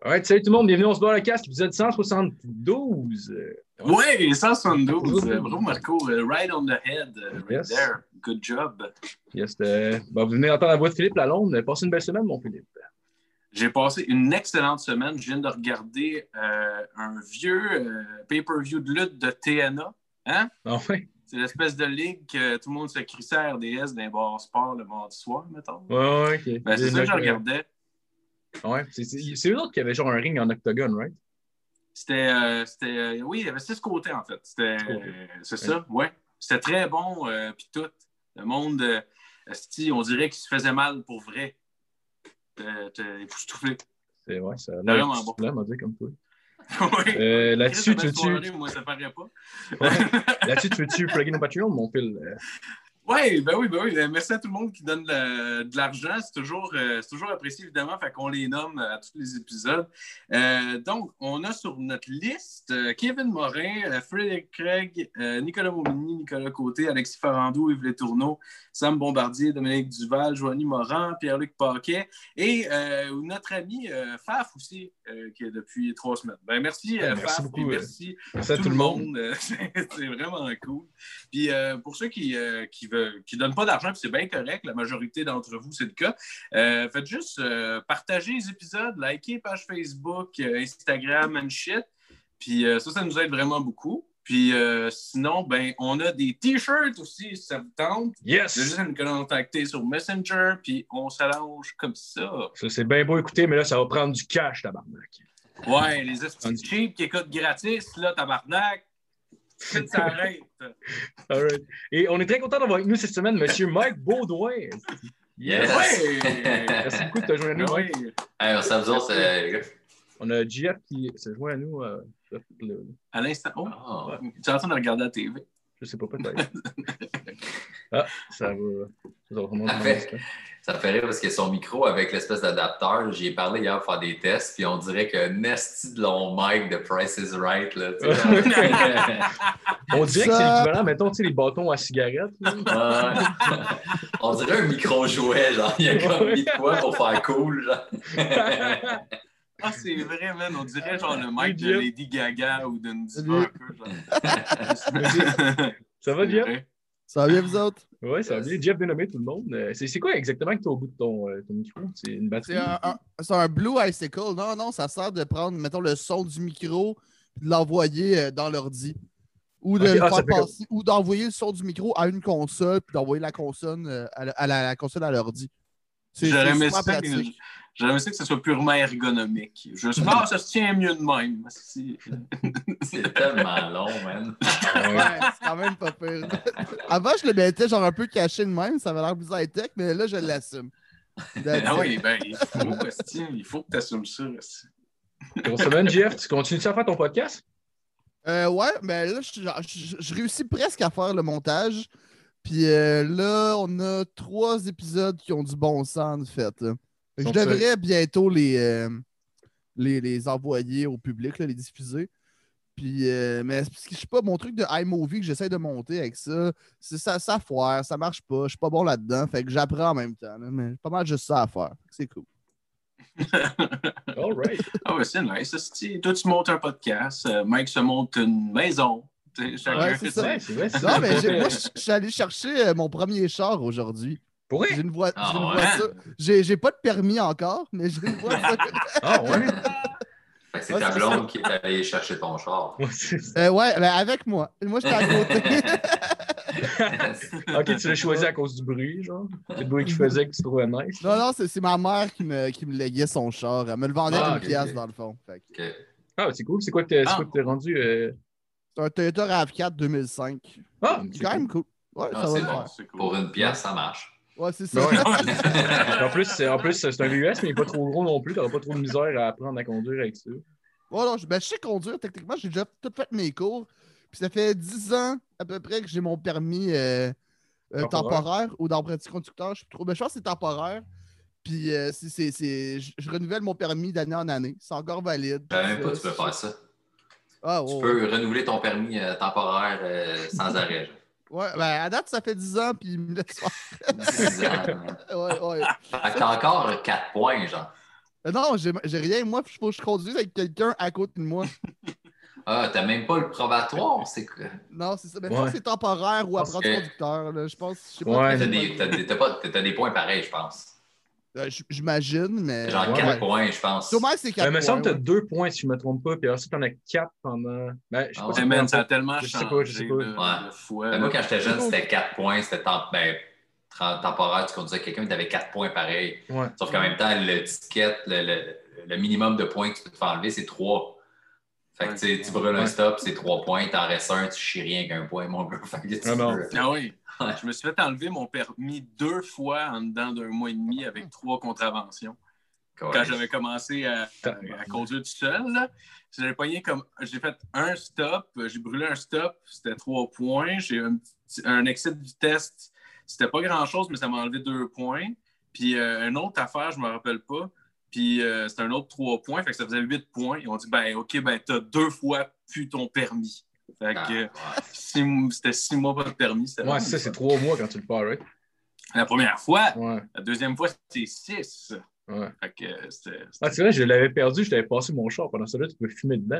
Alright, salut tout le monde, bienvenue, on se bat le casque, épisode 172. Ouais, 172. Bravo Marco, right on the head, right Yes. there. Good job. Yes, vous venez d'entendre la voix de Philippe Lalonde. Passez une belle semaine, mon Philippe. J'ai passé une excellente semaine. Je viens de regarder un vieux pay-per-view de lutte de TNA. Hein? Ah ouais? C'est l'espèce de ligue que tout le monde se crissait à RDS dans les bars sport le mardi soir, mettons. Ouais, ok. Ben, c'est ça que je regardais. Ouais, c'est eux autres qui avaient genre un ring en octogone, right? Oui, il y avait 6 côtés, en fait. C'est Ouais. ça, ouais. C'était très bon, puis tout. Le monde, on dirait qu'il se faisait mal pour vrai. T'es époustouflé. C'est ouais, ça a Vraiment l'air bon. difficile, on va dire comme toi. Oui. Là-dessus, Chris, tu soirée, moi, ça paraît pas. Là-dessus, tu veux-tu plugger nos Patreon, mon Phil? Oui, ben oui. Merci à tout le monde qui donne de l'argent. C'est toujours apprécié, évidemment. Fait qu'on les nomme à tous les épisodes. Donc, on a sur notre liste Kevin Morin, Frédéric Craig, Nicolas Momini, Nicolas Côté, Alexis Farandou, Yves Letourneau, Sam Bombardier, Dominique Duval, Joanie Morand, Pierre-Luc Paquet et notre ami Faf aussi, qui est depuis 3 semaines. Ben, merci, Merci Faf. beaucoup, Et merci à tout le monde. C'est vraiment cool. Puis pour ceux qui donnent pas d'argent, puis c'est bien correct, la majorité d'entre vous, c'est le cas. Faites juste partager les épisodes, liker page Facebook, Instagram and shit. Puis ça nous aide vraiment beaucoup. Puis sinon, ben, on a des t-shirts aussi, si ça vous tente. Yes! Vous avez juste à nous contacter sur Messenger, puis on s'allonge comme ça. Ça, c'est bien beau écouter, mais là, ça va prendre du cash, tabarnak. Ouais, les esprits cheap qui écoutent gratis, là, tabarnak. Ça arrête. All right. Et on est très content d'avoir avec nous cette semaine M. Mike Baudouin. Yes! Ouais. Merci beaucoup de te joindre à nous, Mike. Hey, ça vous autres, On a JF qui se joint à nous. À l'instant. Oh, oh. tu es en train de regarder la TV. Je sais pas, peut-être. Ça va vraiment Ça me fait rire parce que son micro avec l'espèce d'adapteur, j'y ai parlé hier pour faire des tests, puis on dirait que Nesty de long mic de Price is Right. Là, on dirait que c'est l'équivalent, mettons, tu sais, les bâtons à cigarette. On dirait un micro-jouet, genre. Il y a comme mis de quoi pour faire cool, genre. Ah, c'est vrai, man. On dirait genre le mic de Lady Gaga ou d'une diva un peu. Genre. Ça va, Jeff? Ça va bien, vous autres? Oui, ça va bien. Jeff dénommé tout le monde. C'est quoi exactement que tu as au bout de ton micro? C'est une batterie? C'est un Blue Icicle. Non, ça sert de prendre, mettons, le son du micro et de l'envoyer dans l'ordi. Ou de faire passer, ou d'envoyer le son du micro à une console puis d'envoyer la console à la console à l'ordi. J'aurais aimé ça que ce soit purement ergonomique. Je sais pas, ça se tient mieux de même. C'est tellement long, man. Ouais, c'est quand même pas pire. Avant, je le mettais genre un peu caché de même, ça avait l'air plus high-tech, mais là, je l'assume. Ah oui, ben, il faut que tu assumes ça. Bonne semaine, Jeff. Tu continues à faire ton podcast? Ouais, mais là, je réussis presque à faire le montage. Puis là, on a 3 épisodes qui ont du bon sens, en fait. Je devrais bientôt les envoyer au public, là, les diffuser. Puis, mais je sais pas, mon truc de iMovie que j'essaie de monter avec ça, ça foire, ça marche pas, je suis pas bon là-dedans, fait que j'apprends en même temps. Là, mais pas mal juste ça à faire. C'est cool. All right. Ah ouais, c'est nice. Toi, tu montes un podcast, Mike se monte une maison. Ouais, c'est ça. C'est vrai. Non, mais moi, je suis allé chercher mon premier char aujourd'hui. Pour vrai? J'ai une voiture. J'ai pas de permis encore, mais j'ai une voiture. Ah ouais? C'est ta blonde qui est allée chercher ton char. Ouais, ben avec moi. Moi, j'étais à côté. Ok, tu l'as choisi à cause du bruit, genre? Le bruit qu'il faisait que tu trouvais nice? Non, c'est ma mère qui me léguait son char. Elle me le vendait à 1$, dans le fond. Fait que... Ah, c'est cool. C'est quoi que t'es rendu? C'est un Toyota RAV4 2005. Ah, c'est quand même cool. Ouais, ça va le faire. Cool. Pour 1$, ça marche. Ouais, c'est ça. Ouais. en plus, c'est un VUS, mais il n'est pas trop gros non plus. Tu n'auras pas trop de misère à apprendre à conduire avec ça. Ouais, non, je sais conduire. Techniquement, j'ai déjà tout fait mes cours. Puis ça fait 10 ans à peu près que j'ai mon permis temporaire ou d'apprenti conducteur. Je pense que c'est temporaire. Puis je renouvelle mon permis d'année en année. C'est encore valide. Même pas, tu peux faire ça. Tu peux renouveler ton permis temporaire sans arrêt. Ouais, ben à date, ça fait 10 ans, puis il me laisse faire. 10 ans. Ouais. T'as encore 4 points, genre. Non, j'ai rien. Moi, il faut que je conduise avec quelqu'un à côté de moi. Ah, t'as même pas le probatoire, c'est quoi? Non, c'est ça. Mais je pense que c'est temporaire ou apprenti que- conducteur. Là. Je pense, je sais pas. Ouais, T'as des points pareils, je pense. J'imagine, mais. Genre 4 points, je pense. Sûrement que c'est 4 Il me points. semble que tu as 2 points, si je ne me trompe pas, puis ensuite, tu en as 4 pendant. Ben, je sais pas si Man, ça a tellement je sais changé. pas, je sais pas. Ouais. De fois, Ben, moi, quand j'étais jeune, c'était 4 points. C'était temporaire. Tu conduisais quelqu'un, tu avais 4 points pareils. Ouais. Sauf qu'en même temps, le ticket, le minimum de points que tu peux te faire enlever, c'est 3. Fait que tu brûles un stop, c'est 3 points. T'en restes un, tu chies rien qu'un point, mon gars. Fait que Ah oui. Je me suis fait enlever mon permis 2 fois en dedans d'1 mois et demi avec 3 contraventions. Quand j'avais commencé à conduire tout seul, j'avais pogné j'ai fait un stop, j'ai brûlé un stop, c'était 3 points. J'ai eu un excès de vitesse, c'était pas grand-chose, mais ça m'a enlevé 2 points. Puis une autre affaire, je me rappelle pas. Puis c'était un autre 3 points, fait que ça faisait 8 points. Ils ont dit, OK, t'as 2 fois plus ton permis. Fait que c'était 6 mois pas de permis. Ouais, c'est ça, c'est 3 mois quand tu le pars, right? La première fois. Ouais. La deuxième fois, c'était 6. Ouais. Fait que c'était... C'est vrai, je l'avais perdu, je t'avais passé mon char. Pendant ça, là, tu peux fumer dedans.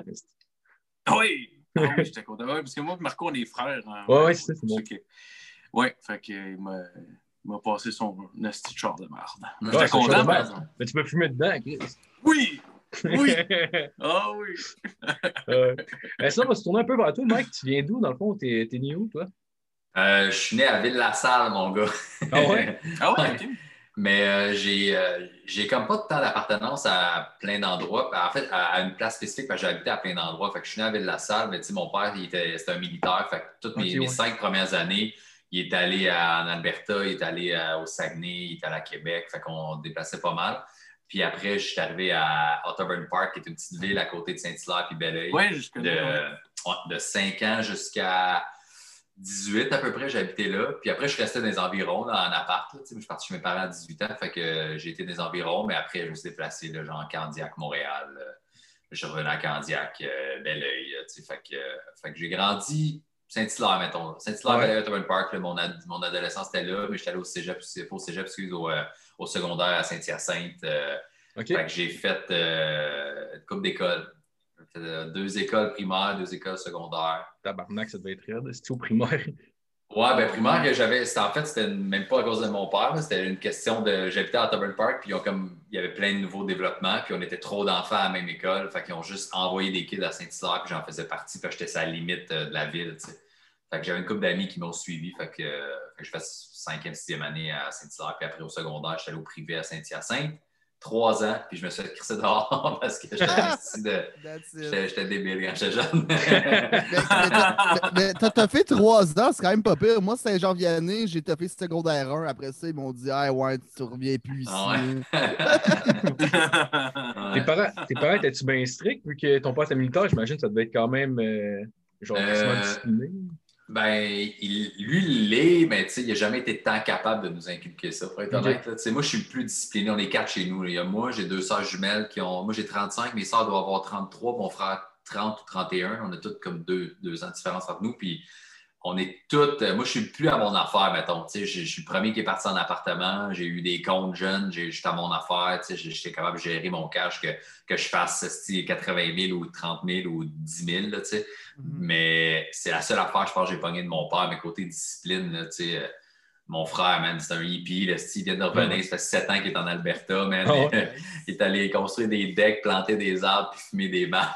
Oui! Ah oui, j'étais content. Ouais, parce que moi et Marco, on est frères. Hein, ouais, c'est bon. Ouais, fait qu'il m'a passé son nasty char de merde. Ouais, J'étais content, par mais exemple. tu peux fumer dedans, Chris. Oui! Oui! Ah oui! Sinon, on va se tourner un peu vers toi, Mike. Tu viens d'où, dans le fond? T'es né où, toi? Je suis né à Ville-la-Salle, mon gars. Ah ouais? Ah ouais, OK. Mais j'ai comme pas de temps d'appartenance à plein d'endroits. En fait, à une place spécifique, parce que j'ai habité à plein d'endroits. Fait que je suis né à Ville-la-Salle, mais tu sais, mon père, c'était un militaire. Fait que toutes mes 5 premières années, il est allé en Alberta, il est allé au Saguenay, il est allé à Québec. Fait qu'on déplaçait pas mal. Puis après, je suis arrivé à Otterburn Park, qui est une petite ville à côté de Saint-Hilaire puis Belleuil. Oui, je connais. De 5 ans jusqu'à 18 à peu près, j'ai habité là. Puis après, je restais dans les environs, là, en appart. Là, je suis parti chez mes parents à 18 ans, fait que j'ai été dans les environs, mais après, je me suis déplacé, là, genre Candiac, Montréal. Je suis revenu à Candiac, Belleuil. Fait que j'ai grandi Saint-Hilaire, mettons. Saint-Hilaire, Belleuil, Otterburn Park, là, mon adolescence était là, mais j'étais allé au cégep, au secondaire à Saint-Hyacinthe. Fait que j'ai fait une couple d'écoles. 2 écoles primaires, 2 écoles secondaires. Tabarnak, ça devait être raide. C'était au primaire. Ouais, ben primaire, c'était même pas à cause de mon père, c'était une question de. J'habitais à Otterburn Park, puis il y avait plein de nouveaux développements, puis on était trop d'enfants à la même école, fait qu'ils ont juste envoyé des kids à Saint-Hilaire, puis j'en faisais partie, puis j'étais à la limite de la ville, tu sais. Fait que j'avais une couple d'amis qui m'ont suivi, fait que je fais 5e, 6e année à Saint-Hilaire, puis après au secondaire, j'étais allé au privé à Saint-Hyacinthe. 3 ans, puis je me suis fait crisser dehors parce que j'étais débile quand j'étais jeune. mais t'as fait 3 ans, c'est quand même pas pire. Moi, c'était Saint-Jean-Vianney, j'ai fait secondaire 1. Après ça, ils m'ont dit, ah ouais, tu reviens plus ici. Ah ouais. Tes parents étaient-tu bien stricts vu que ton père était militaire? J'imagine que ça devait être quand même quasiment discipliné. Ben, lui, il l'est, mais il n'a jamais été tant capable de nous inculquer ça, pour être honnête. Moi, je suis plus discipliné. On est 4 chez nous. Il y a moi, j'ai 2 sœurs jumelles qui ont. Moi, j'ai 35, mes sœurs doivent avoir 33, mon frère 30 ou 31. On a toutes comme 2 ans de différence entre nous. Puis, on est toutes. Moi, je suis plus à mon affaire, mettons. Je suis le premier qui est parti en appartement. J'ai eu des comptes jeunes. J'étais à mon affaire. J'étais capable de gérer mon cash, que je fasse 80 000 ou 30 000 ou 10 000. Là, mais c'est la seule affaire, je pense, que j'ai pogné de mon père. Mais côté discipline, là, mon frère, man, c'est un hippie. Là, il vient de revenir. Ça fait 7 ans qu'il est en Alberta, man. Il est allé construire des decks, planter des arbres puis fumer des bancs.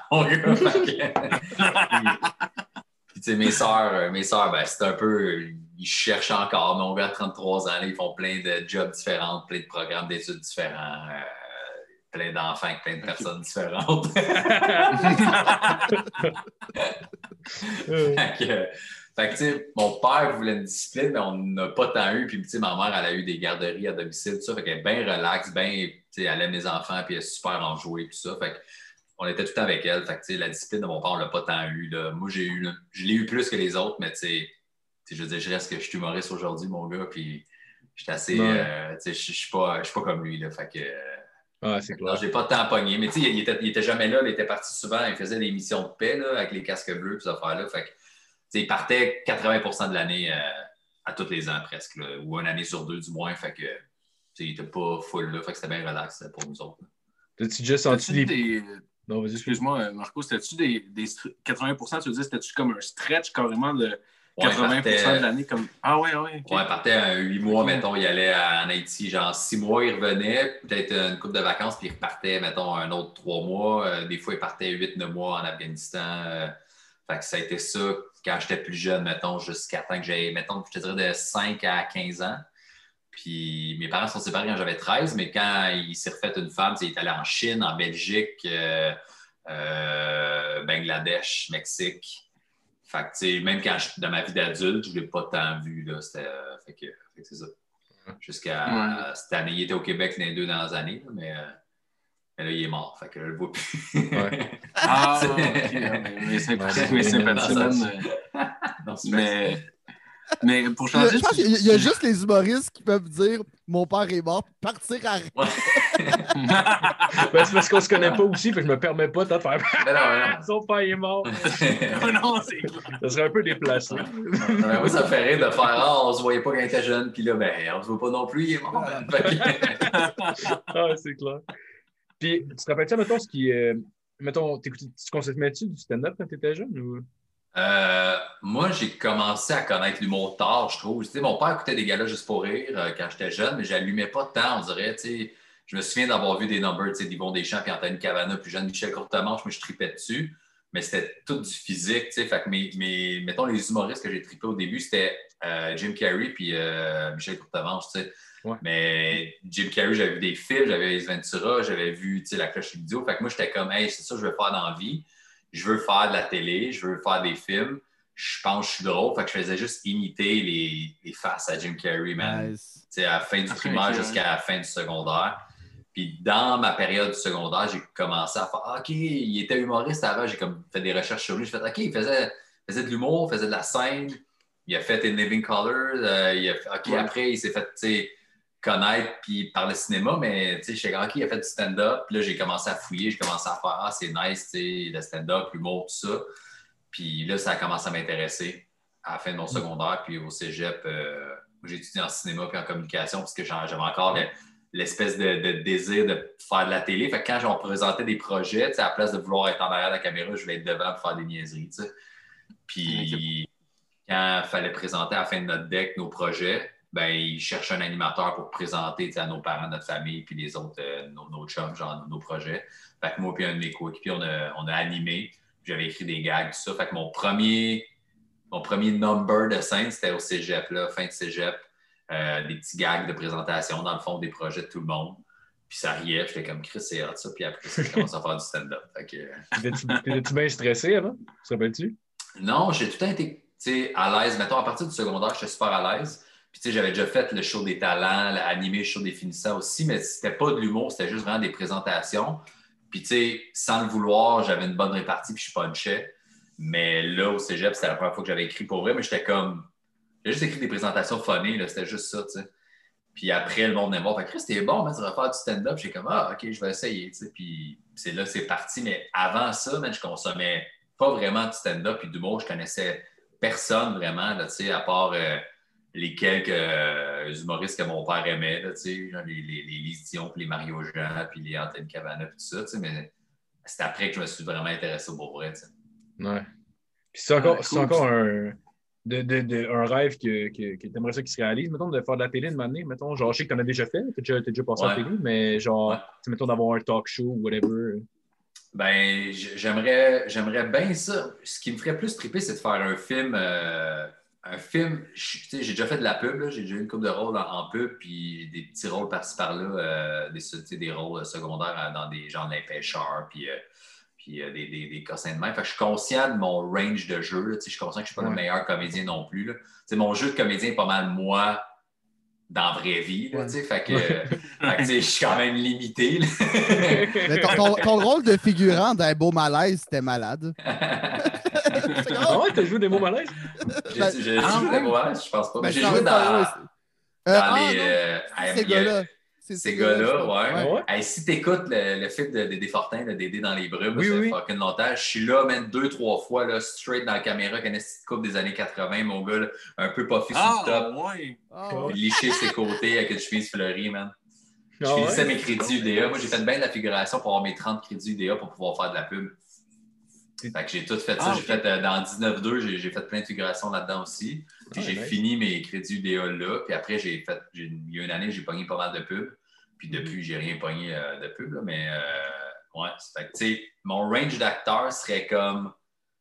Puis, mes sœurs, ben, c'est un peu. Ils cherchent encore. Mon gars, 33 ans, là, ils font plein de jobs différents, plein de programmes d'études différents, plein d'enfants avec plein de personnes différentes. Fait que, mon père voulait une discipline, mais on n'a pas tant eu. Puis, ma mère, elle a eu des garderies à domicile, tout ça. Fait qu'elle est bien relax, elle aime les enfants, puis elle est super enjouée, tout ça. Fait on était tout le temps avec elle. Fait que, la discipline de mon père, on l'a pas tant eu. Là. Moi, je l'ai eu plus que les autres, mais je veux dire, je reste que je suis humoriste aujourd'hui, mon gars, puis je suis assez. Je suis pas comme lui. Là, fait que. C'est clair. J'ai pas de temps à pogner. Mais il était jamais là, il était parti souvent, il faisait des missions de paix là, avec les casques bleus et ces affaires-là. Fait que, il partait 80% de l'année à tous les ans presque, là, ou une année sur 2 du moins. Fait que il était pas full là, fait que c'était bien relax pour nous autres. Là. T'as-tu déjà senti des... Non, vas-y. Excuse-moi, Marco, c'était-tu des 80%, tu veux dire, c'était-tu comme un stretch carrément de 80% de l'année? Comme... Ah ouais, okay. Ouais, il partait à 8 mois, mettons, il allait en Haïti, genre 6 mois, il revenait, peut-être une couple de vacances, puis il repartait, mettons, un autre 3 mois. Des fois, il partait 8-9 mois en Afghanistan. Fait que ça a été ça quand j'étais plus jeune, mettons, jusqu'à temps que j'ai, mettons, je te dirais de 5 à 15 ans. Puis mes parents sont séparés quand j'avais 13, mais quand il s'est refait une femme, il est allé en Chine, en Belgique, Bangladesh, Mexique. Fait que, tu sais, même quand dans ma vie d'adulte, je ne l'ai pas tant vu. Là, fait que c'est ça. Jusqu'à cette année, il était au Québec les 2 dernières années, mais là, il est mort. Fait que je le vois plus. Ouais. Ah, OK. Mais c'est Mais pour changer... Je pense qu'il y a juste les humoristes qui peuvent dire « Mon père est mort », partir à rien. Ben, c'est parce qu'on se connaît pas aussi, puis je me permets pas de faire non. Son père est mort. Non, c'est clair. Ça serait un peu déplacé. Moi, ça me fait rire de faire on se voyait pas quand il était jeune, puis là, on se voit pas non plus, il est mort. C'est clair. Puis, tu te rappelles-tu, mettons, ce qui. Mettons, tu consommais-tu du stand-up quand tu étais jeune ou? Moi, j'ai commencé à connaître l'humour tard, je trouve. Tu sais, mon père écoutait des galas juste pour rire quand j'étais jeune, mais j'allumais pas tant, on dirait. Tu sais, je me souviens d'avoir vu des numbers, tu sais, d'Yvon Deschamps puis Anthony Cavana, plus jeune, Michel Courtemanche, moi, je tripais dessus. Mais c'était tout du physique, tu sais. Fait que mettons, les humoristes que j'ai trippé au début, c'était Jim Carrey puis Michel Courtemanche, tu sais. Ouais. Mais Jim Carrey, j'avais vu des films, j'avais Ace Ventura, j'avais vu, tu sais, La Cloche vidéo. Fait que moi, j'étais comme, hey, c'est ça que je veux faire dans la vie. Je veux faire de la télé, je veux faire des films. Je pense que je suis drôle. Fait que je faisais juste imiter les faces à Jim Carrey, man. Nice. À la fin du primaire jusqu'à la fin du secondaire. Puis dans ma période du secondaire, j'ai commencé à faire OK, il était humoriste avant. J'ai comme fait des recherches sur lui. J'ai fait OK, il faisait de l'humour, faisait de la scène. Il a fait In Living Color. Après, il s'est fait connaître puis par le cinéma, mais je sais OK, il a fait du stand-up. Puis là, j'ai commencé à fouiller, j'ai commencé à faire c'est nice, le stand-up, l'humour, tout ça. Puis là, ça a commencé à m'intéresser à la fin de mon secondaire. Puis au cégep, j'ai étudié en cinéma puis en communication parce que j'avais encore l'espèce de désir de faire de la télé. Fait que quand on présentait des projets, à la place de vouloir être en arrière de la caméra, je voulais être devant pour faire des niaiseries. T'sais. Puis quand il fallait présenter à la fin de notre deck nos projets, ils cherchaient un animateur pour présenter à nos parents, notre famille, puis les autres, nos chums, genre nos projets. Fait que moi et un de mes coéquipiers, on a animé. J'avais écrit des gags, tout ça. Fait que mon premier number de scène, c'était au cégep, là, fin de cégep. Des petits gags de présentation, dans le fond, des projets de tout le monde. Puis ça riait, j'étais comme Chris, c'est hot ça. Puis après, j'ai commencé à faire du stand-up. T'étais-tu bien stressé avant? Tu te rappelles-tu? Non, j'ai tout le temps été à l'aise. Mettons, à partir du secondaire, j'étais super à l'aise. Puis j'avais déjà fait le show des talents, animé le show des finissants aussi, mais c'était pas de l'humour, c'était juste vraiment des présentations. Puis, sans le vouloir, j'avais une bonne répartie, puis je punchais. Mais là, au cégep, c'était la première fois que j'avais écrit pour vrai, mais j'étais comme... J'ai juste écrit des présentations funny, là, c'était juste ça, tu sais. Puis après, le monde venait me voir. Fait que c'était bon, man, tu vas faire du stand-up. J'ai comme, OK, je vais essayer, tu sais. Puis c'est parti. Mais avant ça, man, je consommais pas vraiment de stand-up puis d'humour. Je connaissais personne vraiment, là, tu sais, à part les quelques humoristes que mon père aimait, là, tu sais, genre les Lise Dion, puis les Mario Jean, puis les Anthony Cavana, puis tout ça, tu sais. Mais c'est après que je me suis vraiment intéressé au beau vrai, tu sais. Ouais. Puis c'est encore un rêve que tu aimerais ça qui se réalise, mettons, de faire de la télé une année, mettons, genre, je sais que tu en as déjà fait, tu as déjà passé à la télé, mais genre, mettons, d'avoir un talk show ou whatever. J'aimerais bien ça. Ce qui me ferait plus triper, c'est de faire un film. J'ai déjà fait de la pub, là, j'ai déjà eu une couple de rôles en pub, puis des petits rôles par-ci par-là, des rôles secondaires dans des genres d'Impêcheurs, puis des cossins de main. Fait que je suis conscient de mon range de jeu. Là, je suis conscient que je ne suis pas le meilleur comédien non plus. Là. Mon jeu de comédien est pas mal moi dans la vraie vie. Là, fait que je suis quand même limité. Mais ton rôle de figurant d'un beau malaise, c'était malade. Ah ouais, t'as joué des mots malaises? J'ai joué des mots malaises, je pense pas. J'ai joué dans ces gars-là. Ces gars-là, ouais. Hey, si t'écoutes le film de Dédé Fortin, de Dédé dans les brumes, oui, ça fait fucking longtemps. Je suis là, même 2-3 fois, là, straight dans la caméra, connais cette coupe des années 80, mon gars, là, un peu puffy sur le top. Ouais. Liché ses côtés avec une chemise fleurie, man. Je finissais mes crédits UDA. Moi, j'ai fait bien de la figuration pour avoir mes 30 crédits UDA pour pouvoir faire de la pub. Fait que j'ai tout fait ça. J'ai fait dans 19-2, j'ai fait plein de figurations là-dedans aussi. Puis j'ai fini mes crédits UDA là. Puis après, il y a une année, j'ai pogné pas mal de pubs. Puis depuis, j'ai rien pogné de pub. Là, mais ouais, fait que, tu sais, mon range d'acteurs serait comme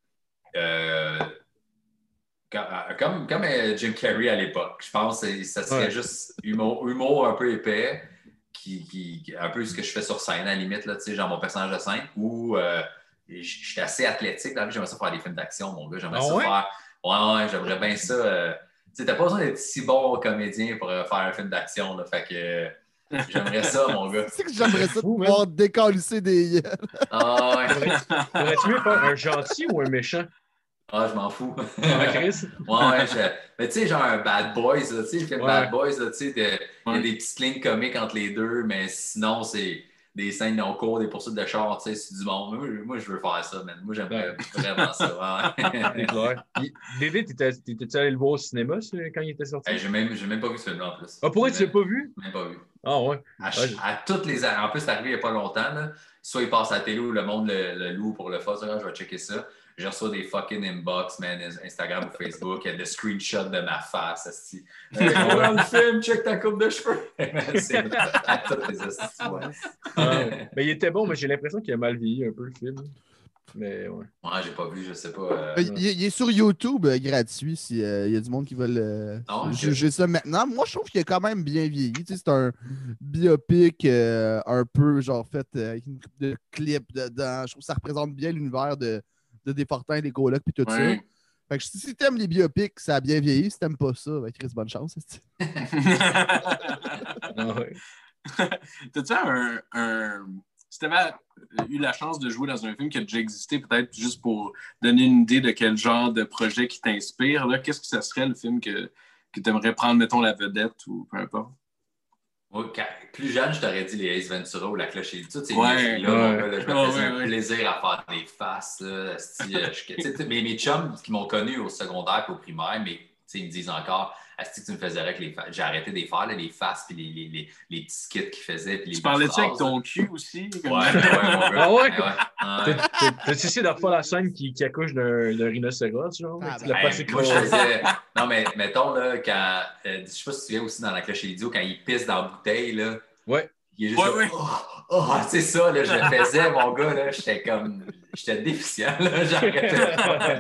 Jim Carrey à l'époque. Je pense que ça serait juste humour un peu épais, qui un peu ce que je fais sur scène à la limite, là, genre mon personnage de scène, ou je suis assez athlétique dans la vie, j'aimerais ça faire des films d'action, mon gars. J'aimerais ça faire. Ouais, j'aimerais bien ça. Tu sais, t'as pas besoin d'être si bon comédien pour faire un film d'action, là. Fait que j'aimerais ça, mon gars. C'est que j'aimerais ça pouvoir décalisser des gueules. Ah ouais. Aurais-tu mieux faire un gentil ou un méchant? Ah, je m'en fous. Chris? Ouais. Mais tu sais, genre un Bad Boys, tu sais, le film Bad Boys, tu sais, il y a des petites lignes comiques entre les deux, mais sinon, c'est des scènes non cours, des poursuites de char, tu sais, c'est du monde. Moi, je veux faire ça, man. Moi, j'aimerais vraiment ça. Ouais. Dédé, t'étais-tu allé le voir au cinéma quand il était sorti? J'ai même pas vu ce film-là, en plus. Ah, pourquoi tu l'as pas vu? Même pas vu. Ah, ouais. À toutes les années. En plus, c'est arrivé il n'y a pas longtemps, là. Soit il passe à la télé ou le monde le loue pour le fun. Je vais checker ça. Je reçois des fucking inbox, man, Instagram ou Facebook. Il y a des screenshots de ma face. Regarde le film, check ta coupe de cheveux. C'est à toutes les astuces. Mais il était bon, mais j'ai l'impression qu'il a mal vieilli un peu le film. Mais ouais. Ouais, j'ai pas vu, je sais pas. Il est sur YouTube gratuit s'il y a du monde qui veut juger ça maintenant. Moi, je trouve qu'il est quand même bien vieilli. Tu sais, c'est un biopic un peu genre fait avec une couple de clips dedans. Je trouve que ça représente bien l'univers de Desfortins, des colocs puis tout ça. Fait que si t'aimes les biopics, ça a bien vieilli. Si t'aimes pas ça, ben Chris, bonne chance. T'as-tu si tu avais eu la chance de jouer dans un film qui a déjà existé, peut-être juste pour donner une idée de quel genre de projet qui t'inspire, là, qu'est-ce que ça serait le film que tu aimerais prendre, mettons, la vedette ou peu importe? Moi, plus jeune, je t'aurais dit les Ace Ventura ou La Cloche et toutes ces là, je me faisais un plaisir à faire des faces. Là, mes chums qui m'ont connu au secondaire et au primaire, mais ils me disent encore, Asti, tu me faisais avec les faces. J'ai arrêté de les faire, là, les faces puis les petits skits qu'ils faisaient. Tu parlais-tu avec ton cul aussi? Ouais. Ah ouais? T'as essayé de refaire la scène qui accouche d'un rhinocéros, genre? Moi, je faisais... Non, mais mettons, là, quand... je sais pas si tu te souviens aussi dans La Cloche et l'idiot, quand il pisse dans la bouteille, là. Ouais. Il est juste c'est ça, là, je le faisais, mon gars, là, j'étais déficient, là, j'arrêtais.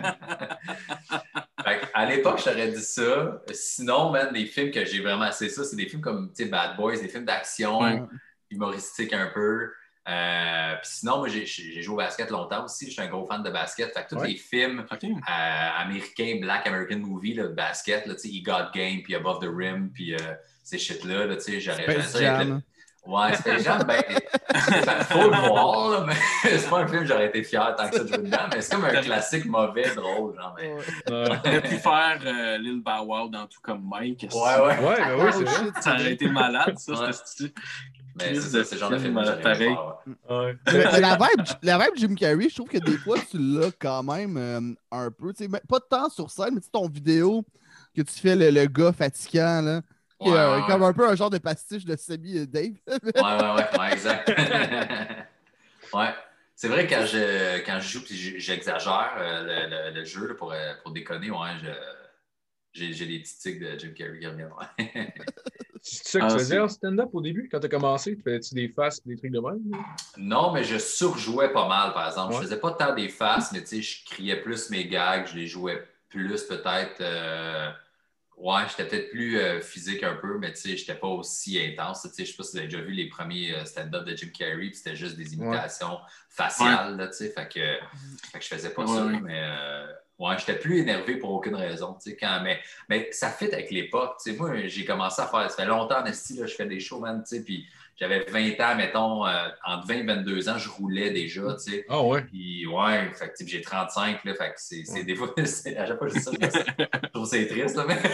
À l'époque, je t'aurais dit ça. Sinon, man, des films que j'ai vraiment... C'est ça, c'est des films comme, tu sais, Bad Boys, des films d'action, humoristiques un peu. Puis sinon, moi, j'ai joué au basket longtemps aussi. Je suis un gros fan de basket. Fait que tous les films américains, Black American Movie, là, de basket, là, tu sais, He Got Game, puis Above the Rim, puis ces shit-là, là, tu sais, j'aurais ça. Ouais, Space Jam, ben, faut le voir, là, mais c'est pas un film que j'aurais été fier tant que ça de jouer dedans, mais c'est comme un classique mauvais, drôle, genre. T'aurais pu faire Lil Bow Wow dans Tout comme Mike. Ouais, c'est vrai. Ça aurait été malade, ça, c'était mais c'est ce genre de film pareil. La vibe Jim Carrey, je trouve que des fois, tu l'as quand même un peu. Pas de temps sur scène, mais ton vidéo que tu fais le gars fatigant, là. Comme un peu un genre de pastiche de Sammy Dave. ouais, exact. Ouais. C'est vrai quand je joue et j'exagère le jeu là, pour déconner, j'ai des petits tics de Jim Carrey qui reviennent. C'est ça que tu faisais en stand-up au début, quand tu as commencé? Tu faisais-tu des faces et des trucs de même? Non, mais je surjouais pas mal, par exemple. Je faisais pas tant des faces, mais je criais plus mes gags, je les jouais plus peut-être... j'étais peut-être plus physique un peu, mais j'étais pas aussi intense. Je sais pas si vous avez déjà vu les premiers stand-up de Jim Carrey, puis c'était juste des imitations faciales, là, fait que je faisais pas ça. Mais j'étais plus énervé pour aucune raison. Mais ça fit avec l'époque. Moi, j'ai commencé à faire, ça fait longtemps, Nasty, je fais des shows, man, puis j'avais 20 ans, mettons, entre 20 et 22 ans, je roulais déjà, Ah ouais? Puis fait que j'ai 35, là, fait que c'est des fois, à chaque fois que je dis ça, je trouve que c'est triste, là, mais...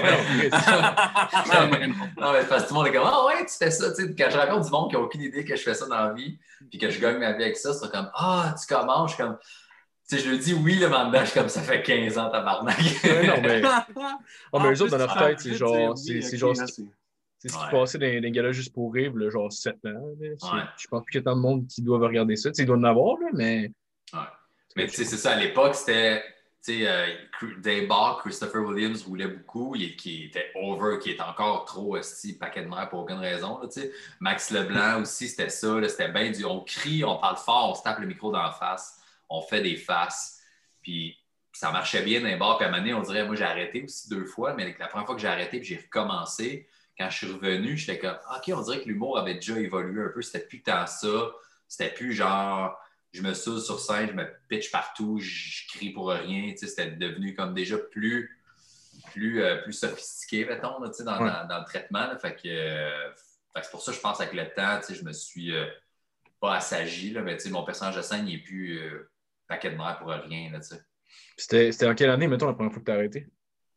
non, mais parce que tout le monde est comme, tu fais ça, quand je rencontre du monde qui n'a aucune idée que je fais ça dans la vie, puis que je gagne ma vie avec ça, c'est comme, tu commences, je suis comme... je le dis oui, le mandat, je suis comme ça fait 15 ans, tabarnak. Non, mais eux autres, dans leur tête, c'est genre... C'est ce qui passait dans les galas juste pour rire, là, genre 7 ans. Je pense plus qu'il y a tant de monde qui doivent regarder ça. Ils doivent en avoir, là, mais. Ouais. Mais tu sais, c'est ça, à l'époque, c'était. Tu sais, Dave Bach, Christopher Williams roulait beaucoup, qui était over, qui était encore trop paquet de mer pour aucune raison. Là, Max Leblanc aussi, c'était ça. Là, c'était bien on crie, on parle fort, on se tape le micro dans la face, on fait des faces. Puis ça marchait bien dans les bars. Puis à un moment donné, on dirait, moi, j'ai arrêté aussi 2 fois, mais la première fois que j'ai arrêté, puis j'ai recommencé, quand je suis revenu, j'étais comme, OK, on dirait que l'humour avait déjà évolué un peu. C'était plus tant ça. C'était plus genre. Je me saoule sur scène, je me pitch partout, je crie pour rien. C'était devenu comme déjà plus sophistiqué, mettons, là, dans le traitement. Là. Fait que c'est pour ça que je pense avec le temps, je me suis pas assagi, là, mais mon personnage de scène, il n'est plus paquet de mer pour rien. Là, c'était en quelle année, mettons, la première fois que tu as arrêté?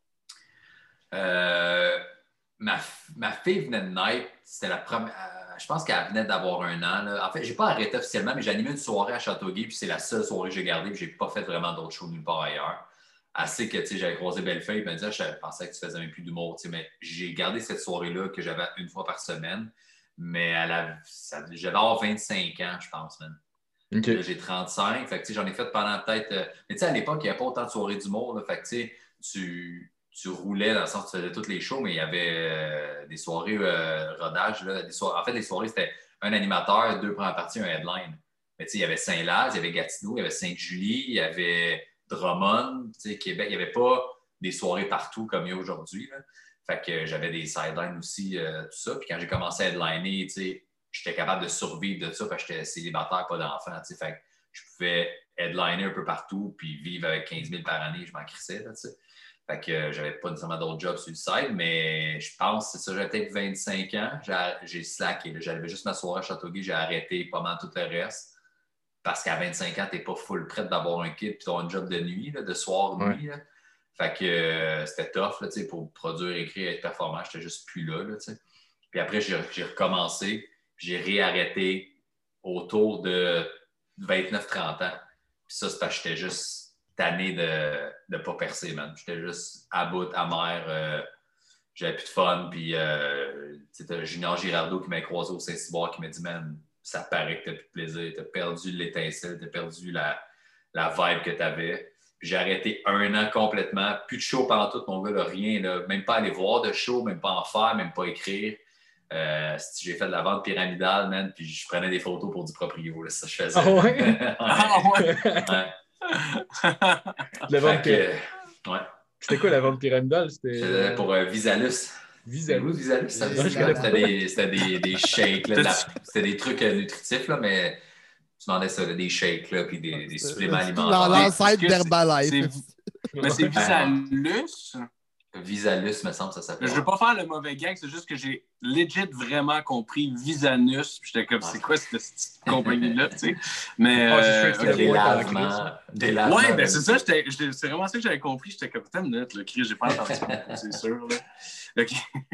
Ma fille venait de naître, c'était la première. Je pense qu'elle venait d'avoir 1 an. Là. En fait, je n'ai pas arrêté officiellement, mais j'ai animé une soirée à Châteauguay, puis c'est la seule soirée que j'ai gardée, puis je n'ai pas fait vraiment d'autres shows nulle part ailleurs. Assez que j'avais croisé Bellefeuille, il me disait, je pensais que tu faisais même plus d'humour. Mais j'ai gardé cette soirée-là que j'avais 1 fois par semaine, mais j'avais avoir 25 ans, je pense, man. Okay. Là, j'ai 35, fait que j'en ai fait pendant peut-être. Mais à l'époque, il n'y avait pas autant de soirées d'humour. Là, fait que tu roulais dans le sens que tu faisais tous les shows, mais il y avait des soirées rodage. Là, en fait, les soirées, c'était un animateur, 2 premières parties, un headline. Mais il y avait Saint-Laz, il y avait Gatineau, il y avait Sainte-Julie, il y avait Drummond, Québec. Il n'y avait pas des soirées partout comme il y a aujourd'hui. Là. Fait que j'avais des sidelines aussi, tout ça. Puis quand j'ai commencé à headliner, j'étais capable de survivre de ça parce que j'étais célibataire, pas d'enfant. Fait que je pouvais headliner un peu partout puis vivre avec 15 000 par année, je m'en crissais. Là, fait que j'avais pas nécessairement d'autres jobs sur le site, mais je pense, c'est ça, j'avais peut-être 25 ans, j'ai slacké. J'avais juste ma soirée à Châteauguay, j'ai arrêté pas mal tout le reste. Parce qu'à 25 ans, t'es pas full prête d'avoir un kid puis t'as un job de nuit, là, de soir-nuit. Là. Fait que c'était tough là, pour produire, écrire, être performant. J'étais juste plus là. Puis après, j'ai recommencé, j'ai réarrêté autour de 29-30 ans. Puis ça, c'est parce que j'étais juste tanné de ne pas percer, man. J'étais juste à bout, amer. J'avais plus de fun. Puis c'était Junior Girardeau qui m'a croisé au Saint-Cyboire qui m'a dit, man, ça paraît que t'as plus de plaisir. T'as perdu l'étincelle, t'as perdu la vibe que t'avais. Puis j'ai arrêté 1 an complètement. Plus de show pendant tout, mon gars, là, rien. Là. Même pas aller voir de show, même pas en faire, même pas écrire. J'ai fait de la vente pyramidale, man, puis je prenais des photos pour du proprio. Là, ça, je faisais. Ah ouais? Ouais. La vente ouais. C'était quoi la vente pyramidale? C'était pour Visalus. Visalus? Visalus, c'était des shakes. Là, c'était des trucs nutritifs, là, mais tu demandais ça, là, des shakes, là, puis des suppléments alimentaires. L'ancêtre d'Herbalife. Mais c'est Visalus? Visalus, me semble, ça s'appelle. Je veux pas faire le mauvais gag, c'est juste que j'ai legit vraiment compris Visanus. Puis j'étais comme, c'est quoi cette compagnie-là, tu sais? Mais. Des lavements. Ouais, ben c'est ça, c'est vraiment ça que j'avais compris. J'étais comme, putain, minute, le cri, j'ai pas entendu, c'est sûr, là. OK.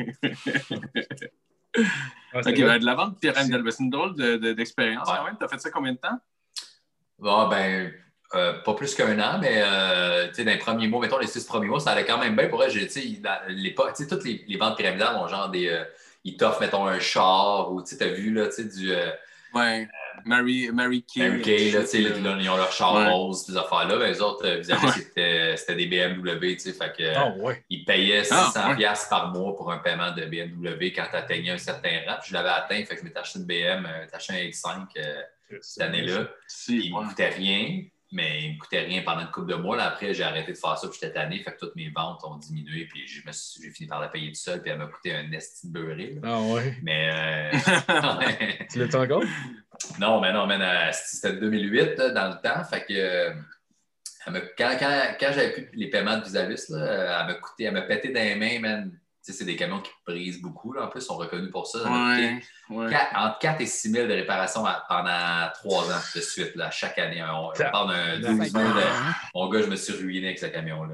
OK, ben, de la vente pyramidale, c'est une drôle d'expérience quand même. T'as fait ça combien de temps? Ah, ben. Pas plus qu'1 an, mais dans les premiers mois, mettons les 6 premiers mois, ça allait quand même bien. Pour elle, dans l'époque, toutes les ventes pyramidales ont genre ils t'offrent, mettons, un char ou tu as vu, là, du. Ouais, Mary Kay. Mary Kay, là, ils ont leur char rose, ces affaires-là. Ben, les autres, vis-à-vis, c'était des BMW, tu sais. Fait que ils payaient 600$ par mois pour un paiement de BMW quand tu atteignais un certain rang. Puis je l'avais atteint, fait que je m'étais acheté une BM, j'ai acheté un X5 cette année-là. Il ne me coûtait rien. Mais il ne me coûtait rien pendant une couple de mois. Là, après, j'ai arrêté de faire ça, puis j'étais tanné. Fait que toutes mes ventes ont diminué, puis j'ai fini par la payer tout seul, puis elle m'a coûté un esti de beurré. Ah ouais? Mais. Tu l'as encore? Non, c'était 2008 là, dans le temps. Fait que. Quand j'avais plus les paiements de Visalus, là, elle m'a pété dans les mains, man. C'est des camions qui brisent beaucoup. Là. En plus, ils sont reconnus pour ça. Entre 4 et 6 000 de réparation pendant 3 ans de suite, là, chaque année. On parle d'un 12 000. Mon gars, je me suis ruiné avec ce camion-là.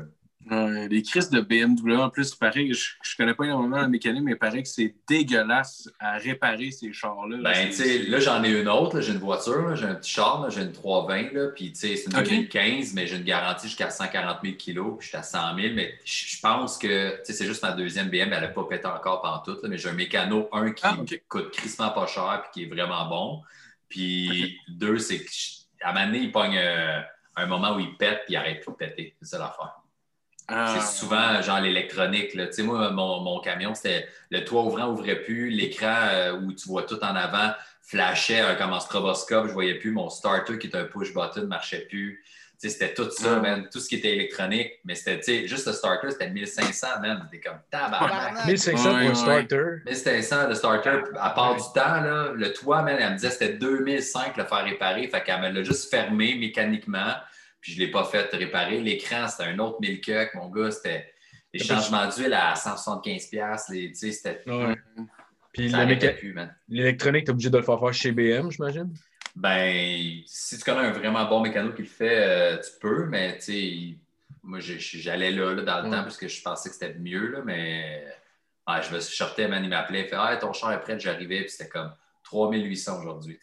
Les crises de BMW, en plus, pareil, je connais pas énormément la mécanique, mais il paraît que c'est dégueulasse à réparer ces chars-là. Ben, tu sais, là, j'en ai une autre. Là, j'ai une voiture, là, j'ai un petit char, là, j'ai une 320, là, puis tu sais, c'est une 2015, mais j'ai une garantie jusqu'à 140 000 kilos, puis je suis à 100 000, mais je pense que, tu sais, c'est juste ma deuxième BM, elle n'a pas pété encore pantoute, là, mais j'ai un mécano, un qui coûte crissement pas cher, puis qui est vraiment bon, puis deux, c'est qu'à un moment donné, il pogne un moment où il pète, puis il arrête plus de péter. C'est ça l'affaire. C'est souvent genre l'électronique. Tu sais, moi, mon camion, c'était le toit ouvrant ouvrait plus, l'écran où tu vois tout en avant flashait comme en stroboscope, je voyais plus, mon starter qui est un push button ne marchait plus. Tu sais, c'était tout ça, man, tout ce qui était électronique, mais c'était, tu sais, juste le starter, c'était 1500, man. C'était comme tabarnak. 1500 pour un starter. 1500 le starter, à part du temps, là, le toit, man, elle me disait que c'était 2005 le faire réparer, fait qu'elle me l'a juste fermé mécaniquement. Puis je ne l'ai pas fait réparer. L'écran, c'était un autre 1000 cucks. Mon gars, c'était les changements d'huile à 175$. Tu sais, c'était... Ouais. Puis l'électronique, tu es obligé de le faire chez BM, j'imagine? Ben, si tu connais un vraiment bon mécano qui le fait, tu peux, mais tu sais, moi, j'allais là dans le temps parce que je pensais que c'était mieux, là, mais je me suis shorté, man, il m'appelait, il fait « Ah, ton char est prêt », j'arrivais, puis c'était comme 3800 aujourd'hui.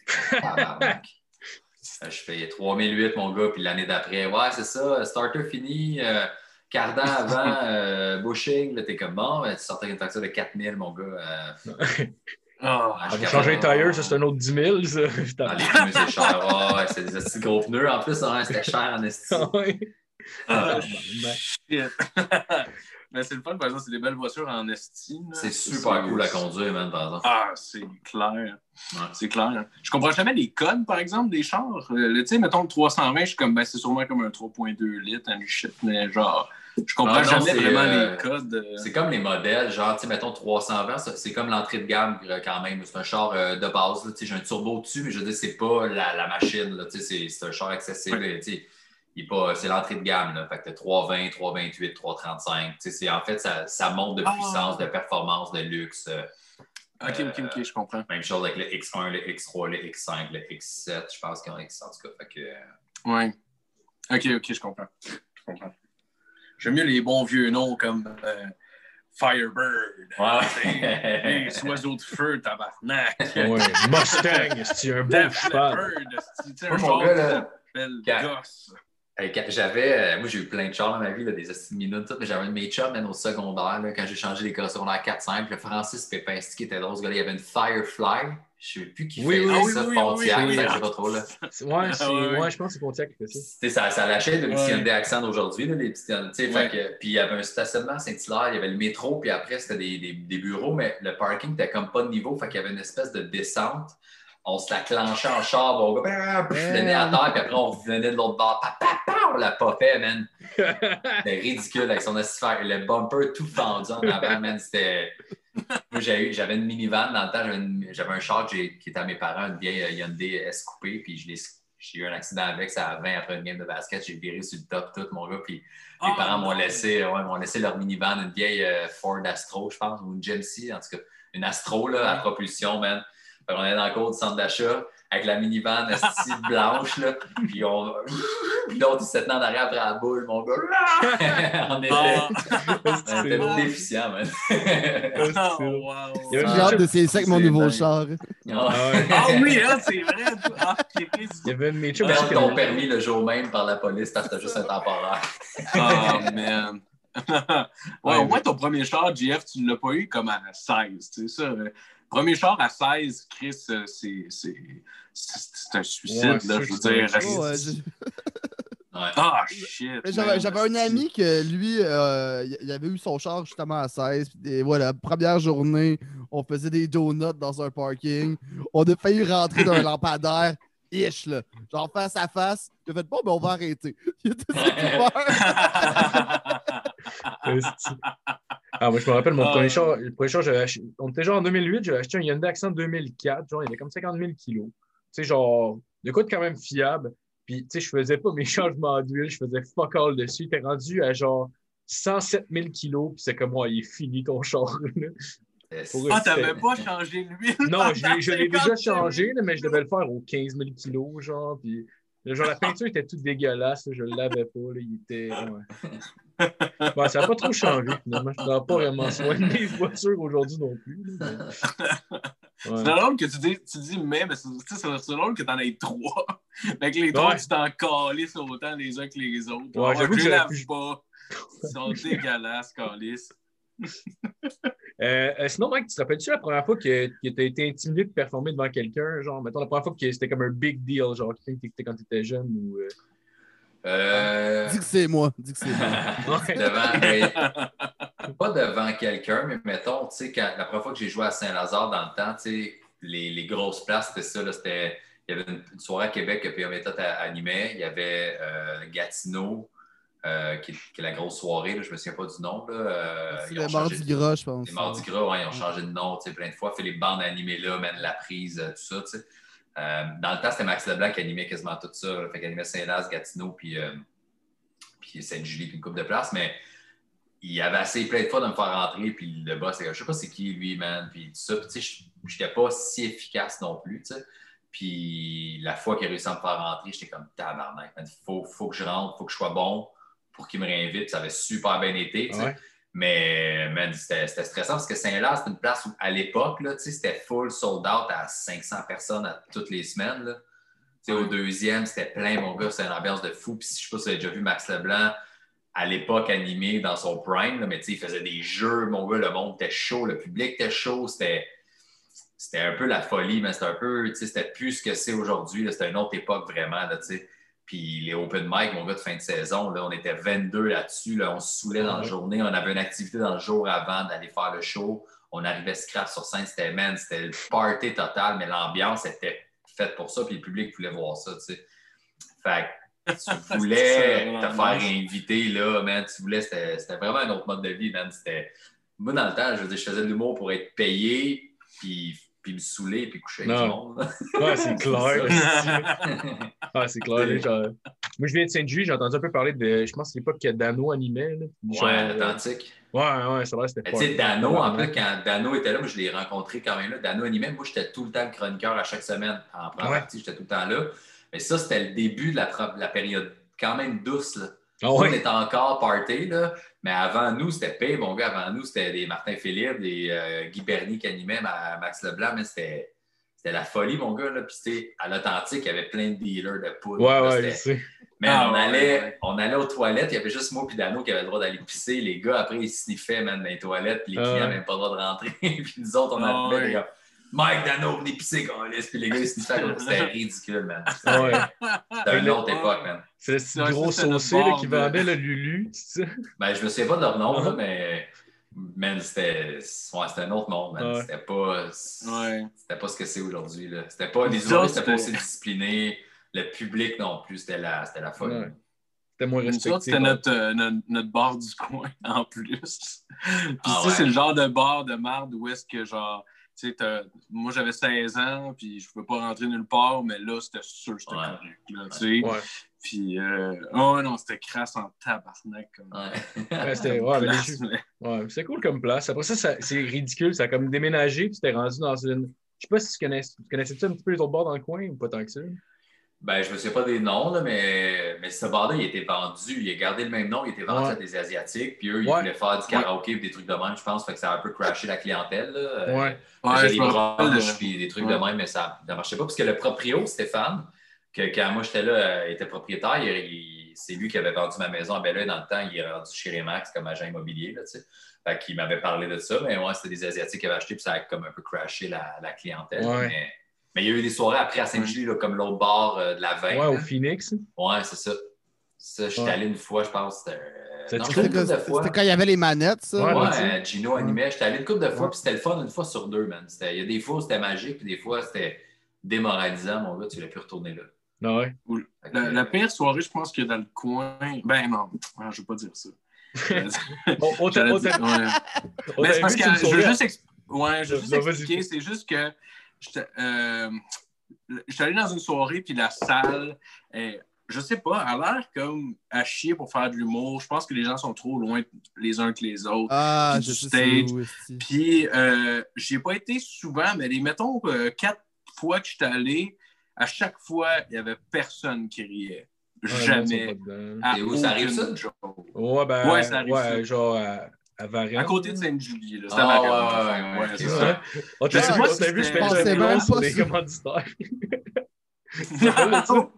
Je fais 3008, mon gars, puis l'année d'après, ouais, c'est ça, starter fini, cardan avant, bushing, là, t'es comme bon, tu sortais une facture de 4000, mon gars. Changer les tires, ça, c'est un autre 10 000, ça. Les pneus, c'est cher. Ouais, c'est des petits gros pneus. En plus, c'était cher en estime. Mais c'est le fun, par exemple, c'est des belles voitures en estime. C'est super cool à conduire, man, par exemple. C'est clair. Ouais. C'est clair. Je comprends jamais les codes, par exemple, des chars. Tu sais, mettons le 320, je suis comme, ben, c'est sûrement comme un 3.2 litres, un shit, mais genre, je comprends jamais vraiment les codes. C'est comme les modèles, genre, tu sais, mettons 320, c'est comme l'entrée de gamme quand même. C'est un char de base, tu sais, j'ai un turbo dessus, mais je veux dire, c'est pas la machine, là, tu sais, c'est un char accessible, tu sais. C'est l'entrée de gamme. Là. Fait que tu as 320, 328, 335. En fait, ça monte de puissance, de performance, de luxe. OK, je comprends. Même chose avec le X1, le X3, le X5, le X7. Je pense qu'il y en a X en tout cas. Fait que... Oui. OK, je comprends. J'aime mieux les bons vieux noms comme Firebird. Ouais. Les oiseaux de feu, tabarnak. Ouais. Mustang, c'est un beau cheval. Un genre belle gosse. Moi, j'ai eu plein de chars dans ma vie, là, des minutes, tout, mais j'avais un de mes chums, au secondaire, là, quand j'ai changé l'école secondaire 4-5, le Francis Pépin, qui était drôle, ce gars-là, il y avait une Firefly. Je ne sais plus qui fait ça, Pontiac, je ne sais pas trop. Là. Ouais, je pense que c'est Pontiac qui fait ça. Ça lâchait le petit Hyundai Accent d'aujourd'hui, les petits, puis il y avait un stationnement à Saint-Hilaire, il y avait le métro, puis après, c'était des bureaux, mais le parking n'était comme pas de niveau, fait qu'il y avait une espèce de descente. On se la clenchait en char, bon gars, je venais à terre, puis après, on revenait de l'autre bord. On la popait, man. C'était ridicule avec son assistant. Le bumper tout fendu en avant, man. C'était. Moi, j'avais une minivan dans le temps. J'avais un char qui était à mes parents, une vieille Hyundai S-Coupé, puis j'ai eu un accident avec, ça à 20 après une game de basket. J'ai viré sur le top, tout, mon gars. Puis mes parents m'ont laissé leur minivan, une vieille Ford Astro, je pense, ou une GMC, en tout cas. Une Astro, là, à propulsion, man. On est dans le cours du centre d'achat avec la minivan blanche, là, puis l'autre, il se tenait en arrière après la boule, mon gars. On était déficients, man. Wow. J'ai hâte d'essayer ça avec mon nouveau char. Oui, c'est vrai. Il y avait une métier. Perdre ton permis le jour même par la police parce que t'as juste un temporaire. Man. Au moins, ton premier char, JF, tu ne l'as pas eu comme à 16, tu sais ça. Premier char à 16, Chris, c'est un suicide, là, je veux dire. Shit. J'avais un ami que lui, il avait eu son char justement à 16. Et voilà, première journée, on faisait des donuts dans un parking. On a failli rentrer dans un lampadaire. Ish, là. Genre face à face. J'ai fait bon, ben on va arrêter. Il était super. Moi, je me rappelle, mon premier char, on était genre en 2008, j'avais acheté un Hyundai Accent 2004, genre, il avait comme 50 000 kilos. Tu sais, genre, de quoi de quand même fiable. Puis, tu sais, je faisais pas mes changements d'huile, je faisais fuck all dessus. Il était rendu à genre 107 000 kilos, puis c'est comme, il est fini ton char. T'avais pas changé l'huile? Non, je l'ai déjà changé, mais je devais le faire aux 15 000 kilos, genre, puis Genre, la peinture était toute dégueulasse. Je ne l'avais pas. Là, il était. Ouais. Ça n'a pas trop changé, finalement. Je ne prends pas vraiment soin de mes voitures aujourd'hui non plus. Là, mais... C'est drôle que tu dis mais c'est drôle que tu en aies 3. Fait que les 3, tu t'en calisses autant les uns que les autres. Ouais, j'avoue que je lave pas. Ils sont dégueulasses, calisses. Sinon, Mike, tu te rappelles-tu la première fois que tu as été intimidé de performer devant quelqu'un? Genre, mettons, la première fois que c'était comme un big deal, genre, quand tu étais jeune ou. Dis que c'est moi. Pas devant quelqu'un, mais mettons, tu sais, la première fois que j'ai joué à Saint-Lazare dans le temps, tu sais, les grosses places, c'était ça, là, il y avait une soirée à Québec que P.A. Méthode animait, il y avait Gatineau, qui est la grosse soirée, là, je me souviens pas du nom. C'est le Mardi Gras, je pense. Les Mardi Gras, ouais, ils ont changé de nom, tu sais, plein de fois, fait les bandes animées là, mène la prise, tout ça, tu sais. Dans le temps, c'était Max Leblanc qui animait quasiment tout ça. Là. Fait qu'il animait Saint-Laz, Gatineau, puis Sainte-Julie, puis une couple de places. Mais il avait essayé plein de fois de me faire rentrer, puis le boss, je sais pas c'est qui, lui, man, puis tout ça. Puis tu sais, je n'étais pas si efficace non plus, tu sais. Puis la fois qu'il a réussi à me faire rentrer, j'étais comme tabarnak, man. Faut que je rentre, faut que je sois bon pour qu'il me réinvite. Ça avait super bien été, tu sais. Ouais. Mais man, c'était stressant parce que Saint-Laz, c'était une place où, à l'époque, c'était full sold out à 500 personnes toutes les semaines. Là. Au deuxième, c'était plein, mon gars, c'était une ambiance de fou. Puis je sais pas si vous avez déjà vu Max Leblanc à l'époque animé dans son prime, là, mais il faisait des jeux, mon gars, le monde était chaud, le public était chaud, c'était un peu la folie, mais c'était un peu, c'était plus ce que c'est aujourd'hui, là, c'était une autre époque vraiment, là, tu sais. Puis les open mic, mon gars, de fin de saison, là, on était 22 là-dessus. Là, on se saoulait dans la journée. On avait une activité dans le jour avant d'aller faire le show. On arrivait scrap sur scène. C'était le party total, mais l'ambiance était faite pour ça. Puis le public voulait voir ça, tu sais. Fait que tu voulais te faire inviter, là, man. Tu voulais, c'était vraiment un autre mode de vie, man. Moi, dans le temps, je veux dire, je faisais de l'humour pour être payé, puis me saouler puis coucher avec tout le monde. Ouais, c'est clair. C'est clair. Genre... Moi, je viens de Sainte-Julie, j'ai entendu un peu parler de. Je pense que c'est l'époque que Dano animait. Là. Ouais, l'Atlantique. Ouais, c'est vrai, c'était pas. Tu sais, Dano, en plus, quand Dano était là, moi, je l'ai rencontré quand même là. Dano animait, moi, j'étais tout le temps le chroniqueur à chaque semaine. En première partie, j'étais tout le temps là. Mais ça, c'était le début de la période quand même douce, là. On était encore party, là. Mais avant nous, c'était pire, mon gars. Avant nous, c'était des Martin Philippe, des Guy Bernier qui animaient, Max Leblanc. Mais c'était la folie, mon gars. Là. Puis, à l'Authentique, il y avait plein de dealers de poudre. Ouais, je sais. Mais on allait aux toilettes. Il y avait juste moi et Dano qui avaient le droit d'aller pisser. Les gars, après, ils sniffaient, man, dans les toilettes. Puis les clients n'avaient pas le droit de rentrer. Puis nous autres, on arrivait, les gars. Mike Dano, venez pisser, câlisse. Puis les gars, ils sniffaient. C'était ridicule, man. C'était une autre époque, man. C'est le gros saucé qui vendait le Lulu, tu sais. Ben, je me souviens pas de leur nom, là, mais man, c'était un autre monde, man. C'était pas ce que c'est aujourd'hui, là. C'était pas les humoristes, c'était pas aussi discipliné. Le public non plus, c'était la folie. Ouais. C'était moins respecté. C'était notre bar du coin, en plus. Puis c'est le genre de bar de marde où est-ce que, genre, tu sais, moi, j'avais 16 ans, puis je pouvais pas rentrer nulle part, mais là, c'était sûr que c'était correct, là, tu sais. Puis, non, c'était crasse en tabarnak. C'était cool comme place. Après ça, c'est ridicule. Ça a comme déménagé, puis c'était rendu dans une... Je sais pas si tu connaissais-tu un petit peu les autres bars dans le coin ou pas tant que ça? Ben, je me souviens pas des noms, là, mais ce bar-là, il était vendu. Il a gardé le même nom, il était vendu à des Asiatiques. Puis eux, ils voulaient faire du karaoké et des trucs de même, je pense. Fait que ça a un peu crashé la clientèle. Là. Des brunchs puis des trucs de même, mais ça ne marchait pas. Parce que le proprio, Stéphane, que quand moi j'étais là, il était propriétaire. C'est lui qui avait vendu ma maison à Belleuil dans le temps. Il est rendu chez Remax comme agent immobilier. Là, fait qu'il m'avait parlé de ça. Mais c'était des Asiatiques qui avaient acheté. Puis ça a comme un peu crashé la clientèle. Mais il y a eu des soirées après à Saint-Julie, comme l'autre bar de la veine. Ouais, au Phoenix. Ouais, c'est ça. Ça, j'étais allé une fois, je pense. C'était quand il y avait les manettes, ça. Ouais, Gino animait. J'étais allé une couple de fois, puis c'était le fun une fois sur deux, man. Il y a des fois où c'était magique, puis des fois, c'était démoralisant, mon gars. Tu voulais plus retourner là. Ah ouais. La pire soirée, je pense que dans le coin... Ben non, je ne vais pas dire ça. Mais c'est parce que je veux juste expliquer. C'est juste que j'étais allé dans une soirée, puis la salle, je sais pas, elle a l'air comme à chier pour faire de l'humour. Je pense que les gens sont trop loin les uns que les autres du stage. Puis, j'y ai pas été souvent, mais mettons 4 fois que j'étais allé, à chaque fois, il n'y avait personne qui riait. Ouais, Jamais. Et où ça arrive, ça? Ouais, ben, ouais, ça arrive ça. genre à Varennes. À côté de Sainte-Julie, là. C'est Ah, à Varennes. ouais, c'est ok, ça. ouais. On t'a Je sais pas vu, si je c'était- mettais c'est un même nom sur pas les ça. commanditaires. Tu te rappelles de ça?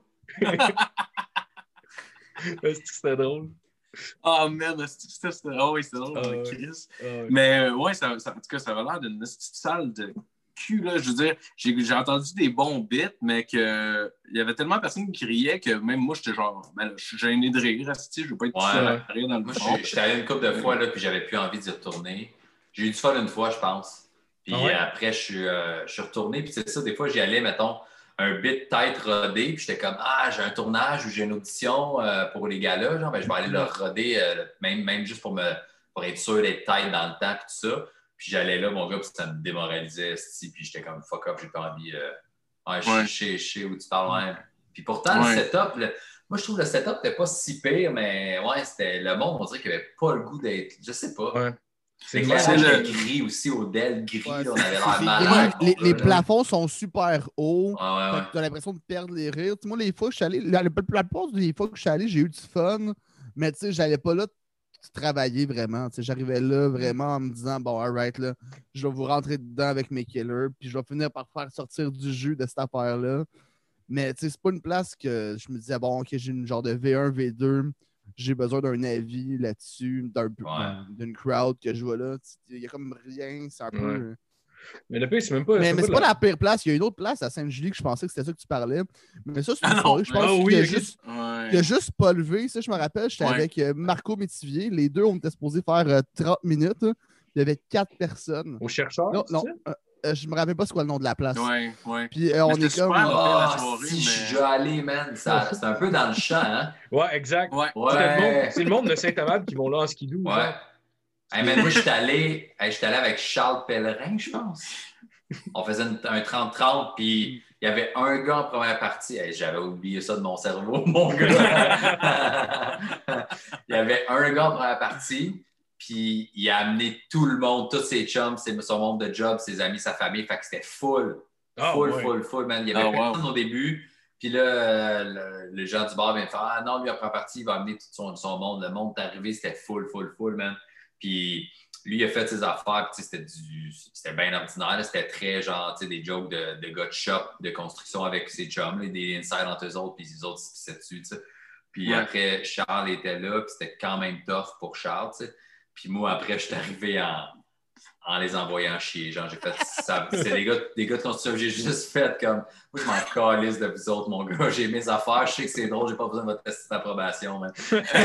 Est-ce que c'était drôle? Ah, merde, c'était oui, c'était drôle, Ah, ouais. Chris. Ah, ouais. Mais ouais, en tout cas, ça avait l'air d'une petite salle de cul, là. Je veux dire, j'ai entendu des bons bits, mais il y avait tellement de personnes qui riaient que même moi, j'étais genre, ben là, je suis gêné de rire, asti, je veux pas être tout seul à rire dans le Moi, fond. j'étais allé une couple de fois, là, puis j'avais plus envie d'y retourner. J'ai eu du fun une fois, je pense. Puis après, je suis retourné, puis c'est ça, des fois, j'y allais, mettons, un bit tête rodé, puis j'étais comme, j'ai un tournage ou j'ai une audition pour les gars-là, genre, ben, je vais aller le roder, même juste pour être sûr d'être tête dans le temps, puis tout ça. Puis j'allais là, mon gars, puis ça me démoralisait, puis j'étais comme, fuck up, j'ai pas envie. Je sais où tu parles, ouais. Puis pourtant, le setup, moi, je trouve que le setup n'était pas si pire, mais ouais, c'était le monde, on dirait qu'il n'avait pas le goût d'être, je sais pas. Ouais. L'éclairage était gris aussi, au Dell gris, Ouais, là, on avait l'air malade. malade. Les plafonds sont super hauts. Ouais. Tu as l'impression de perdre les rires. Tu sais, moi, les fois que je suis allé, la plupart des fois que je suis allé, j'ai eu du fun. Mais tu sais, j'allais pas là travailler vraiment. Tu sais, j'arrivais là vraiment en me disant, bon, alright, là, je vais vous rentrer dedans avec mes killers, puis je vais finir par faire sortir du jus de cette affaire-là. Mais tu sais, c'est pas une place que je me disais, bon, ok, j'ai une genre de V1, V2. J'ai besoin d'un avis là-dessus, d'une crowd que je vois là. Il y a comme rien, c'est un peu. Mais le pire, c'est même pas. Mais c'est pas la pire place. Il y a une autre place à Sainte-Julie que je pensais que c'était ça que tu parlais. Mais ça, c'est une soirée. Je pense qu'il a juste pas levé. Ça, je me rappelle, j'étais avec Marco Métivier. Les deux, on était supposés faire 30 minutes. Il y avait 4 personnes. Au chercheur? Non. Je me rappelle pas c'est quoi le nom de la place. Ouais. Puis on est comme. La soirée, je suis déjà allé, man. C'est un peu dans le champ, hein? Ouais, exact. Ouais. C'est le monde de Saint-Amable qui vont là en skidoo. Ouais. Hey, man, moi, j'étais allé avec Charles Pellerin, je pense. On faisait un 30-30, puis il y avait un gars en première partie. Hey, j'avais oublié ça de mon cerveau, mon gars. Il y avait un gars en première partie. Puis il a amené tout le monde, tous ses chums, son monde de job, ses amis, sa famille. Fait que c'était full, man. Il y avait personne au début. Puis là, le gens du bar viennent faire « Ah non, lui, après partie, il va amener tout son monde. » Le monde est arrivé, c'était full, man. Puis lui, il a fait ses affaires. Puis c'était bien ordinaire. Là. C'était très genre, des jokes de gars de shop, de construction avec ses chums, là, des inside entre eux autres, puis les autres se pissaient dessus. T'sais. Puis après, Charles était là, puis c'était quand même tough pour Charles. T'sais. Puis moi, après, je suis arrivé en les envoyant chier. Genre, j'ai fait ça. C'est des gars de construction. J'ai juste fait comme. Moi, je m'en calisse de vous autres, mon gars. J'ai mes affaires. Je sais que c'est drôle. J'ai pas besoin de votre test d'approbation, man.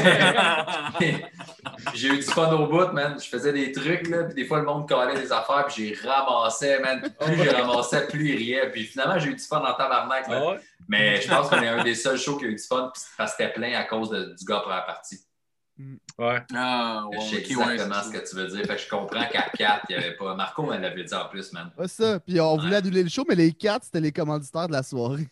J'ai eu du fun au bout, man. Je faisais des trucs, là. Puis des fois, le monde calait des affaires. Puis j'ai ramassé, man. Puis plus j'ai ramassé, plus il riait. Puis finalement, j'ai eu du fun en tabarnak, man. Mais je pense qu'on est un des seuls shows qui a eu du fun. Puis parce que c'était plein à cause du gars pour la partie. Ouais. Je sais exactement ce que tu veux dire. Fait que je comprends qu'à 4, il n'y avait pas. Marco, elle l'avait dit en plus, man. Ouais, ça. Puis on voulait annuler le show, mais les 4, c'était les commanditaires de la soirée.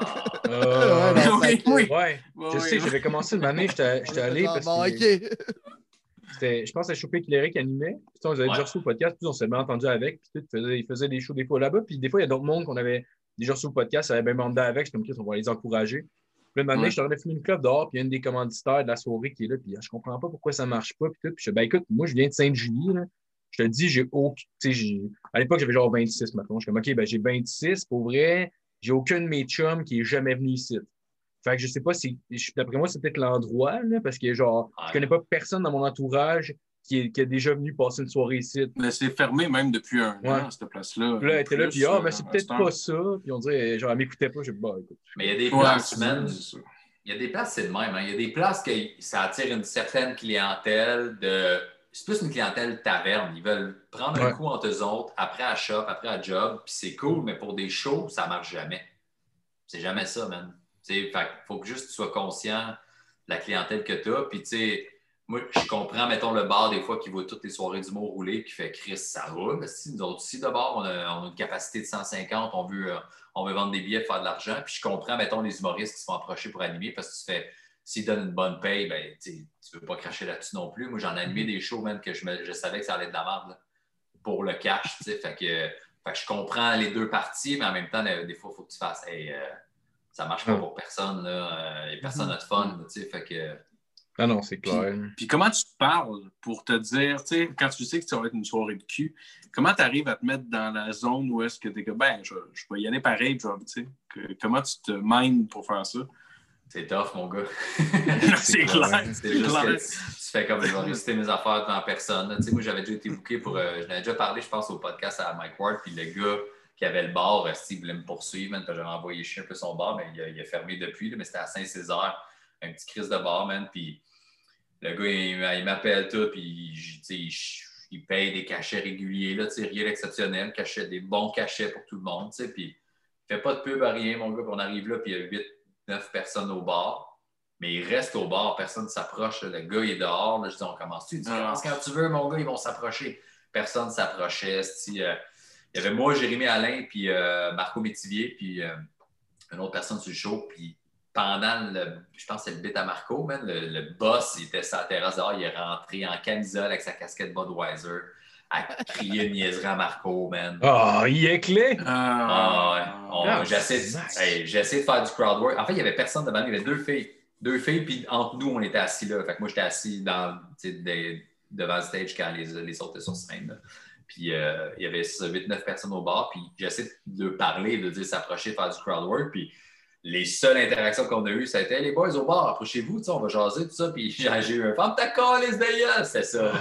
Oui. Je sais, j'avais commencé une année, j'étais allé parce que. Je pense à Chopé Éclairé qui animait. Puis on avait déjà reçu au podcast, puis on s'est bien entendu avec. Puis il faisait des shows des fois là-bas. Puis des fois, il y a d'autres mondes qu'on avait déjà reçu au podcast, ça avait bien mandé avec. J'étais comme, on va les encourager. Puis là, je suis en train de fumer une clope dehors, puis il y a une des commanditaires de la soirée qui est là, puis je comprends pas pourquoi ça marche pas. Puis tout. Puis je dis, ben écoute, moi, je viens de Sainte-Julie, là. Je te dis, à l'époque, j'avais genre 26 maintenant. Je suis comme, OK, ben j'ai 26. Pour vrai, j'ai aucun de mes chums qui est jamais venu ici. Fait que je sais pas si. D'après moi, c'est peut-être l'endroit, là, parce que genre, je connais pas personne dans mon entourage qui est déjà venu passer une soirée ici. Mais c'est fermé même depuis un an, cette place-là. Puis là, elle était là, puis mais c'est peut-être pas ça. Puis on dirait, genre, elle m'écoutait pas. J'ai dit, bah, écoute. Mais il y a des places, man. Il y a des places, c'est le même. Hein. Il y a des places que ça attire une certaine clientèle de. C'est plus une clientèle taverne. Ils veulent prendre un coup entre eux autres, après à shop, après à job, puis c'est cool, mais pour des shows, ça marche jamais. C'est jamais ça, man. Fait faut que juste tu sois conscient de la clientèle que tu as. Puis, tu sais, moi, je comprends, mettons, le bar, des fois, qui voit toutes les soirées d'humour rouler, qui fait Chris, ça roule. Si nous autres aussi, d'abord, on a une capacité de 150, on veut vendre des billets, faire de l'argent. Puis, je comprends, mettons, les humoristes qui se font approcher pour animer parce que tu fais, s'ils donnent une bonne paye, ben, tu veux pas cracher là-dessus non plus. Moi, j'en ai animé des shows, même, que je savais que ça allait être de la merde, là, pour le cash, tu sais. Fait que je comprends les deux parties, mais en même temps, des fois, il faut que tu fasses, ça marche pas pour personne. Là. Personne n'a de fun. Tu sais, fait que... Ah non, c'est clair. Puis comment tu te parles pour te dire, tu sais, quand tu sais que ça va être une soirée de cul, comment tu arrives à te mettre dans la zone où est-ce que tu es comme, je vais y aller pareil, tu sais. Comment tu te mindes pour faire ça? C'est tough, mon gars. c'est clair. C'est juste que tu fais comme, je vais réciter mes affaires devant personne. Tu sais, moi, j'avais déjà été booké pour... je n'avais déjà parlé, je pense, au podcast à Mike Ward, puis le gars qui avait le bar, il voulait me poursuivre, man, j'avais envoyé chier un peu son bar, mais il a fermé depuis, là, mais c'était à Saint-Césaire, un petit crise de bar, man, puis le gars, il m'appelle tout, puis il paye des cachets réguliers, là, rien d'exceptionnel, des bons cachets pour tout le monde, puis il fait pas de pub à rien, mon gars, puis on arrive là, puis il y a 8-9 personnes au bar, mais il reste au bar, personne ne s'approche, le gars, il est dehors, là, je dis, on commence-tu? Il dit, commence quand tu veux, mon gars, ils vont s'approcher. Personne ne s'approchait, il y avait moi, Jérémy Alain, puis Marco Métivier, puis une autre personne sur le show, puis pendant je pense que c'est le bit à Marco, man, le boss, il était sur la terrasse dehors, il est rentré en camisole avec sa casquette Budweiser à crier une niaiserie à Marco, man. Ah, il est clé! J'ai essayé de faire du crowd work. En fait, il n'y avait personne devant nous, il y avait deux filles, puis entre nous, on était assis là. Fait que moi, j'étais assis devant le stage quand les autres étaient sur scène. Là. Puis il y avait 8-9 personnes au bar, puis j'essaie de parler, de dire s'approcher, faire du crowd work, puis les seules interactions qu'on a eues, c'était les boys au bar, approchez-vous, on va jaser, tout ça. Puis j'ai eu un femme, ta calice d'ailleurs, c'était ça.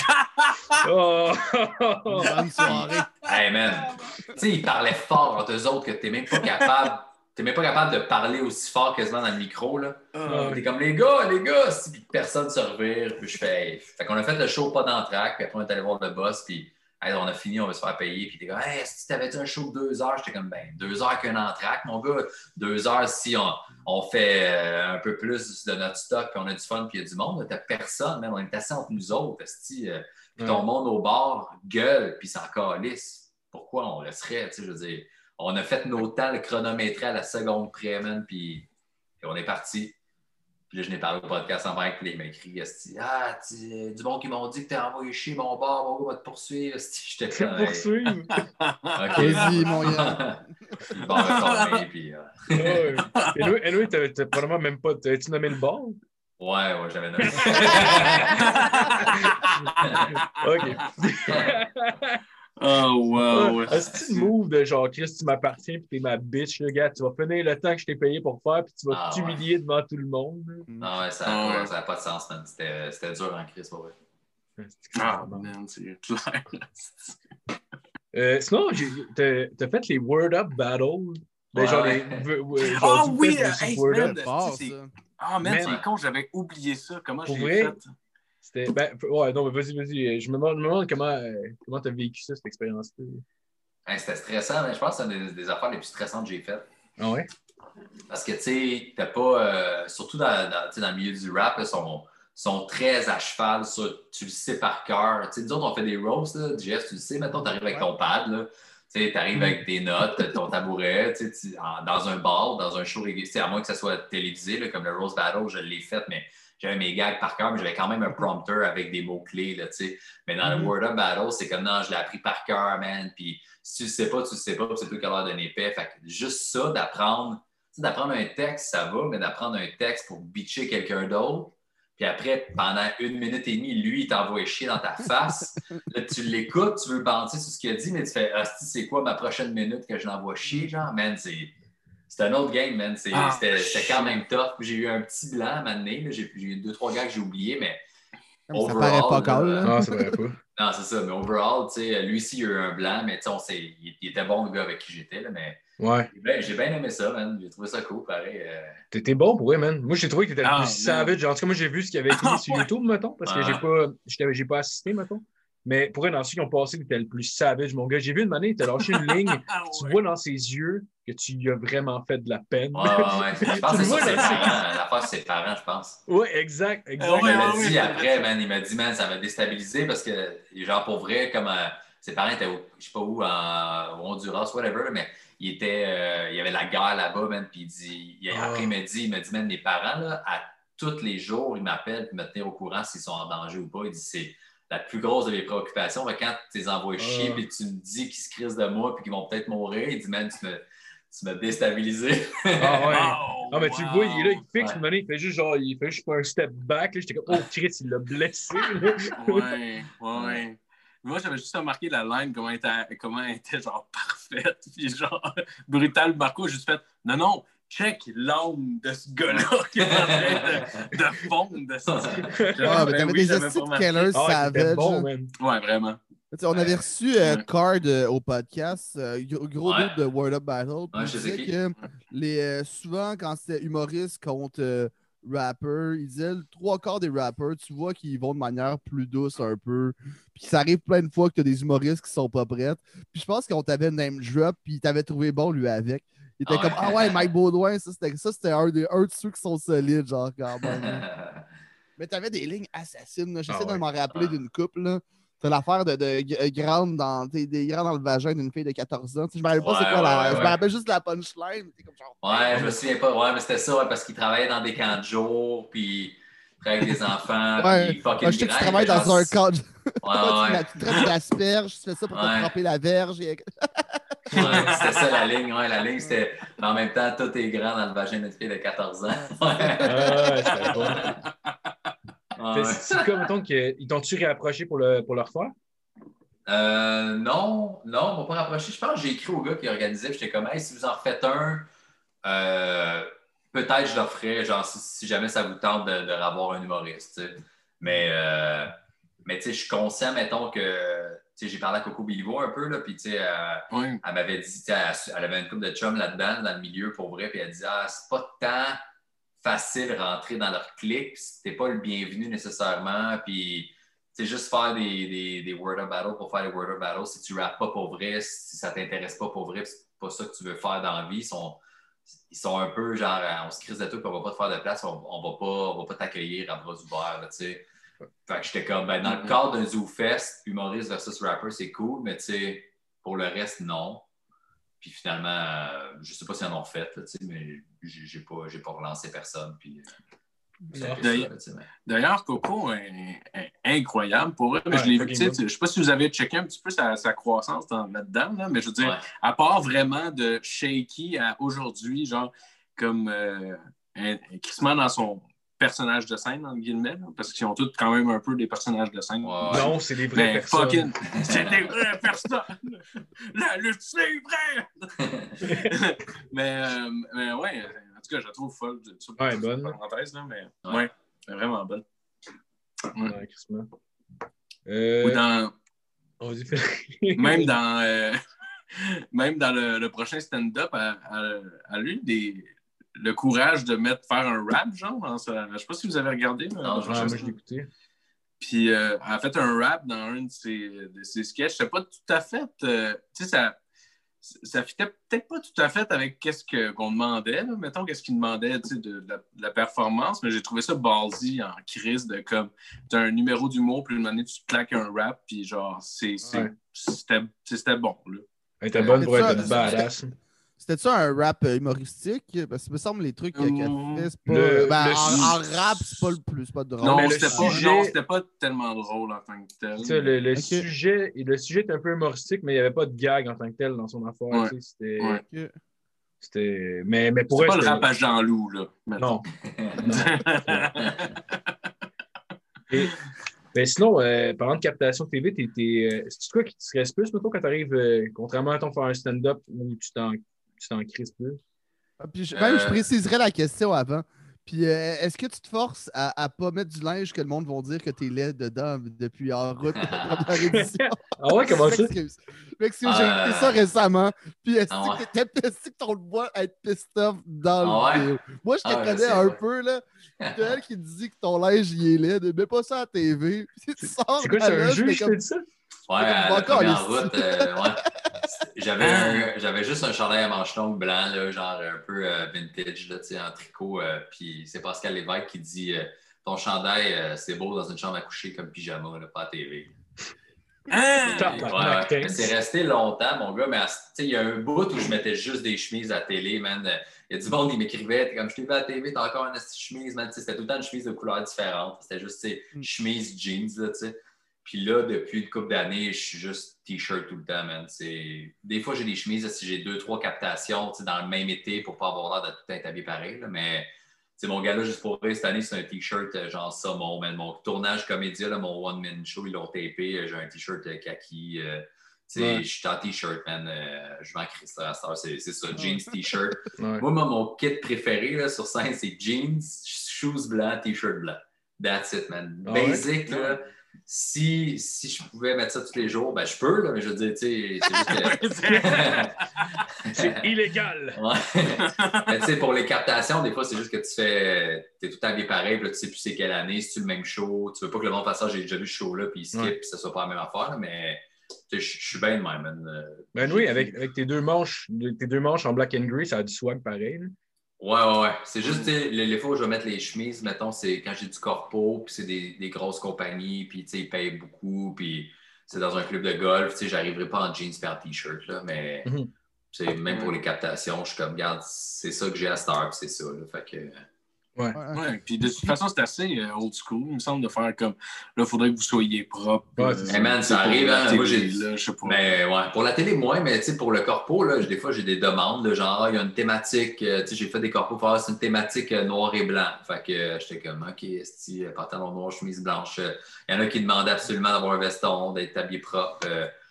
Bonne soirée. Hey man, tu sais, ils parlaient fort entre eux autres que t'es même pas capable de parler aussi fort quasiment dans le micro, là. T'es comme les gars, puis personne se revire. Puis je fais. Fait qu'on a fait le show pas d'entraque, puis après on est allé voir le boss, puis. Hey, on a fini, on va se faire payer. Puis t'es comme, hey, si t'avais-tu un show de 2 heures? J'étais comme, 2 heures qu'un entraque, mon gars. 2 heures si on fait un peu plus de notre stock, puis on a du fun, puis il y a du monde. T'as personne, même. On est assis entre nous autres. Puis ton monde au bar gueule, puis s'en calisse. Pourquoi on le serait? Je veux dire, on a fait nos temps, le chronométré à la seconde près, man, puis on est parti. Puis là, je n'ai parlé au podcast en mec, puis il m'a écrit du monde qui m'ont dit que t'as envoyé chier mon bar, mon gars va te poursuivre. Je te poursuivre. OK. Vas-y, mon gars. Le bar a fermé, puis. Et lui, t'as probablement même pas. T'avais-tu nommé le bar? Ouais, j'avais nommé. OK. Oh, wow. Est-ce que tu move de genre, Chris, tu m'appartiens, puis t'es ma bitch, le gars, tu vas finir le temps que je t'ai payé pour faire, puis tu vas t'humilier devant tout le monde. Non, ouais, ça n'a pas de sens, man. C'était dur en Chris, ouais. Man, c'est clair. Sinon, t'as fait les Word Up Battles. Oui, Word man, Up. Man, c'est con, j'avais oublié ça. Comment Pour j'ai vrai, fait? C'était. Non, mais vas-y. Je me demande comment tu as vécu ça, cette expérience-là. C'était stressant, mais je pense que c'est une des affaires les plus stressantes que j'ai faites. Ah ouais? Parce que, tu sais, t'as pas. Surtout dans le milieu du rap, là, sont très à cheval sur tu le sais par cœur. Tu sais, nous autres, on fait des roasts, là, Jeff, tu le sais, maintenant, tu arrives avec ton pad, là. Tu arrives avec tes notes, ton tabouret, dans un bar, dans un show régulier, à moins que ça soit télévisé, là, comme le Rose Battle, je l'ai fait, mais j'avais mes gags par cœur, mais j'avais quand même un prompteur avec des mots-clés. Là, mais dans le Word Up Battle, c'est comme non, je l'ai appris par cœur, man. Puis si tu le sais pas, tu le sais pas, puis c'est tout qu'à l'heure d'un épais. Fait que juste ça, d'apprendre un texte, ça va, mais d'apprendre un texte pour bitcher quelqu'un d'autre. Puis après, pendant 1 minute et demie, lui, il t'envoie chier dans ta face. Là, tu l'écoutes, tu veux banter sur ce qu'il a dit, mais tu fais c'est quoi ma prochaine minute que je l'envoie chier, genre, man, c'est un autre game, man. C'était quand même tough. J'ai eu un petit blanc à un moment donné. J'ai eu 2-3 gars que j'ai oubliés, mais overall, ça paraît pas cool. Non, ça paraît pas. Non, c'est ça. Mais overall, lui aussi, il a eu un blanc, mais il était bon, le gars avec qui j'étais, là, mais ouais. J'ai bien aimé ça, man. J'ai trouvé ça cool, pareil. T'étais bon pour eux, man. Moi, j'ai trouvé que t'étais le plus savage. En tout cas, moi, j'ai vu ce qu'il y avait écrit sur YouTube, mettons, parce que j'ai pas assisté, mettons. Mais pour eux, dans ceux qui ont passé, t'étais le plus savage, mon gars. J'ai vu une année, il t'a lâché une ligne. Tu vois dans ses yeux que tu lui as vraiment fait de la peine. Ouais. Je pense que c'est ses parents. L'affaire, c'est ses parents, je pense. Oui, exact. Il m'a dit après, man, ça m'a déstabilisé parce que, genre, pour vrai, comme ses parents étaient, je sais pas où, au Honduras, whatever, mais il y avait la guerre là-bas, man, puis après, il m'a dit, man, les parents, là, à tous les jours, ils m'appellent pour me tenir au courant s'ils sont en danger ou pas. Il dit, c'est la plus grosse de mes préoccupations. Mais quand tu les envoies chier et tu me dis qu'ils se crisent de moi et qu'ils vont peut-être mourir, il dit, man, Tu m'as déstabilisé. Ah ouais. Oh, Non, mais tu le vois, il est là, il fixe, Ouais. une année, il fait juste genre, il fait juste un step back. Là, j'étais comme, oh Chris, il l'a blessé. Là. Ouais. Moi, j'avais juste remarqué la line, comment elle était genre parfaite. Puis genre, brutal, Marco a juste fait non, check l'âme de ce gars-là qui est en train de fondre. Ah, mais t'avais des j'avais astuces pas de remarqué. Keller Ah ouais, c'était Savage. bon, man. Ouais, vraiment. On avait reçu Card au podcast, gros Ouais. doute de Word Up Battle. Puis Ouais, il je sais disait qui. que souvent, quand c'était humoriste contre rapper, il disait le 3/4 des rappers, tu vois qu'ils vont de manière plus douce un peu. Puis ça arrive plein de fois que tu as des humoristes qui sont pas prêts. Puis je pense qu'on t'avait name drop, puis il t'avait trouvé bon lui avec. Il était comme ah ouais, Mike Baudouin, c'était un de ceux qui sont solides, genre quand même. Mais t'avais des lignes assassines. Là. J'essaie de m'en rappeler d'une couple. Là. T'as l'affaire de grande des grands dans le vagin d'une fille de 14 ans. Je me rappelle pas c'est quoi je me rappelle juste la punchline. Comme genre, ouais, je me souviens pas. Ouais, mais c'était ça, ouais, parce qu'il travaillait dans des camps de jour, puis il travaillait avec des enfants, ouais, puis fucking je sais que tu grand. travailles dans un cadre. Ouais. Tu traites d'asperges, tu fais ça pour te tremper la verge. Ouais, c'était ça la ligne. Ouais, la ligne, c'était. Mais en même temps, tout est grand dans le vagin d'une fille de 14 ans. Ouais, c'était bon. Ouais. C'est comme, mettons, qu'ils t'ont-tu réapproché pour le refaire? Non, on m'a pas rapproché. Je pense que j'ai écrit au gars qui organisait, j'étais comme, hey, si vous en refaites un, peut-être je l'offrais, genre, si jamais ça vous tente de revoir un humoriste, tu sais. Mais tu sais, je suis conscient, mettons, que, tu sais, j'ai parlé à Coco Bilivo un peu, là, puis, tu sais, elle m'avait dit, tu sais, elle avait une couple de chums là-dedans, dans le milieu, pour vrai, puis elle disait, ah, c'est pas tant facile de rentrer dans leur clique, t'es pas le bienvenu nécessairement, puis c'est juste faire des Word of Battle pour faire des Word of Battle. Si tu rappes pas pour vrai, si ça t'intéresse pas pour vrai, c'est pas ça que tu veux faire dans la vie, ils sont un peu genre, on se crise de tout, puis on va pas te faire de place, on va pas t'accueillir à bras ouverts, tu sais. Fait que j'étais comme, ben, dans le cadre d'un Zoo Fest, humoriste versus rapper, c'est cool, mais tu sais, pour le reste, non. Puis finalement, je sais pas si ils en ont fait, là, mais j'ai pas relancé personne. Puis, d'ailleurs, Coco est incroyable. Pour eux, mais je l'ai vu, je ne sais pas si vous avez checké un petit peu sa croissance là-dedans, là, mais je veux dire, à part vraiment de shaky à aujourd'hui, genre comme crissement dans son personnage de scène, entre guillemets, là, parce qu'ils ont tous quand même un peu des personnages de scène. Ouais. Non, c'est des vraies personnes. C'est des vraies personnes! La lutte, c'est vrai! mais ouais, en tout cas, je la trouve folle. Ouais, bonne. Parenthèse, là, mais ouais, vraiment bonne. Ouais, crissement. Ou dans... même dans le prochain stand-up, elle a eu le courage de faire un rap, genre. Je sais pas si vous avez regardé. Non, moi, je l'ai écouté. Puis, elle a fait un rap dans un de ses sketchs. C'est pas tout à fait... tu sais, ça fitait peut-être pas tout à fait avec qu'on demandait. Là. Mettons, qu'est-ce qu'il demandait de la performance, mais j'ai trouvé ça ballsy en crise de comme... Tu as un numéro d'humour, puis une année, tu te claques un rap, puis genre, c'était bon, là. Elle était bonne pour être une badass. C'était ça un rap humoristique? Parce que me semble les trucs qu'elle fait, c'est pas. En rap, c'est pas le plus, c'est pas drôle. Non, c'était pas tellement drôle en tant que tel. Ça, le sujet était un peu humoristique, mais il n'y avait pas de gag en tant que tel dans son affaire. Ouais. C'était. Mais pour elle, pas le rap à Jean-Loup, là. Non. Mais sinon, parlant de captation TV, c'est quoi qui te stresse plus, mettons, quand tu arrives, contrairement à ton faire un stand-up où tu t'en crises plus? Puis je préciserais la question avant. Puis est-ce que tu te forces à pas mettre du linge que le monde va dire que t'es laid dedans depuis en route de la première édition? Ah ouais, comment ça? J'ai écouté ça récemment. Puis est-ce que ton le voit être pissed off dans le vidéo? Moi, je te connais un peu, là. C'est elle qui dit que ton linge, il est laid. Mets pas ça à la TV. C'est quoi, c'est un jeu, je te dis ça? Ouais, à la première route, j'avais juste un chandail à manches longues blanc, là, genre un peu vintage, là, en tricot. Puis c'est Pascal Lévesque qui dit ton chandail, c'est beau dans une chambre à coucher comme pyjama, là, pas à TV. Mais c'est resté longtemps, mon gars. Mais il y a un bout où je mettais juste des chemises à la télé, man. Il y a du monde qui m'écrivait, comme je t'ai vu à la TV, t'as encore une chemise, man. C'était tout le temps une chemise de couleurs différentes. C'était juste chemise jeans, là, tu sais. Puis là, depuis une couple d'années, je suis juste T-shirt tout le temps, man. Des fois, j'ai des chemises, si j'ai 2-3 captations dans le même été pour pas avoir l'air de tout être habillé pareil. Là, mais mon gars-là, juste pour rire, cette année, c'est un T-shirt genre ça. Mon tournage comédien, là, mon one-man show, ils l'ont tapé. J'ai un T-shirt kaki. Je suis en T-shirt, man. Je m'en crisse à ça. C'est ça, jeans, T-shirt. Ouais. Moi, mon kit préféré là, sur scène, c'est jeans, shoes blancs, T-shirt blanc. That's it, man. Basic, là. Si je pouvais mettre ça tous les jours, ben je peux, là, mais je veux dire, tu sais, c'est juste que... C'est illégal! Ouais. Mais tu sais, pour les captations, des fois, c'est juste que t'es tout le temps habillé pareil, puis là, tu sais plus c'est quelle année, si tu le même show, tu veux pas que le monde fasse ça, j'ai déjà vu ce show-là, puis il skip, puis ça soit pas la même affaire, là, mais je suis bien de même, man. Ben oui, avec tes deux manches en black and gray, ça a du swag pareil. Là. Ouais. C'est juste, les fois où je vais mettre les chemises, mettons, c'est quand j'ai du corpo, puis c'est des grosses compagnies, puis ils payent beaucoup, puis c'est dans un club de golf, j'arriverai pas en jeans et en t-shirt, là, mais même pour les captations, je suis comme, regarde, c'est ça que j'ai à Star, puis c'est ça, là, fait que... Ouais, puis de toute façon, c'est assez old school, il me semble, de faire comme, là, il faudrait que vous soyez propre. Hey man, ça arrive, hein, moi j'ai... Là, je sais pas. Mais ouais, pour la télé, moins, mais tu sais, pour le corpo, là, des fois, j'ai des demandes, là, genre, il y a une thématique, tu sais, j'ai fait des corpos, c'est une thématique noir et blanc. Fait que j'étais comme, OK, pantalon noir, chemise blanche. Il y en a qui demandaient absolument d'avoir un veston, d'être habillé propre.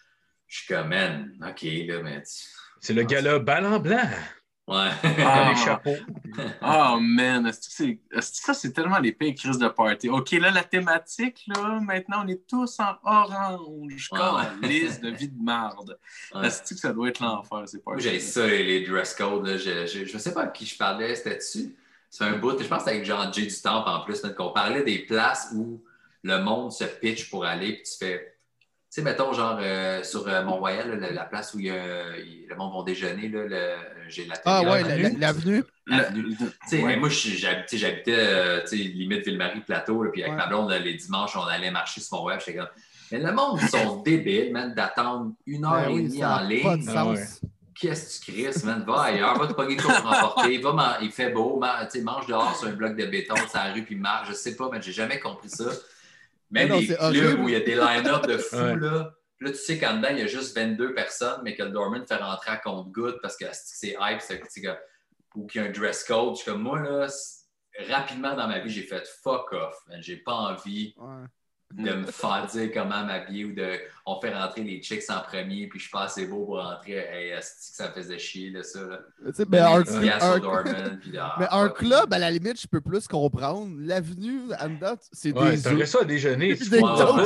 Je suis comme, man, OK, là, mais... C'est le gala bal en blanc. Ouais. Les chapeaux. Oh man, ça c'est tellement les pires crises de party. OK, là, la thématique, là, maintenant, on est tous en orange, comme liste de vie de marde. Est-ce que ça doit être l'enfer, c'est pas. Moi, j'ai ça, les dress codes. Là. Je sais pas à qui je parlais, c'était dessus. C'est un bout, je pense que c'était avec Jean J du Temple en plus, qu'on parlait des places où le monde se pitch pour aller, puis tu fais. Tu sais, mettons, genre, sur Mont-Royal, la place où le monde va déjeuner, là, j'ai la l'avenue. Tu sais, moi, j'habitais, limite Ville-Marie-Plateau, puis avec ma blonde, les dimanches, on allait marcher sur Mont-Royal, j'étais comme, mais le monde, ils sont débiles, man, d'attendre 1h30 en ligne. Pas de sens. Qu'est-ce que tu crisses, man? Va ailleurs, va te pogner pour emporter, il fait beau, mange dehors sur un bloc de béton, sur la rue, puis marche. Je sais pas, mais j'ai jamais compris ça. Même les clubs où il y a des line-up de fous, là. Puis là, tu sais qu'en dedans, il y a juste 22 personnes, mais que le doorman fait rentrer à compte-goutte parce que c'est hype, ou qu'il y a un dress code. Je suis comme, moi, là, rapidement dans ma vie, j'ai fait fuck off. Man. J'ai pas envie de me faire dire comment m'habiller ou on fait rentrer les chicks en premier, puis je suis pas assez beau pour rentrer. Hey, ça me faisait chier, là, ça. Là. Mais un club, à la limite, je peux plus comprendre. L'avenue, en dedans, c'est des t'aurais ça à déjeuner. Tu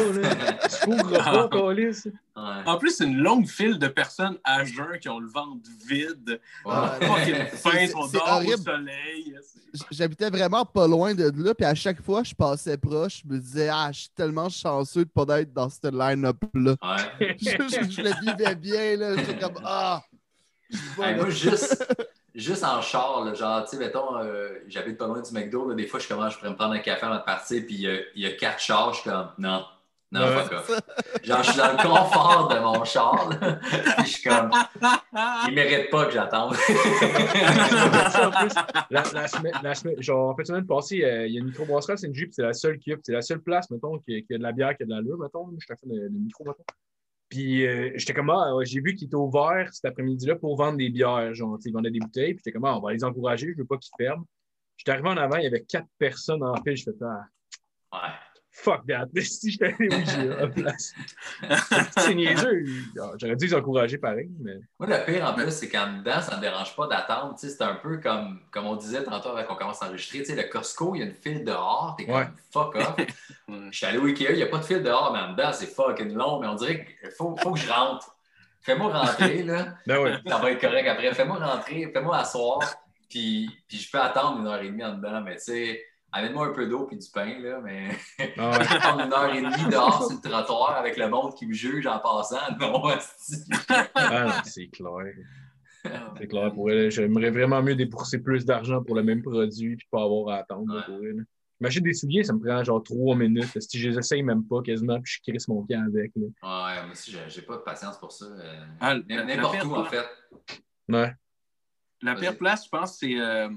En plus, c'est une longue file de personnes à jeun qui ont le ventre vide. Ils sont dehors au soleil. J'habitais vraiment pas loin de là, puis à chaque fois je passais proche, je me disais, je suis tellement chanceux de pas être dans cette line-up-là. Ouais. je le vivais bien, là. J'étais comme, moi, juste en char, là, genre, tu sais, mettons, j'habite pas loin du McDo, là, des fois, je pourrais me prendre un café avant de partir, puis il y a 4 chars, je suis comme, non, fuck off. Genre, je suis dans le confort de mon char, là, puis je suis comme, il mérite pas que j'attende. En plus, la semaine, genre, en fait, semaine passée, il y a une microbrasserie à Saint-Jude, c'est la seule qui a, c'est la seule place, mettons, qui a de la bière, qui a de l'allure, mettons. Je suis à la fin de micro, mettons. Puis j'étais comme, j'ai vu qu'il était ouvert cet après-midi-là pour vendre des bières. Genre, ils vendaient des bouteilles. Puis j'étais comme, on va les encourager, je veux pas qu'ils ferment. J'étais arrivé en avant, il y avait 4 personnes en file. Je fais, fuck that. Si j'étais allé au GA en place. C'est niaiseux. J'aurais dû les encourager pareil. Mais... Moi, le pire en plus, c'est qu'en dedans, ça ne me dérange pas d'attendre. C'est un peu comme on disait tantôt avant qu'on commence à enregistrer. Le Costco, il y a une file dehors. T'es comme fuck off. Je suis allé au Ikea, il n'y a pas de file dehors, mais en dedans, c'est fucking long. Mais on dirait qu'il faut que je rentre. Fais-moi rentrer, là. Ça va être correct après. Fais-moi rentrer, fais-moi asseoir. Puis je peux attendre 1h30 en dedans. Mais tu sais, amène-moi un peu d'eau et du pain, là, mais attendre 1h30 dehors sur le trottoir avec le monde qui me juge en passant, non, c'est clair. C'est clair pour elle. J'aimerais vraiment mieux débourser plus d'argent pour le même produit et pas avoir à attendre pour elle. M'acheter des souliers, ça me prend genre 3 minutes. Si je les essaye même pas quasiment, puis je crisse mon camp avec. Là. Ouais, moi aussi, j'ai pas de patience pour ça. N'importe où, en fait. Ouais. La pire place, je pense, c'est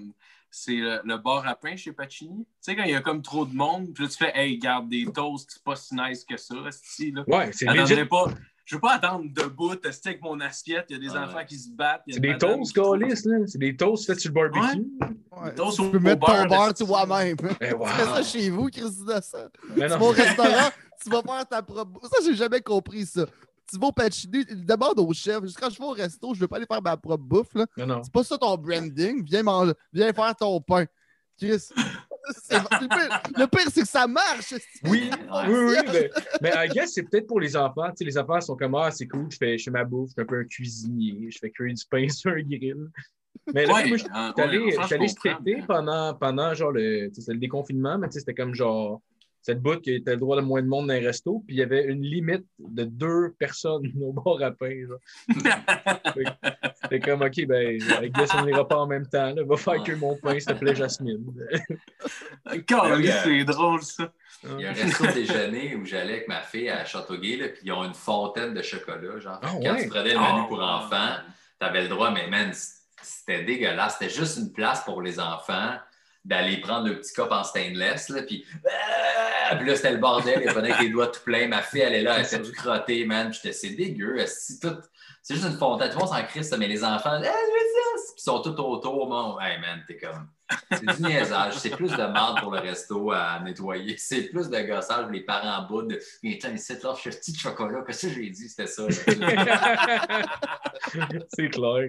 c'est le bar à pain chez Pacini. Tu sais, quand il y a comme trop de monde, puis là, tu fais « Hey, garde des toasts, c'est pas si nice que ça. » Ouais, c'est legit. Je veux pas attendre debout, tester avec mon assiette. Il y a des enfants qui se battent. C'est des toasts, Calis, là. C'est des toasts faits sur le barbecue. Ouais. Toasts tu peux mettre ton beurre toi-même. Wow. Tu fais ça chez vous, Christy, de ça. Mais Tu vas au restaurant, tu vas faire ta propre... Ça, j'ai jamais compris ça. Tu vas au Pacini, il demande au chef, quand je vais au resto, je veux pas aller faire ma propre bouffe. Là. Non. C'est pas ça ton branding. Viens faire ton pain. Chris, le pire, c'est que ça marche. Oui. Mais I guess c'est peut-être pour les enfants. Tu sais, les enfants sont comme c'est cool, je fais ma bouffe, je suis un peu un cuisinier, je fais cuire du pain sur un grill. Mais là, moi, je suis allé cet été pendant genre le déconfinement, mais tu sais, c'était comme genre cette bout qui était le droit de moins de monde dans les restos, puis il y avait une limite de 2 personnes au bar à pain. C'était comme, OK, ben, I guess on n'ira pas en même temps. Là. Va faire que mon pain, s'il te plaît, Jasmine. C'est drôle, ça. Il y a un resto de déjeuner où j'allais avec ma fille à Châteauguay, là, puis ils ont une fontaine de chocolat. Genre, quand tu prenais le menu pour enfants, tu avais le droit, mais man, c'était dégueulasse. C'était juste une place pour les enfants d'aller prendre le petit cup en stainless, là, puis là, c'était le bordel, il prenait avec les doigts tout pleins. Ma fille, elle est là, elle était toute crottée, man. J'étais, c'est dégueu. C'est juste une fontaine. Tout le monde s'en crisse, mais les enfants, je veux ça. Ils sont tout autour. Bon, hey, man, t'es comme. C'est du niaisage. C'est plus de marde pour le resto à nettoyer. C'est plus de gossage. Les parents en bout de. Viens, ici, là, je suis petit chocolat. Qu'est-ce que j'ai dit? C'était ça. C'est clair.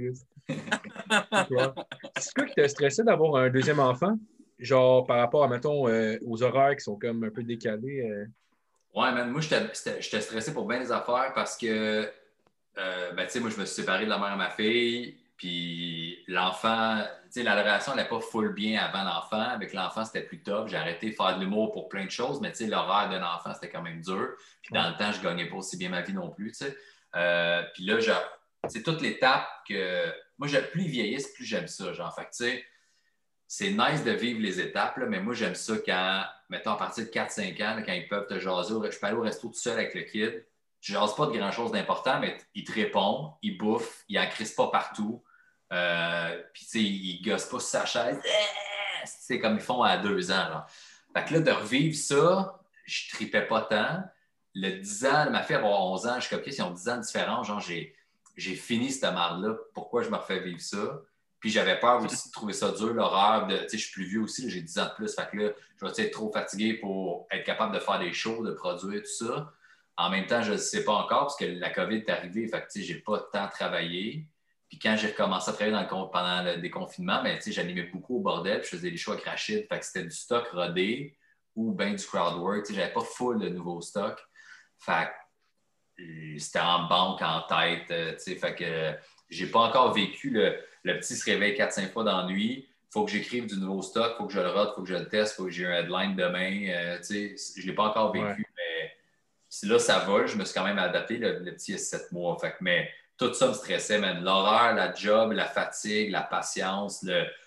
C'est quoi qui t'a stressé d'avoir un deuxième enfant? Genre, par rapport à, mettons, aux horaires qui sont comme un peu décalés. Ouais, man, moi, j'étais stressé pour bien des affaires parce que, tu sais, moi, je me suis séparé de la mère à ma fille, puis l'enfant, tu sais, la relation n'allait pas full bien avant l'enfant. Avec l'enfant, c'était plus top. J'ai arrêté de faire de l'humour pour plein de choses, mais tu sais, l'horaire d'un enfant, c'était quand même dur. Puis dans le temps, je ne gagnais pas aussi bien ma vie non plus, tu sais. Puis là, c'est toute l'étape que... Moi, plus ils vieillissent, plus j'aime ça, genre. Fait que, tu sais, c'est nice de vivre les étapes, là, mais moi, j'aime ça quand, mettons, à partir de 4-5 ans, là, quand ils peuvent te jaser. Je peux aller au resto tout seul avec le kid. Je jase pas de grand-chose d'important, mais il te répond, il bouffe, il en crisse pas partout. Puis, tu sais, il gosse pas sur sa chaise. C'est comme ils font à 2 ans, genre. Fait que là, de revivre ça, je tripais pas tant. Le 10 ans, ma fille avoir 11 ans, je suis comme, ils ont 10 ans de différence. Genre, j'ai fini cette marde-là. Pourquoi je me refais vivre ça? Puis j'avais peur aussi de trouver ça dur, l'horaire de. Tu sais, je suis plus vieux aussi, j'ai 10 ans de plus. Fait que là, je vais être trop fatigué pour être capable de faire des shows, de produire, tout ça. En même temps, je ne sais pas encore parce que la COVID est arrivée. Fait que, tu sais, j'ai pas de temps à travailler. Puis quand j'ai recommencé à travailler pendant le déconfinement, ben, tu sais, j'animais beaucoup au bordel. Puis je faisais des shows avec Rachid. Fait que c'était du stock rodé ou bien du crowd work. Tu sais, j'avais pas full de nouveaux stocks. Fait que c'était en banque, en tête. Tu sais, fait que j'ai pas encore vécu le petit se réveille 4-5 fois dans la nuit. Il faut que j'écrive du nouveau stock, il faut que je le rate, il faut que je le teste, il faut que j'ai un headline demain. Tu sais, je ne l'ai pas encore vécu, mais là, ça va. Je me suis quand même adapté. Le petit, il a 7 mois. Fait que, mais tout ça me stressait, man. L'horaire, la job, la fatigue, la patience.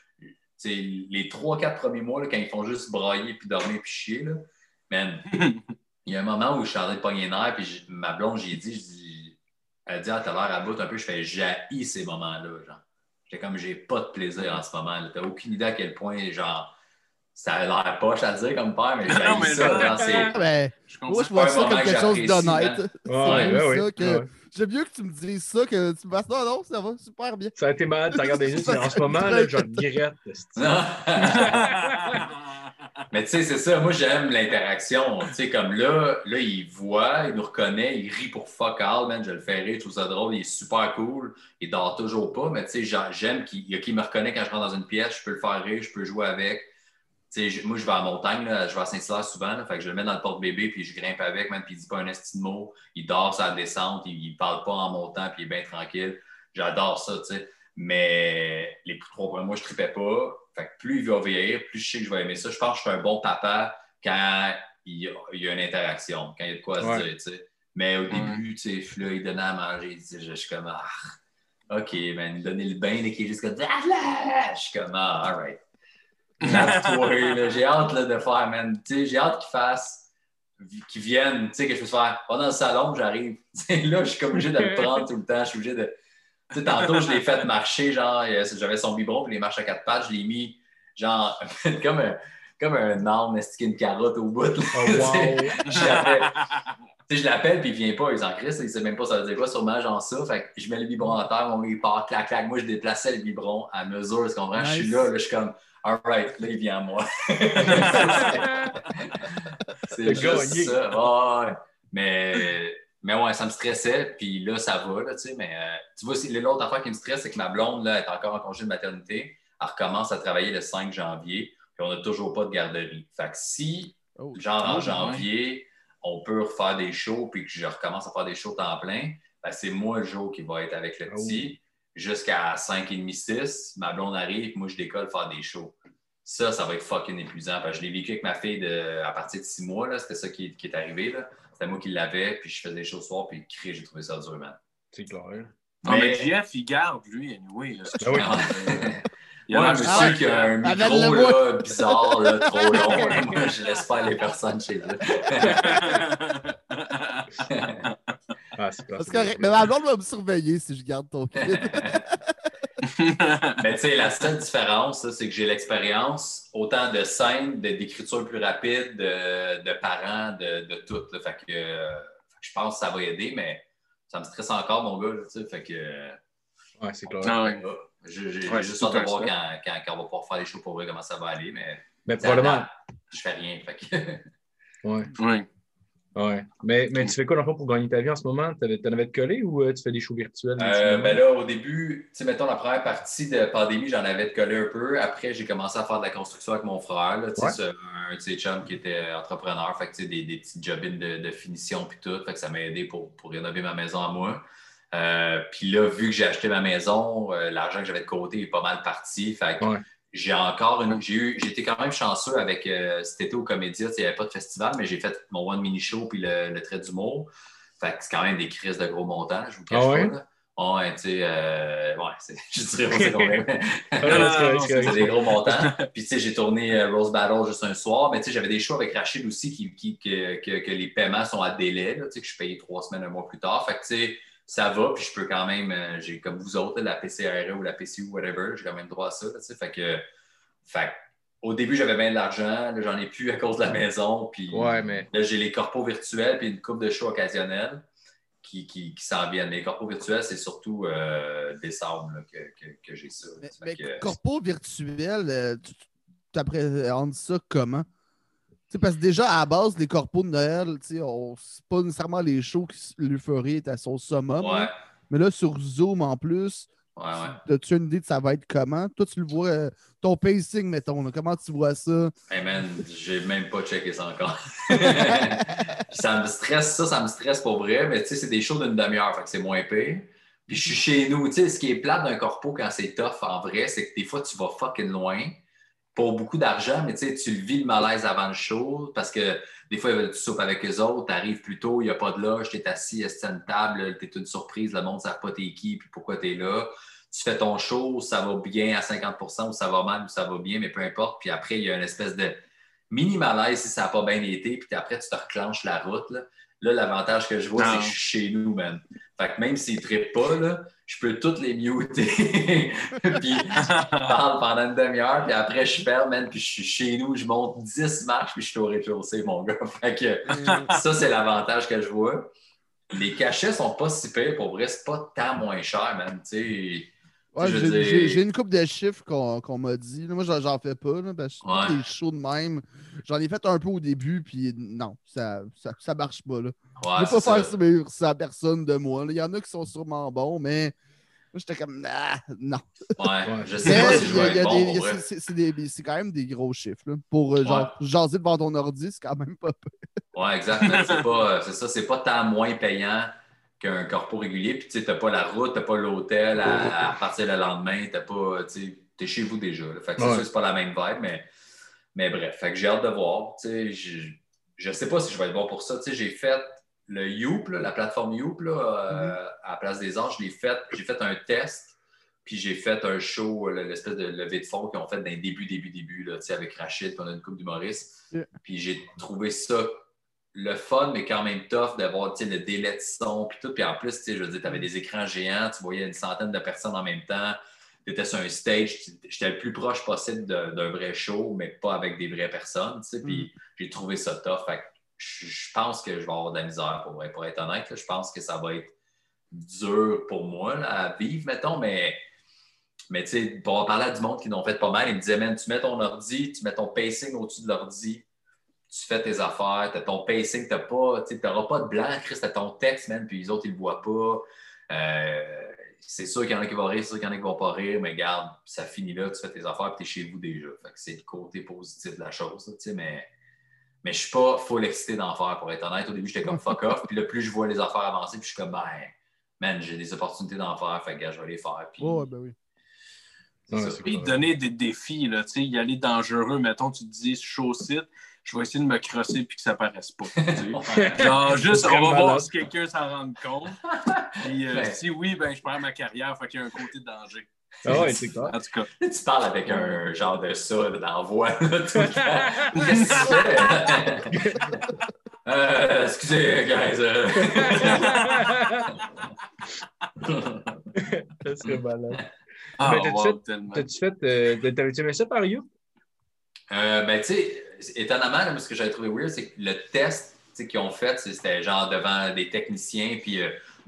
Les 3-4 premiers mois, là, quand ils font juste brailler, puis dormir, puis chier, là, man, il y a un moment où je suis en train de pogner les nerfs, puis ma blonde, j'ai dit, elle dit, t'as l'air à bout un peu. Je fais, j'haïs ces moments-là, genre. J'étais comme, j'ai pas de plaisir en ce moment. T'as aucune idée à quel point, genre, ça a l'air poche à dire comme père, mais j'ai ça. Moi, je vois ça comme quelque chose d'honnête. Ouais. J'aime mieux que tu me dises ça, que tu me fasses non, ça va super bien. Ça a été malade, tu regardes les yeux, en ce moment, là, je regrette. Mais tu sais, c'est ça, moi j'aime l'interaction. Tu sais, comme là, il voit, il nous reconnaît, il rit pour fuck all, man, je le fais rire, je trouve ça drôle, il est super cool, il dort toujours pas, mais tu sais, j'aime qu'il me reconnaît quand je rentre dans une pièce, je peux le faire rire, je peux jouer avec. Tu sais, moi je vais à la montagne, là, je vais à Saint-Hilaire souvent, là, fait que je le mets dans le porte-bébé, puis je grimpe avec, man, puis il dit pas un esti de mot, il dort sur la descente, il parle pas en montant, puis il est bien tranquille. J'adore ça, tu sais. Mais les 3 premiers mois, je tripais pas. Fait que plus il va vieillir, plus je sais que je vais aimer ça. Je pense que je suis un bon papa quand il y a une interaction, quand il y a de quoi se dire, tu sais. Mais au début, tu sais, là, il donnait à manger, je suis comme, OK, man, il donnait le bain, qui est juste comme, je suis comme, all right. J'ai hâte là, de faire, man. Tu sais, j'ai hâte qu'ils viennent, tu sais, que je puisse faire, pas dans le salon, j'arrive. Là, je suis comme obligé de le prendre tout le temps. Je suis obligé de. Tu sais, tantôt, je l'ai fait marcher, genre, j'avais son biberon, puis les marches à 4 pattes, je l'ai mis genre, comme un arme estiquer une carotte au bout. Là. Oh, wow. Je l'appelle, puis il vient pas, il s'en crisse, il sait même pas ça veut dire quoi, sûrement genre ça. Fait que je mets le biberon en terre, mon gars, il part, clac, clac. Moi, je déplaçais le biberon à mesure, tu comprends? Nice. Je suis là, je suis comme, all right, là, il vient à moi. C'est juste ça. Ouais. Mais ouais, ça me stressait, puis là, ça va, là, tu sais. Mais tu vois, l'autre affaire qui me stresse, c'est que ma blonde, là, est encore en congé de maternité. Elle recommence à travailler le 5 janvier, puis on n'a toujours pas de garderie. Fait que si, en janvier, on peut refaire des shows, puis que je recommence à faire des shows temps plein, ben, c'est moi le jour qui va être avec le petit. Jusqu'à 5h30, 6, ma blonde arrive, moi, je décolle faire des shows. Ça va être fucking épuisant. Parce que je l'ai vécu avec ma fille à partir de 6 mois. Là, c'était ça qui est arrivé. Là. C'était moi qui l'avais, puis je faisais des shows le soir, puis j'ai trouvé ça dur, man. C'est clair. Mais Jeff, il garde, lui, anyway. Il y a un monsieur qui a un micro là, bizarre, là, trop long. Là. Moi, je laisse pas les personnes chez eux. C'est correct. Mais ma blonde va me surveiller si je garde ton kid. Mais tu sais, la seule différence, là, c'est que j'ai l'expérience autant de scène, d'écriture plus rapide, de parents, de tout. Là. Fait que je pense que ça va aider, mais ça me stresse encore, mon gars. Tu sais, fait que. Ouais, c'est clair. J'ai juste hâte de voir quand on va pouvoir faire les shows pour vrai comment ça va aller, mais probablement. Je fais rien. Fait que... Ouais. Mais tu fais quoi dans le fond pour gagner ta vie en ce moment? T'en avais de collé ou tu fais des shows virtuels? Ben là, au début, tu sais, mettons la première partie de pandémie, j'en avais de collé un peu. Après, j'ai commencé à faire de la construction avec mon frère. Là, un de ses chums qui était entrepreneur. Fait que des petits job-ins de finition puis tout. Fait que ça m'a aidé pour rénover ma maison à moi. Puis là, vu que j'ai acheté ma maison, l'argent que j'avais de côté est pas mal parti. Fait que j'ai été quand même chanceux avec cet été au Comédia. Il n'y avait pas de festival, mais j'ai fait mon One Mini Show puis le trait d'humour. Fait que c'est quand même des crises de gros montants, je vous cache pas. Là. Ouais, tu sais, je dirais pas c'est combien. C'est des gros montants. Puis tu sais, j'ai tourné Rose Battle juste un soir, mais tu sais, j'avais des shows avec Rachid aussi que les paiements sont à délai, là, tu sais, que je payais 3 semaines, un mois plus tard. Fait que tu sais, ça va, puis je peux quand même, j'ai comme vous autres, la PCRE ou la PCU, whatever, j'ai quand même droit à ça. Là, fait que, au début, j'avais bien de l'argent, là, j'en ai plus à cause de la maison, puis là, j'ai les corpos virtuels, puis une couple de shows occasionnels qui s'en viennent. Les corpos virtuels, c'est surtout décembre là, que j'ai ça. Mais corpos virtuels, tu appréhendes ça comment? T'sais, parce que déjà, à la base, les corpos de Noël, c'est pas nécessairement les shows qui l'euphorie est à son summum. Ouais. Mais là, sur Zoom, en plus, as-tu une idée de ça va être comment? Toi, tu le vois, ton pacing, mettons, là, comment tu vois ça? Hey man, j'ai même pas checké ça encore. ça me stresse pour vrai, mais tu sais, c'est des shows d'une demi-heure, fait que c'est moins pire. Puis je suis chez nous, tu sais, ce qui est plate d'un corpo quand c'est tough, en vrai, c'est que des fois, tu vas fucking loin. Pour beaucoup d'argent, mais tu le vis le malaise avant le show parce que des fois, tu soupes avec eux autres, tu arrives plus tôt, il n'y a pas de loge, tu es assis à une table, tu es une surprise, le monde ne sait pas t'es qui puis pourquoi tu es là. Tu fais ton show, ça va bien à 50% ou ça va mal ou ça va bien, mais peu importe. Puis après, il y a une espèce de mini malaise si ça n'a pas bien été, puis après, tu te reclenches la route. Là, l'avantage que je vois, c'est que je suis chez nous, man. Fait que même s'ils ne trippent pas, là, je peux toutes les muter. Puis je parle pendant une demi-heure, puis après je ferme, man, puis je suis chez nous, je monte 10 marches, puis je suis au rez-de-chaussée, mon gars. Fait que ça, c'est l'avantage que je vois. Les cachets sont pas si pires, pour vrai, c'est pas tant moins cher, man. Ouais, j'ai une couple de chiffres qu'on m'a dit. Là, moi, j'en fais pas, là, parce que les shows de même, j'en ai fait un peu au début, puis non, ça marche pas. Là. Je vais pas faire sur ça personne de moi. Il y en a qui sont sûrement bons, mais moi, j'étais comme, non. Ouais, je sais pas si je vais être bon, pour vrai. C'est quand même des gros chiffres. Là. Pour jaser devant ton ordi, c'est quand même pas peu. Ouais, exactement. C'est pas tant moins payant qu'un corpo régulier, puis tu sais, t'as pas la route, t'as pas l'hôtel à partir le lendemain, t'es chez vous déjà. Là. Fait que c'est sûr que c'est pas la même vibe, mais bref, fait que j'ai hâte de voir. Je sais pas si je vais être bon pour ça. J'ai fait le Youp, la plateforme Youp, à la Place des Arts, j'ai fait un test, puis j'ai fait un show, l'espèce de levée de fonds qu'ils ont fait dans les débuts, là, avec Rachid, puis on a une couple d'humoristes. Puis j'ai trouvé ça le fun, mais quand même tough d'avoir le délai de son, puis tout. Puis en plus, je veux dire, tu avais des écrans géants, tu voyais une centaine de personnes en même temps. étais sur un stage, j'étais le plus proche possible d'un vrai show, mais pas avec des vraies personnes, tu sais, puis j'ai trouvé ça tough. Fait que je pense que je vais avoir de la misère, pour être honnête. Là. Je pense que ça va être dur pour moi là, à vivre, mettons, mais tu sais, pour avoir parlé à du monde qui l'ont fait pas mal, ils me disaient, man, tu mets ton ordi, tu mets ton pacing au-dessus de l'ordi, tu fais tes affaires, tu as ton pacing, tu n'auras pas de blanc, Chris, tu as ton texte, man, puis les autres, ils le voient pas. C'est sûr qu'il y en a qui vont rire, c'est sûr qu'il y en a qui vont pas rire, mais regarde, ça finit là, tu fais tes affaires, puis tu es chez vous déjà. Fait que c'est le côté positif de la chose, tu sais, mais je suis pas full excité d'en faire, pour être honnête. Au début, j'étais comme fuck off, puis là, plus je vois les affaires avancer, puis je suis comme, man, j'ai des opportunités d'en faire, fait que je vais les faire. Puis... Oh, ben oui. Puis donner des défis, là, y aller dangereux. Mettons, tu te dis, show site, je vais essayer de me crosser puis que ça paraisse pas. Genre, juste, on va voir si quelqu'un s'en rend compte. Puis si oui, ben je perds ma carrière, fait qu'il y a un côté de danger. Ah ouais, c'est clair. En tout cas. Tu parles avec un genre de ça dans la voix, tout le temps. Qu'est-ce que tu fais? Excusez, guys. Ça serait malade. T'avais-tu aimé ça, Mario? Ben, tu sais, étonnamment, là, ce que j'avais trouvé weird, c'est que le test qu'ils ont fait, c'était genre devant des techniciens, puis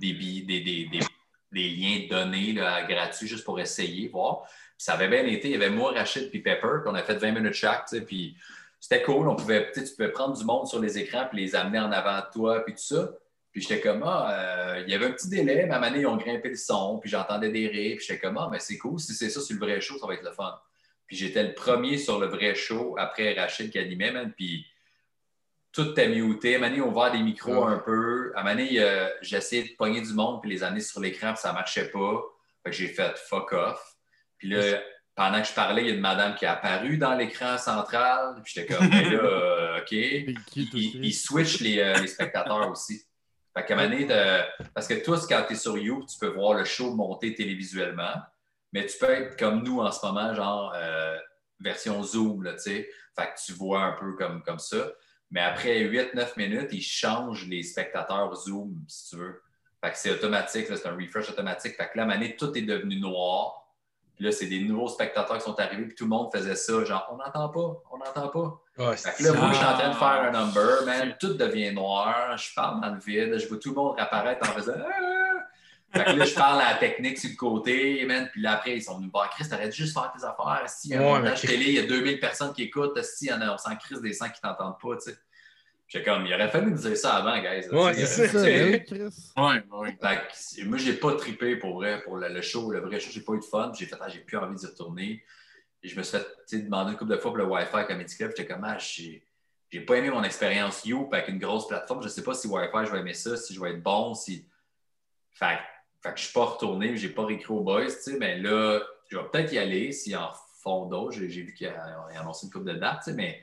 des liens donnés là, gratuits juste pour essayer, voir. Puis ça avait bien été. Il y avait moi, Rachid, puis Pepper, puis on a fait 20 minutes chaque, puis c'était cool. Tu pouvais prendre du monde sur les écrans, puis les amener en avant de toi, puis tout ça. Puis j'étais comme, il y avait un petit délai, mais à un moment donné, ils ont grimpé le son, puis j'entendais des rires, puis j'étais comme, mais c'est cool, si c'est ça sur le vrai show, ça va être le fun. Puis j'étais le premier sur le vrai show, après Rachid qui animait, man, puis tout était muté. À un moment donné, on ouvert des micros un peu. À un moment donné, j'ai essayé de pogner du monde, puis les amener sur l'écran, puis ça marchait pas. Fait que j'ai fait fuck off. Puis là, pendant que je parlais, il y a une madame qui est apparue dans l'écran central, puis j'étais comme, mais là, OK. Ils switchent les spectateurs aussi. Fait qu'à un moment donné, parce que toi, quand tu es sur You, tu peux voir le show monter télévisuellement, mais tu peux être comme nous en ce moment, genre version Zoom, là, tu sais. Fait que tu vois un peu comme ça. Mais après 8-9 minutes, ils changent les spectateurs Zoom, si tu veux. Fait que c'est automatique, là, c'est un refresh automatique. Fait que là, à un moment donné, tout est devenu noir. Puis là, c'est des nouveaux spectateurs qui sont arrivés, puis tout le monde faisait ça, genre, on n'entend pas. Ouais, fait que là, moi, je suis en train de faire un number, man, tout devient noir, je parle dans le vide, je vois tout le monde apparaître en faisant Fait que là, je parle à la technique sur le côté, man, puis là, après, ils sont venus me voir, Chris, t'arrêtes juste de faire tes affaires, si il y a un montage télé, il y a 2000 personnes qui écoutent, si on s'en crise des 100 qui t'entendent pas, tu sais. J'ai comme, il aurait fallu nous dire ça avant, guys. Ouais, c'est ça. Chris. Ouais. Fait que, moi, j'ai pas trippé pour vrai, pour le show, le vrai show, j'ai pas eu de fun. J'ai fait, j'ai plus envie d'y retourner. Et je me suis fait demander une couple de fois pour le Wi-Fi Comedy Club. J'étais comme, j'ai pas aimé mon expérience You avec une grosse plateforme. Je sais pas si Wi-Fi, je vais aimer ça, si je vais être bon, si. Fait que je suis pas retourné, j'ai pas réécrit aux boys, tu sais, mais là, je vais peut-être y aller s'ils en font d'autres. J'ai vu qu'ils ont annoncé une couple de dates, tu sais, mais.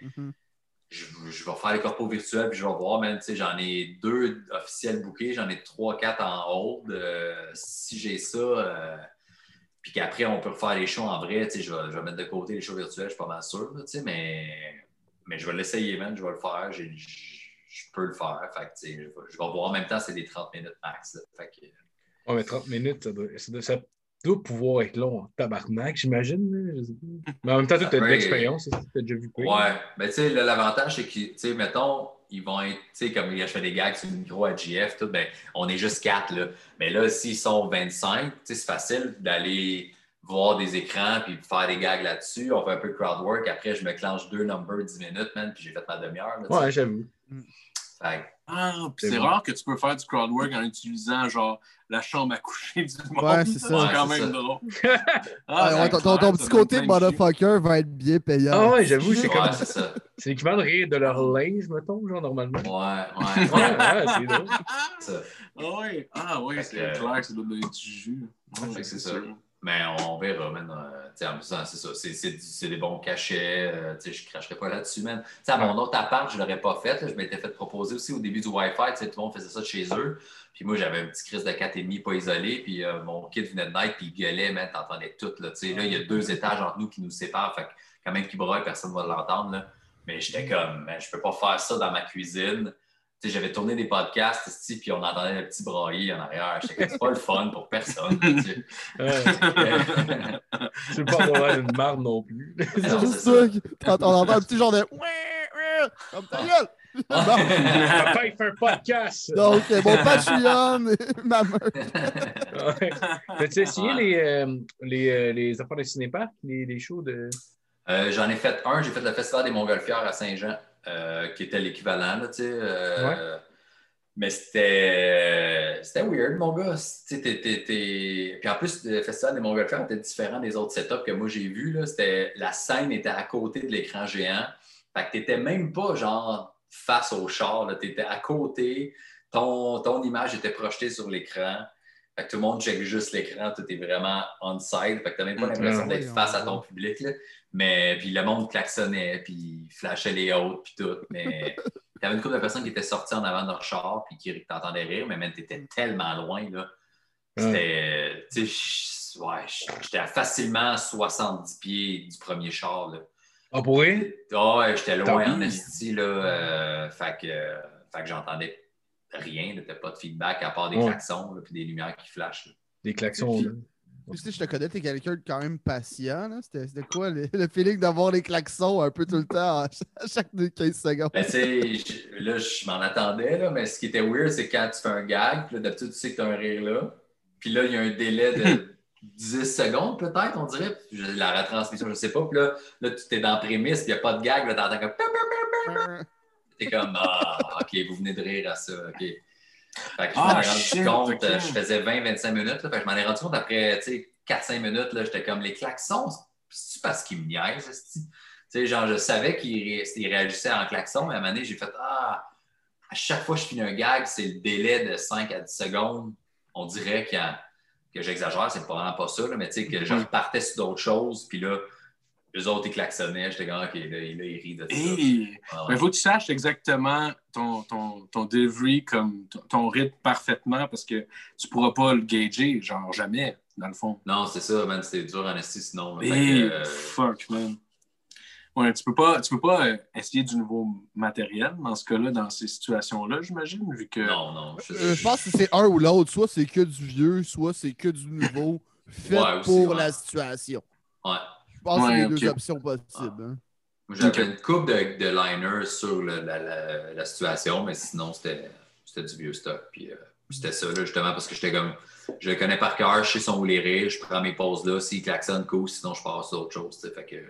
Je vais faire les corpos virtuels puis je vais voir, même, j'en ai 2 officiels bookés, j'en ai 3-4 en hold. Si j'ai ça, puis qu'après on peut refaire les shows en vrai, je vais mettre de côté les shows virtuels, je suis pas mal sûr, là, mais je vais l'essayer, man, je vais le faire, je peux le faire. Fait que, je vais voir. En même temps, c'est des 30 minutes max. Là, fait que... Ouais, mais 30 minutes, ça doit pouvoir être long en tabarnak, j'imagine. Je sais pas. Mais en même temps, tu as de l'expérience, tu as déjà vu quoi. Ouais, mais tu sais, l'avantage, c'est que, tu sais, mettons, ils vont être, tu sais, comme je fais des gags sur le micro à GF, tout, ben, on est juste 4, là. Mais là, s'ils sont 25, tu sais, c'est facile d'aller voir des écrans puis faire des gags là-dessus. On fait un peu de crowd work. Après, je me clenche 2 numbers 10 minutes, man, puis j'ai fait ma demi-heure. Là, ouais, j'avoue. Fait puis c'est rare que tu peux faire du crowd work en utilisant genre la chambre à coucher du monde. Ouais, c'est ça. C'est quand même drôle. Ton petit côté motherfucker va être bien payant. Ah ouais, j'avoue, c'est comme c'est ça. C'est l'équivalent de rire de leur linge, mettons, genre normalement. Ouais, c'est drôle. Ah ouais, c'est clair que ça doit donner du jus. C'est ça. Mais on verra, man. En plus, c'est ça. C'est des bons cachets. Je ne cracherai pas là-dessus, man. À mon autre appart, je ne l'aurais pas fait. Là. Je m'étais fait proposer aussi au début du Wi-Fi. Tout le monde faisait ça de chez eux. Puis moi, j'avais un petit crise de 4,5 pas isolé. Puis mon kid venait de naître. Puis il gueulait, man. T'entendais tout. Là, il y a 2 étages entre nous qui nous séparent. Fait que quand même qu'il braille, personne ne va l'entendre. Là. Mais j'étais comme, man, je peux pas faire ça dans ma cuisine. j'avais tourné des podcasts, puis on entendait le petit brailler en arrière. J'étais comme, c'est pas le fun pour personne. Tu veux pas avoir une marde non plus. C'est Non, juste c'est ça. On entend un petit genre de comme ta gueule. Papa, il fait un podcast. Donc, mon Patreon, ma meuf. Ouais. As-tu essayé les affaires de cinépark, les shows de. J'en ai fait un. J'ai fait le Festival des Montgolfières à Saint-Jean, qui était l'équivalent, là, tu sais. Ouais. Mais c'était weird, mon gars. Puis en plus, le Festival des Montgolfières était différent des autres setups que moi j'ai vus. La scène était à côté de l'écran géant. Fait que t'étais même pas genre face au char. Tu étais à côté. Ton image était projetée sur l'écran. Fait que tout le monde check juste l'écran. Tout est vraiment on-side. Fait que t'as même pas l'impression d'être face à ton public. Là. Mais puis le monde klaxonnait, puis flashait les autres, puis tout. Mais il y avait une couple de personnes qui étaient sorties en avant de leur char, puis qui t'entendaient rire, mais même t'étais tellement loin, là. C'était, tu sais, j'étais facilement 70 pieds du premier char, là. Ah, pour vrai? Ouais, j'étais loin en esti, là. Fait que j'entendais rien, t'as pas de feedback à part des klaxons, là, puis des lumières qui flashent, là. Des klaxons, là. Tu sais, je te connais, t'es quelqu'un de quand même patient. C'était quoi le feeling d'avoir les klaxons un peu tout le temps à chaque 15 secondes? Ben, tu sais, là, je m'en attendais, là, mais ce qui était weird, c'est quand tu fais un gag, puis là, d'habitude, tu sais que tu as un rire là, puis là, il y a un délai de 10 secondes, peut-être, on dirait, puis la retransmission, je sais pas, puis là tu t'es dans la prémisse, puis il n'y a pas de gag, là, t'entends comme... T'es comme, OK, vous venez de rire à ça, OK. Fait que je m'en ai rendu compte, je faisais 20-25 minutes, là, fait que je m'en ai rendu compte après, tu sais, 4-5 minutes, là, j'étais comme, les klaxons, c'est parce qu'ils me niaisent, tu sais, genre, je savais qu'il réagissait en klaxon, mais à un moment donné, j'ai fait, à chaque fois que je finis un gag, c'est le délai de 5 à 10 secondes, on dirait que j'exagère, c'est vraiment pas ça, là, mais tu sais, que je repartais sur d'autres choses, puis là, eux autres, ils klaxonnaient. J'étais comme, OK, là, ils rient de ça. Mais il faut que tu saches exactement ton delivery, comme ton rythme parfaitement, parce que tu pourras pas le gager, genre jamais, dans le fond. Non, c'est ça, man. C'était dur en esti, sinon. Fuck, man. Ouais, tu peux pas essayer du nouveau matériel dans ce cas-là, dans ces situations-là, j'imagine, vu que... Non. Je pense que c'est un ou l'autre. Soit c'est que du vieux, soit c'est que du nouveau fait pour la situation. Ouais. Je pense que c'est les deux options possibles. Hein. J'avais une couple de liners sur la situation, mais sinon, c'était du vieux stock. Puis c'était ça, là, justement, parce que j'étais comme... Je le connais par cœur, je sais son où les rire, je prends mes pauses là. S'il klaxonne, cool, sinon je passe à autre chose. Fait que...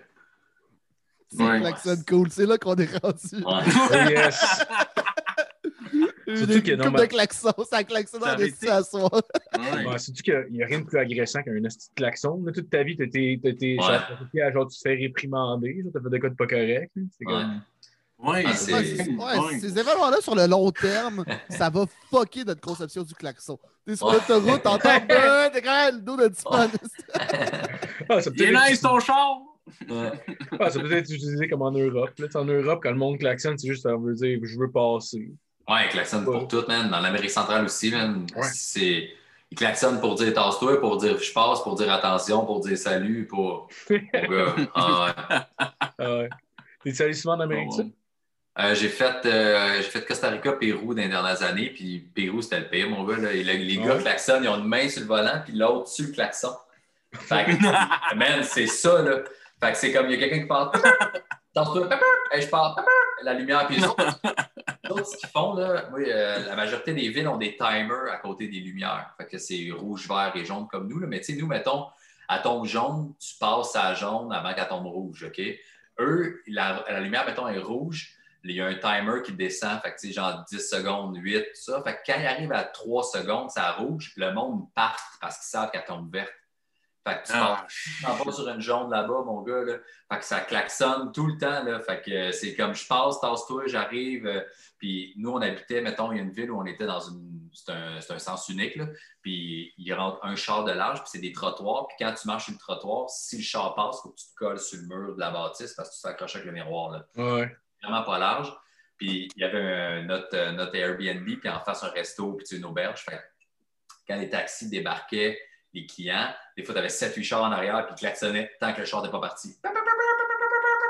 Klaxonne cool, c'est là qu'on est rendu. Ouais. Yes! Surtout qu'il y a une couple de klaxons, ça klaxonne dans des situations. Ouais, surtout qu'il n'y a rien de plus agressant qu'un petit klaxon. Là, toute ta vie, tu étais genre tu te fais réprimander, tu as fait des cas de pas correct. C'est comme... Ces événements-là, sur le long terme, ça va fucker notre conception du klaxon. T'es sur l'autoroute, t'entends t'es quand même le dos de disponible. Il est nice ton char! Ça peut être utilisé comme en Europe. Là, en Europe, quand le monde klaxonne, c'est juste ça veut dire je veux passer. Ouais, ils klaxonnent pour tout, man. Dans l'Amérique centrale aussi, man. Ils klaxonnent pour dire tasse-toi, pour dire je passe, pour dire attention, pour dire salut, pour gars. Ouais. T'es allé souvent en Amérique du Sud? J'ai fait Costa Rica, Pérou dans les dernières années, puis Pérou, c'était le pire, mon gars. Là. Les gars klaxonnent, ils ont une main sur le volant, puis l'autre sur le klaxon. Fait que, man, c'est ça, là. Fait que c'est comme, il y a quelqu'un qui parle, tasse-toi, je parle, la lumière, puis les autres, ce qu'ils font, là, la majorité des villes ont des timers à côté des lumières. Fait que c'est rouge, vert et jaune comme nous, là. Mais tu sais, nous, mettons, à tombe jaune, tu passes à jaune avant qu'elle tombe rouge, OK? Eux, la lumière, mettons, est rouge. Il y a un timer qui descend, fait que tu sais, genre 10 secondes, 8, tout ça. Fait que quand il arrive à 3 secondes, ça rouge, le monde part parce qu'ils savent qu'elle tombe verte. Fait que tu t'en vas sur une jaune là-bas, mon gars, là. Fait que ça klaxonne tout le temps, là. Fait que c'est comme je passe, tasse-toi, j'arrive. Puis nous, on habitait, mettons, il y a une ville où on était dans c'est un sens unique, là. Puis il rentre un char de large, puis c'est des trottoirs. Puis quand tu marches sur le trottoir, si le char passe, il faut que tu te colles sur le mur de la bâtisse parce que tu t'accroches avec le miroir, là. Ouais. Vraiment pas large. Puis il y avait notre Airbnb, puis en face un resto, puis une auberge. Fait que quand les taxis débarquaient, les clients, des fois, tu avais 7-8 chars en arrière, puis ils klaxonnaient tant que le char n'était pas parti.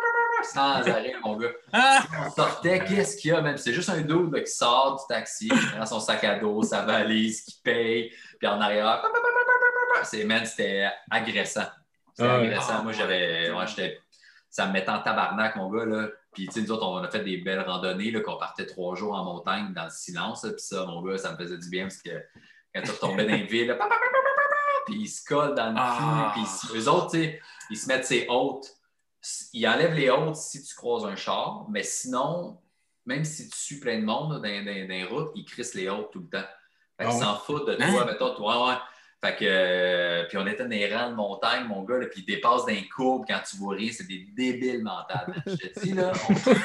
sans arrêt, mon gars. On sortait, qu'est-ce qu'il y a, même? C'est juste un dude là, qui sort du taxi, qui prend son sac à dos, sa valise, qui paye, puis en arrière, c'était agressant. C'était agressant. Moi, ça me mettait en tabarnak, mon gars, là. Puis, tu sais, nous autres, on a fait des belles randonnées, là, qu'on partait 3 jours en montagne dans le silence. Puis ça, mon gars, ça me faisait du bien parce que quand tu retombais dans les villes, là, puis ils se collent dans le cul. Puis eux autres, tu sais, ils se mettent ses hôtes. Ils enlèvent les hôtes si tu croises un char, mais sinon, même si tu suis plein de monde là, dans les routes, ils crissent les hôtes tout le temps. Fait qu'ils s'en foutent de toi, mettons, toi, ouais. Fait que, puis on était dans les rangs de montagne, mon gars, là, puis ils dépassent d'un courbe quand tu vois rien, c'est des débiles mentales. Je te dis, là,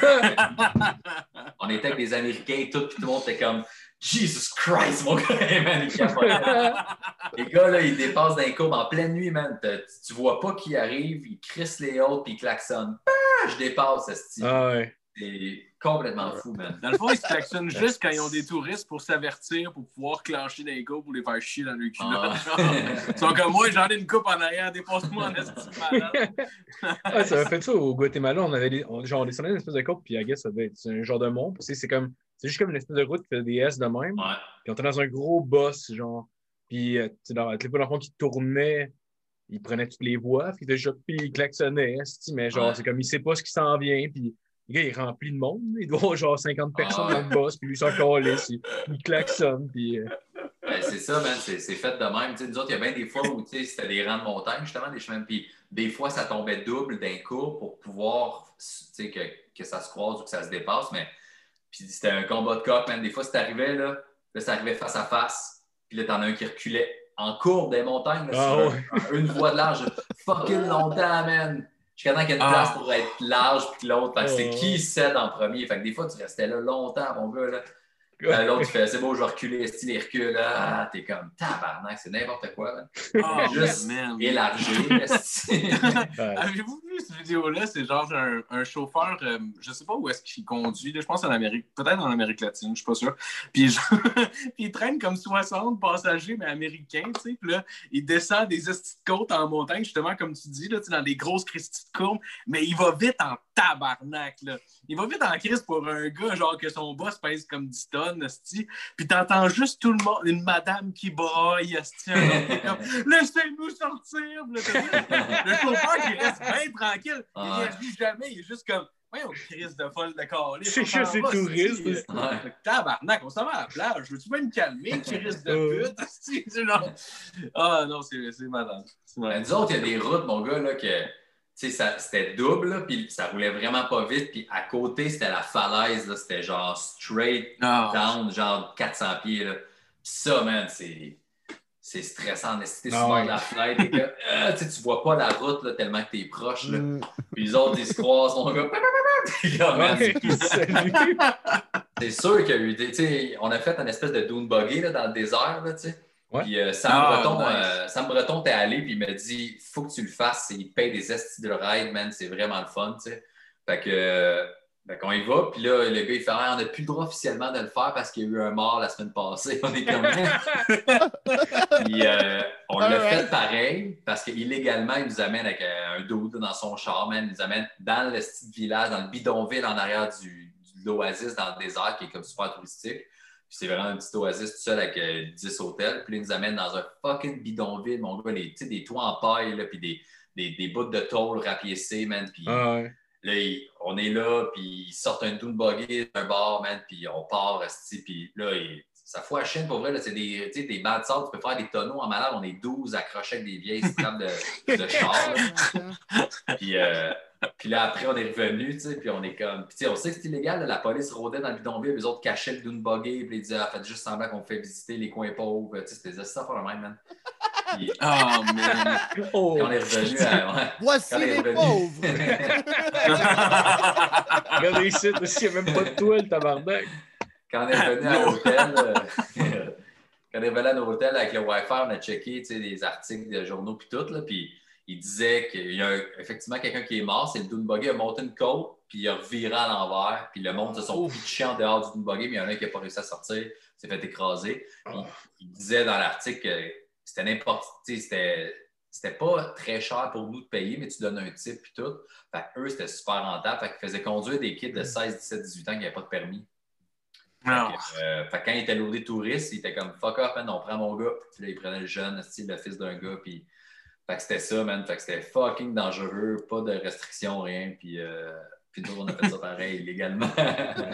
on était avec des Américains et tout, puis tout le monde était comme Jesus Christ, mon gars, man, il capotait. Les gars, là, ils dépassent d'un courbe en pleine nuit, man. Tu vois pas qui arrive, ils crissent les autres, puis ils klaxonnent. Je dépasse, ce style. Ouais. C'est complètement fou, man. Dans le fond, ils se klaxonnent juste quand ils ont des touristes pour s'avertir, pour pouvoir clencher dans les coups, pour les faire chier dans le cul. Ils sont comme moi, j'en ai une coupe en arrière, dépasse-moi en estime malade. Ça m'a fait ça au Guatemala. On descendait une espèce de côte, puis I guess ça devait être un genre de mont. C'est juste comme une espèce de route qui fait des S de même. Ouais. Puis on était dans un gros boss, genre. Puis, dans le fond qui tournait, il prenait toutes les voies, puis il klaxonnait, mais genre, c'est comme il sait pas ce qui s'en vient, puis le gars, il est rempli de monde. Il doit avoir genre 50 personnes dans le boss, puis lui, il s'en calisse, il klaxonne, puis... C'est ça, man, c'est fait de même. T'sais, nous autres, il y a bien des fois où c'était des rangs de montagne, justement, des chemins, puis des fois, ça tombait double d'un coup pour pouvoir que ça se croise ou que ça se dépasse, mais puis c'était un combat de coq, man. Des fois, ça arrivait face à face, puis là, t'en as un qui reculait en courbe des montagnes, là, sur une voie de large, fucking longtemps, man. Jusqu'à temps qu'il y ait une place pour être large, puis l'autre. Fait que c'est qui cède en premier. Fait que des fois, tu restais là longtemps, mon gars, là. L'autre, tu fais, c'est beau, je vais reculer, style, il recule. T'es comme, tabarnak, c'est n'importe quoi, man. Juste élargir, Avez-vous vu cette vidéo-là? C'est genre un chauffeur, je sais pas où est-ce qu'il conduit, là, je pense en Amérique, peut-être en Amérique latine, je suis pas sûr. Puis il traîne comme 60 passagers, mais américains, tu sais. Puis là, il descend des estis de côte en montagne, justement, comme tu dis, là, dans des grosses cristis de courbes, mais il va vite en tabarnak, là. Il va vite en crise pour un gars, genre que son boss pèse comme 10 tonnes, esti. Puis t'entends juste tout le monde, une madame qui braille, esti, comme « Laissez-nous sortir! » Le chauffeur qui reste bien tranquille, il réagit jamais, il est juste comme « Ouais, on crise de folle de calé. » C'est juste des touristes. Tabarnak, on s'en va à la plage. Veux-tu bien me calmer, crise de pute? Esti, genre... Ah non, c'est malade. Nous autres, il y a des routes, mon gars, là, que... c'était double, puis ça roulait vraiment pas vite. Puis à côté, c'était la falaise, là, c'était genre straight down, genre 400 pieds. Là. Puis ça, man, c'est stressant. Si t'es souvent de la fenêtre et que tu vois pas la route là, tellement que t'es proche. Là. Puis les autres, ils se croisent, mon gars. C'est sûr qu'il y a eu des... on a fait une espèce de dune buggy là, dans le désert, là, tu sais. Ouais. Puis Sam Breton t'es allé, puis il m'a dit faut que tu le fasses, il te paye des estis de ride, man, c'est vraiment le fun, tu sais. Fait qu'on y va, puis là, le gars, il fait on n'a plus le droit officiellement de le faire parce qu'il y a eu un mort la semaine passée. On est comme puis on l'a fait pareil, parce qu'illégalement, il nous amène avec un dude dans son char, man, il nous amène dans le petit village, dans le bidonville en arrière de l'oasis dans le désert, qui est comme super touristique. Puis c'est vraiment un petit oasis tout seul avec 10 hôtels. Puis là, ils nous amènent dans un fucking bidonville, mon gars, des toits en paille, là, puis des bouts de tôle rapiécés, man. Puis là, on est là, puis ils sortent un dune buggy d'un bar, man, puis on part, puis là, ça fout à chienne pour vrai, là, c'est des bancs de sable, tu peux faire des tonneaux en malade, on est 12 accrochés avec des vieilles straps de char. Puis là, après, on est revenu, tu sais, puis on est comme... Puis on sait que c'est illégal, là, la police rôdait dans le bidonville, les autres cachaient le dune buggy, puis ils disaient faites juste semblant qu'on fait visiter les coins pauvres, tu sais, c'était ça pour le même, man. Puis, man! Puis on est revenu à... Voici les pauvres! Regardez ici, il n'y a même pas de toile, tabarnak. Quand on est revenu à l'hôtel... Quand on est revenu à l'hôtel avec le Wi-Fi, on a checké, tu sais, des articles de journaux puis tout, là, puis... Il disait qu'il y a effectivement quelqu'un qui est mort, c'est le dune buggy a monté une côte, puis il a reviré à l'envers, puis le monde se sont pitchés en dehors du dune buggy, mais il y en a un qui n'a pas réussi à sortir, s'est fait écraser. Il disait dans l'article que c'était n'importe, c'était c'était pas très cher pour nous de payer, mais tu donnes un tip puis tout. Fait qu'eux, c'était super rentable. Fait qu'ils faisaient conduire des kids de 16, 17, 18 ans qui n'avaient pas de permis. Fait que quand il était lourdé touriste, il était comme fuck off, man, on prend mon gars. Puis là, il prenait le jeune, le fils d'un gars. Puis fait que c'était ça, man. Fait que c'était fucking dangereux, pas de restrictions, rien. Puis nous, on a fait ça pareil, illégalement. Man,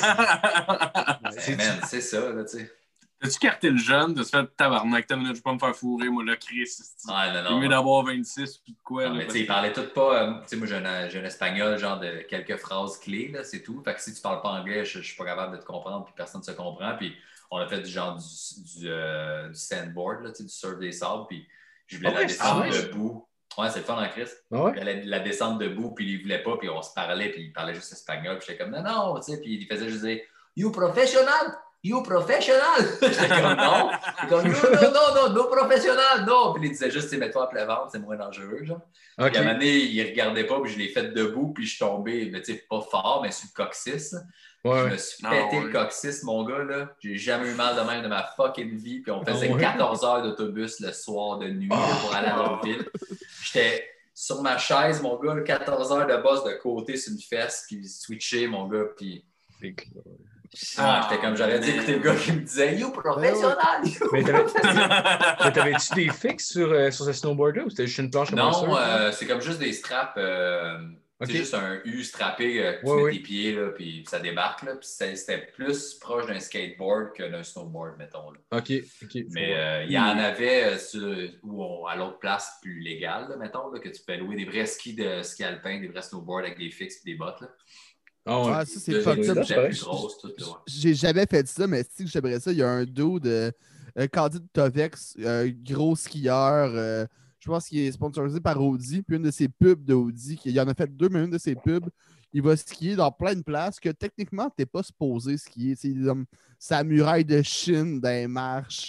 c'est ça, là, tu sais. As-tu carté le jeune de se faire tabarnak? Je vais pas me faire fourrer, moi, là, Chris. Non. Mieux d'avoir 26 ou de quoi. Non, là, mais il parlait tout pas. Tu sais, moi, j'ai un espagnol, genre de quelques phrases clés, là, c'est tout. Fait que si tu parles pas anglais, je suis pas capable de te comprendre, puis personne ne se comprend. Puis on a fait du du sandboard, là, du surf des sables, puis je voulais la descendre debout. Ouais, c'est le fun en Christ. La descente debout, puis il voulait pas, puis on se parlait, puis il parlait juste espagnol, puis j'étais comme non, tu sais, puis il faisait juste dire You professional! You professional! J'étais comme non. Comme no professional, non. Puis il disait juste, mets-toi à plat ventre, c'est moins dangereux, genre. Okay. Puis à un moment donné, il regardait pas, puis je l'ai fait debout, puis je suis tombé, mais tu sais, pas fort, mais sur le coccyx. Ouais. Je me suis pété le coccyx, mon gars, là. J'ai jamais eu mal de même de ma fucking vie, puis on faisait 14 heures d'autobus le soir de nuit pour aller à l'autre ville. J'étais sur ma chaise, mon gars, 14 heures de bosse de côté sur une fesse, puis switché, mon gars, puis... j'étais comme, j'aurais dû écouter le gars qui me disait « You professionnel! » Mais t'avais-tu des fixes sur ce snowboard-là ou c'était juste une planche comme ça? Non, c'est comme juste des straps. C'est juste un U strappé que tu mets tes pieds, là, puis ça débarque. Là, puis c'était plus proche d'un skateboard que d'un snowboard, mettons. Là. OK. Mais il y en avait à l'autre place plus légale, là, mettons, là, que tu peux louer des vrais skis de ski alpin, des vrais snowboards avec des fixes et des bottes. Là. Ça, c'est fucked up. J'ai jamais fait ça, mais si j'aimerais ça, il y a un dude de Candide Tovex, gros skieur. Je pense qu'il est sponsorisé par Audi. Puis une de ses pubs d'Audi, il en a fait 2, mais une de ses pubs, il va skier dans plein de places que techniquement, tu n'es pas supposé skier. C'est sa muraille de Chine dans les marches.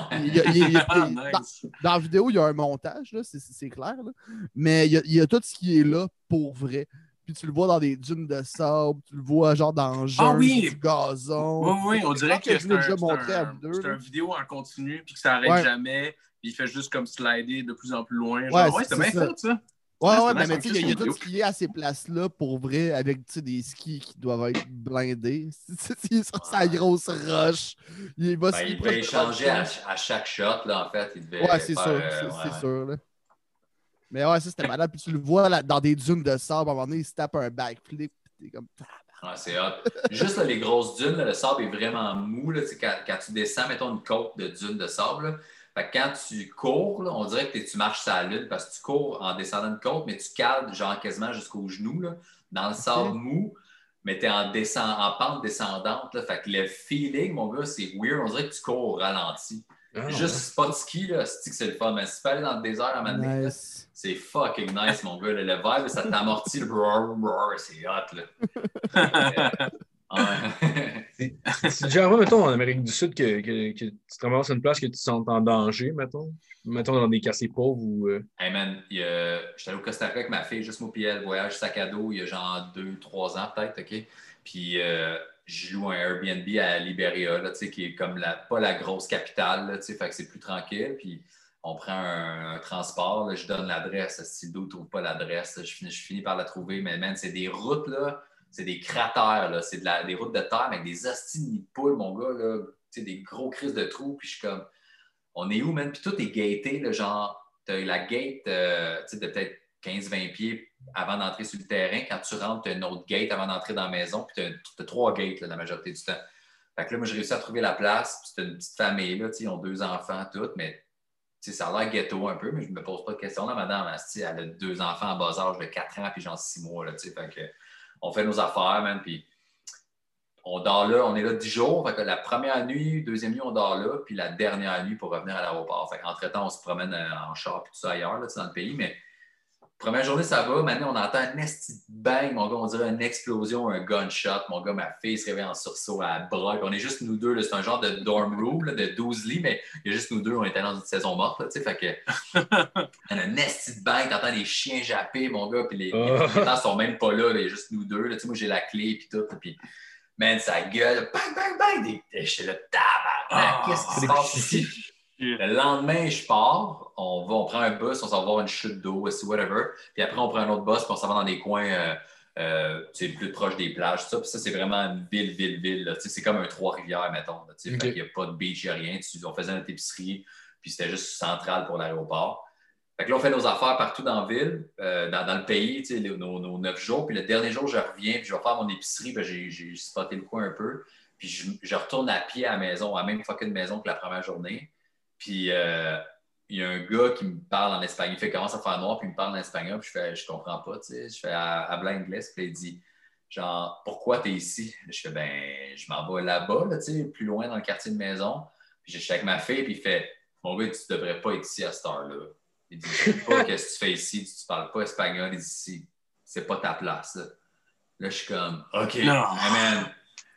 Nice. Dans la vidéo, il y a un montage, là, c'est clair. Là. Mais il y a tout ce qui est là pour vrai. Puis tu le vois dans des dunes de sable, tu le vois genre dans le jungle, du gazon. Oui, on dirait que c'est une vidéo en continu, puis que ça n'arrête jamais, puis il fait juste comme slider de plus en plus loin. Genre, c'était bien fait, ça. Mais tu sais, il y a tout ce qui est à ces places-là pour vrai, avec des skis qui doivent être blindés. C'est sur sa grosse roche. Il devait échanger à chaque shot, là, en fait. C'est sûr. Là. Mais ouais, ça, c'était malade. Puis tu le vois là, dans des dunes de sable, à un moment donné, il se tape un backflip. T'es comme... c'est hot. Juste là, les grosses dunes, là, le sable est vraiment mou. Là, quand tu descends, mettons une côte de dunes de sable, là, fait que quand tu cours, là, on dirait que tu marches sur la lune parce que tu cours en descendant une côte, mais tu cales genre quasiment jusqu'aux genoux là, dans le sable mou, mais tu es en pente descendante. Là, fait que le feeling, mon gars, c'est weird. On dirait que tu cours au ralenti. Juste spot ski, là, c'est le fun. Mais si tu peux aller dans le désert à un moment donné, c'est fucking nice, mon gars. Le vibe, ça t'amortit le brrr, c'est hot, là. C'est déjà arrivé, mettons, en Amérique du Sud, que tu te ramasses une place que tu te sens en danger, mettons dans des quartiers pauvres ou... Hey man, j'étais allé au Costa Rica avec ma fille, juste moi puis elle, voyage sac à dos, il y a genre 2-3 ans peut-être, OK? Puis je loue un Airbnb à Liberia, là, qui est comme pas la grosse capitale, là, fait que c'est plus tranquille, puis on prend un transport, là, je donne l'adresse, si le dos ne trouve pas l'adresse, je finis par la trouver, mais man, c'est des routes, là, c'est des cratères, là, c'est des routes de terre avec des hosties de nids de poules, mon gars, là, des gros crises de trous, puis je suis comme, on est où, man? Puis tout est gaté, là, genre, t'as la gate, de peut-être 15-20 pieds avant d'entrer sur le terrain. Quand tu rentres, tu as une autre gate avant d'entrer dans la maison, puis tu as 3 gates là, la majorité du temps. Fait que là, moi, j'ai réussi à trouver la place, puis c'est une petite famille, là, ils ont 2 enfants, toutes, mais ça a l'air ghetto un peu, mais je ne me pose pas de questions. Là, madame, elle a 2 enfants en bas âge de 4 ans, puis genre 6 mois, là, fait que on fait nos affaires, man, puis on dort là, on est là 10 jours. Fait que la première nuit, deuxième nuit, on dort là, puis la dernière nuit pour revenir à l'aéroport. Fait qu'entre-temps, on se promène en char puis tout ça ailleurs, là, dans le pays, mais première journée, ça va. Maintenant, on entend un esti bang, mon gars, on dirait une explosion, un gunshot. Mon gars, ma fille se réveille en sursaut à la bras. On est juste nous deux. C'est un genre de dorm room là, de 12 lits, mais il y a juste nous deux. On était dans une saison morte. Là, fait que un esti bang, t'entends les chiens japper, mon gars, puis les gens sont même pas là. Il y a juste nous deux. Là, moi, j'ai la clé, puis tout. Puis, man, ça gueule. Bang, bang, bang. J'étais là, tabarnak. Qu'est-ce qui se passe ici? Le lendemain, je pars, on prend un bus, on s'en va voir une chute d'eau, whatever. Puis après, on prend un autre bus, puis on s'en va dans des coins plus proches des plages. Ça. Puis ça, c'est vraiment une ville. Là. C'est comme un Trois-Rivières, mettons. Là, fait qu'il n'y a pas de beach, il n'y a rien. On faisait notre épicerie, puis c'était juste central pour l'aéroport. Fait que là, on fait nos affaires partout dans la ville, dans le pays, nos 9 jours. Puis le dernier jour, je reviens, puis je vais faire mon épicerie. Puis j'ai spoté le coin un peu. Puis je retourne à pied à la maison, à la même fucking maison que la première journée. Puis il y a un gars qui me parle en espagnol. Il commence à faire noir, puis il me parle en espagnol. Puis je comprends pas, tu sais. Je fais habla anglais. Puis il dit, genre, pourquoi t'es ici? Je fais, je m'en vais là-bas, là, tu sais, plus loin dans le quartier de maison. Puis je suis avec ma fille, puis il fait, mon gars, tu devrais pas être ici à cette heure-là. Il dit, je sais pas qu'est-ce que tu fais ici, tu parles pas espagnol. Il dit, c'est pas ta place, là. Là, je suis comme, OK, man.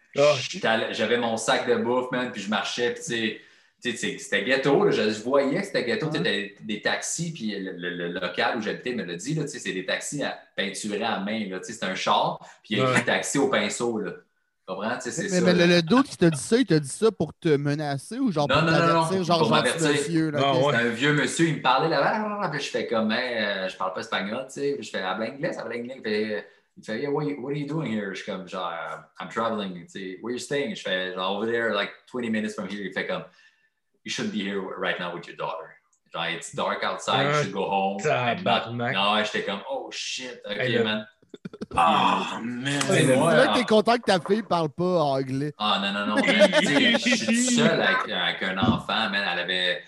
J'avais mon sac de bouffe, man, puis je marchais, puis tu sais, c'était ghetto, là, je voyais que c'était ghetto, des taxis, puis le local où j'habitais me l'a dit, là, c'est des taxis peinturés à main, là, c'est un char, puis il y a écrit taxi au pinceau, là. Tu comprends? C'est ça. Mais le doute qui t'a dit ça, il t'a dit ça pour te menacer ou genre pour t'avertir, genre pour m'avertir. Monsieur, là, C'était un vieux monsieur, il me parlait là-bas, puis je fais comme, je parle pas espagnol, tu sais, je fais habla anglais. Il fait, yeah, what are you doing here? Je suis comme, genre, I'm traveling, tu sais, where are you staying? Je fais, genre, over there, like 20 minutes from here. Il fait comme, you shouldn't be here right now with your daughter. Genre, it's dark outside, you should go home. Non, j'étais comme, oh shit, ok, man. Ah, man. C'est là que t'es content que ta fille parle pas anglais. Ah, non, je suis seul avec un enfant, man, elle avait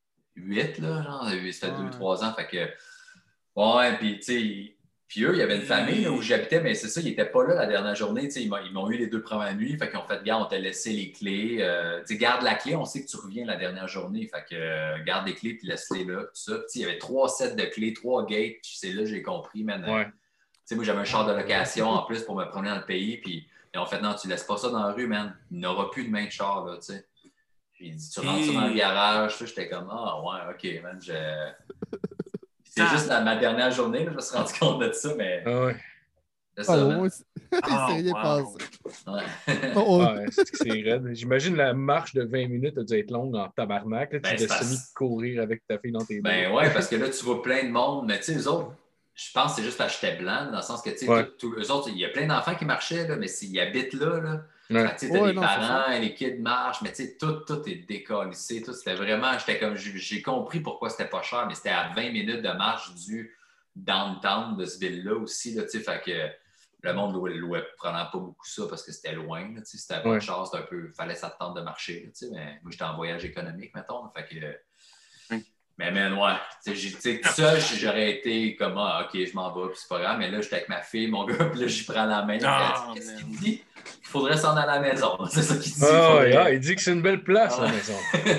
8, là, genre, ça fait 2-3 ans, fait que, ouais, puis, tu sais, puis eux, il y avait une famille là, où j'habitais, mais c'est ça, ils n'étaient pas là la dernière journée. Ils m'ont eu les 2 premières nuits. Fait qu'ils ont fait, on t'a laissé les clés. Garde la clé, on sait que tu reviens la dernière journée. Fait que garde les clés puis laisse-les là. Tout ça. Il y avait 3 sets de clés, 3 gates. C'est là que j'ai compris, man. Ouais. Moi, j'avais un char de location en plus pour me promener dans le pays. Puis ils ont fait, non, tu laisses pas ça dans la rue, man. Il n'aura plus de main de char, là, tu sais. J'ai dit, tu rentres ça dans le garage. J'étais comme, ouais, OK, man, c'est juste ma dernière journée, là, je me suis rendu compte de ça, mais. Ouais. C'est ça. C'est rien passé. Ouais. C'est raide. J'imagine la marche de 20 minutes a dû être longue en tabarnak. Là, tu devais semi-courir avec ta fille dans tes bras. Ouais, parce que là, tu vois plein de monde, mais tu sais, eux autres, je pense que c'est juste parce que j'étais blanc, dans le sens que, tu sais, eux autres, il y a plein d'enfants qui marchaient, là, mais s'ils habitent là. Tu sais, t'as des parents, les kids marchent, mais tu sais, tout est décollissé. C'était vraiment, j'étais comme, j'ai compris pourquoi c'était pas cher, mais c'était à 20 minutes de marche du downtown de ce ville-là aussi, là, tu sais, fait que le monde louait probablement pas beaucoup ça parce que c'était loin, là, tu sais, c'était pas de chance, c'était un peu, fallait s'attendre de marcher, là, tu sais, mais moi, j'étais en voyage économique, mettons, fait que... Mais ouais, tu sais, tout seul, j'aurais été comme, OK, je m'en vais, puis c'est pas grave. Mais là, j'étais avec ma fille, mon gars, puis là, j'y prends la main. Qu'est-ce qu'il dit? Il faudrait s'en aller à la maison. C'est ça qu'il dit. Il dit que c'est une belle place, la maison.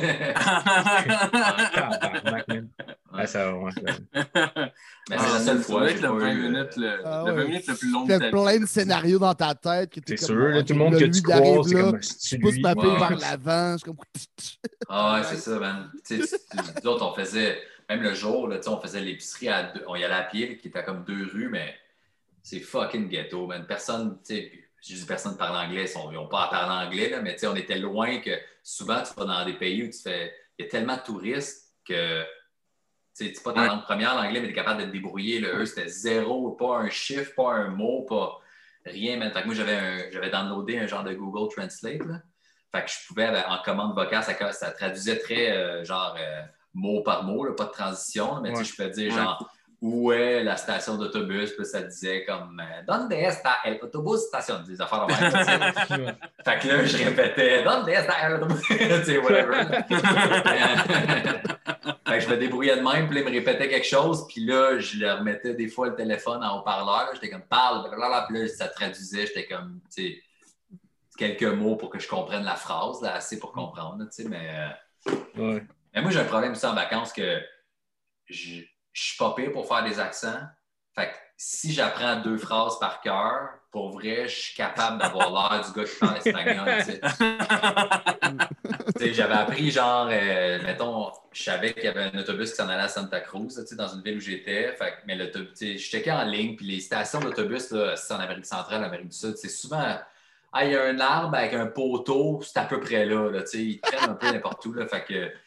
Mais c'est la seule fois. C'est le 20 minutes le plus long de ta vie. Tu fais plein de scénarios dans ta tête. C'est sûr, tout le monde que tu croises, c'est comme tu pousses ma fille vers l'avant. Ah ouais, c'est ça, man. Nous autres, on faisait, même le jour, là, on faisait l'épicerie à 2, on y allait à pied, qui était comme 2 rues, mais c'est fucking ghetto, man. Personne, tu sais, je dis personne parle anglais, ils n'ont pas à parler anglais, là, mais on était loin que souvent, tu vas dans des pays où il y a tellement de touristes que tu sais pas ta langue première, l'anglais, mais tu es capable de te débrouiller. Là. Eux, c'était 0, pas un chiffre, pas un mot, pas rien. Fait que moi, j'avais downloadé un genre de Google Translate. Là. Fait que je pouvais, en commande vocale, ça traduisait très mot par mot, là, pas de transition. Là, mais je pouvais dire genre où est la station d'autobus, puis ça disait comme Donde está el autobus station, des affaires de même. Fait que là, je répétais Donde está el autobus, tu sais, whatever. Fait que je me débrouillais de même, puis là, il me répétait quelque chose, puis là, je leur mettais des fois le téléphone en haut-parleur, j'étais comme parle, blablabla, puis là, ça traduisait, j'étais comme, tu sais, quelques mots pour que je comprenne la phrase, là, assez pour comprendre, tu sais, mais. Mais moi, j'ai un problème aussi en vacances que je suis pas pire pour faire des accents. Fait que si j'apprends 2 phrases par cœur, pour vrai, je suis capable d'avoir l'air du gars qui parle espagnol, tu sais. J'avais appris, genre, mettons, je savais qu'il y avait un autobus qui s'en allait à Santa Cruz, dans une ville où j'étais. Mais je checkais en ligne, puis les stations d'autobus, c'est en Amérique centrale, en Amérique du Sud, c'est souvent, il y a un arbre avec un poteau, c'est à peu près là, ils traînent un peu n'importe où, là, fait que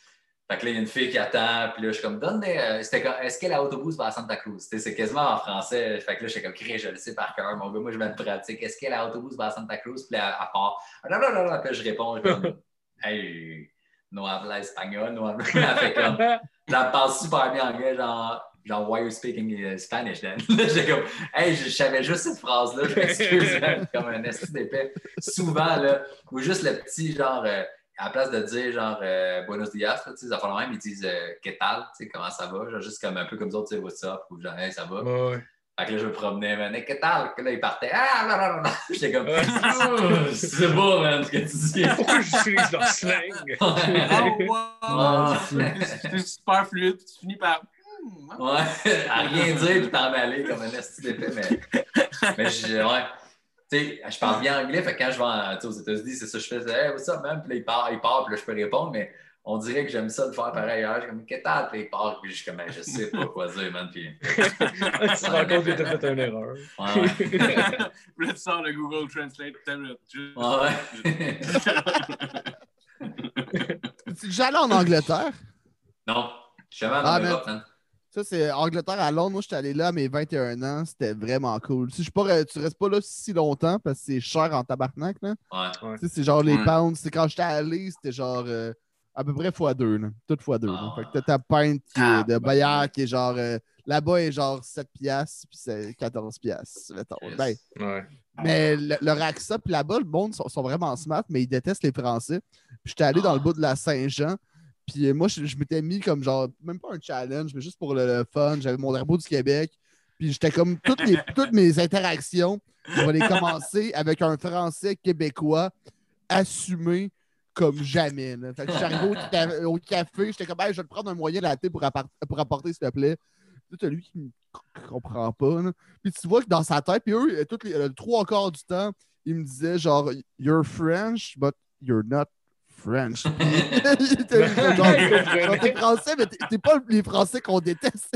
Fait que là, il y a une fille qui attend, puis là, je suis comme, est-ce que l'autobus va à Santa Cruz? C'est quasiment en français. Fait que là, je suis comme, je le sais par cœur, mon gars, moi, je mets une pratique. Est-ce que l'autobus va à Santa Cruz? Puis là, à part, non, puis là, je réponds, je comme, hey, no habla espagnol, no habla. Elle fait comme, elle parle super bien anglais, genre, why are you speaking Spanish then? J'étais comme, hey, je savais juste cette phrase-là, je m'excuse, comme un esti d'épais. Souvent, là, ou juste le petit, genre, à la place de dire genre Buenos dias, tu sais, ça fait le même, ils disent que tal, tu sais, comment ça va, genre juste comme un peu comme ça, tu sais, what's up, ou genre hey, ça va. Ouais. Fait que là, je me promenais, man, que tal, que là, il partait, non. J'étais comme, c'est beau, man, ce que tu dis. Pourquoi j'utilise leur slang? C'est super fluide, puis tu finis par. Ouais, à rien dire, puis t'en aller comme un esti d'épais, mais ouais. Tu sais, je parle bien anglais, fait que quand je vais aux États-Unis, c'est ça, je fais hey, what's up, man? Puis là, il part, puis là, je peux répondre, mais on dirait que j'aime ça de faire pareil. Je suis comme, qu'est-ce que puis il part, puis je suis comme, je sais pas quoi dire, man. Puis. Tu te rends compte que t'as fait une erreur. Ouais. Puis là, tu sors le Google Translate, Ouais. Tu es déjà allé en Angleterre? Non, je suis jamais en Europe, man. Ça, c'est Angleterre à Londres. Moi, j'étais allé là à mes 21 ans. C'était vraiment cool. Si tu restes pas là si longtemps parce que c'est cher en tabarnak. Là. Ouais. Tu sais, c'est genre les pounds. C'est quand j'étais allé, c'était genre à peu près x2. Là. Tout x2. Fait que t'as ta pinte de Bayard qui est genre. Là-bas, est genre 7 piastres, puis c'est 14 piastres. Yes. Ben, ouais. Mais leur accent, puis là-bas, le monde sont vraiment smart, mais ils détestent les Français. Puis j'étais allé dans le bout de la Saint-Jean. Puis moi, je m'étais mis comme genre, même pas un challenge, mais juste pour le fun. J'avais mon drapeau du Québec. Puis j'étais comme, toutes mes interactions, je vais les commencer avec un Français québécois assumé comme jamais. Là. Fait que je suis arrivé au café, j'étais comme, hey, je vais te prendre un moyen latte pour apporter, s'il te plaît. Là, t'as lui qui ne comprend pas. Là. Puis tu vois que dans sa tête, puis eux, le 3/4 du temps, ils me disaient genre, you're French, but you're not French. T'es français, mais t'es pas les Français qu'on déteste.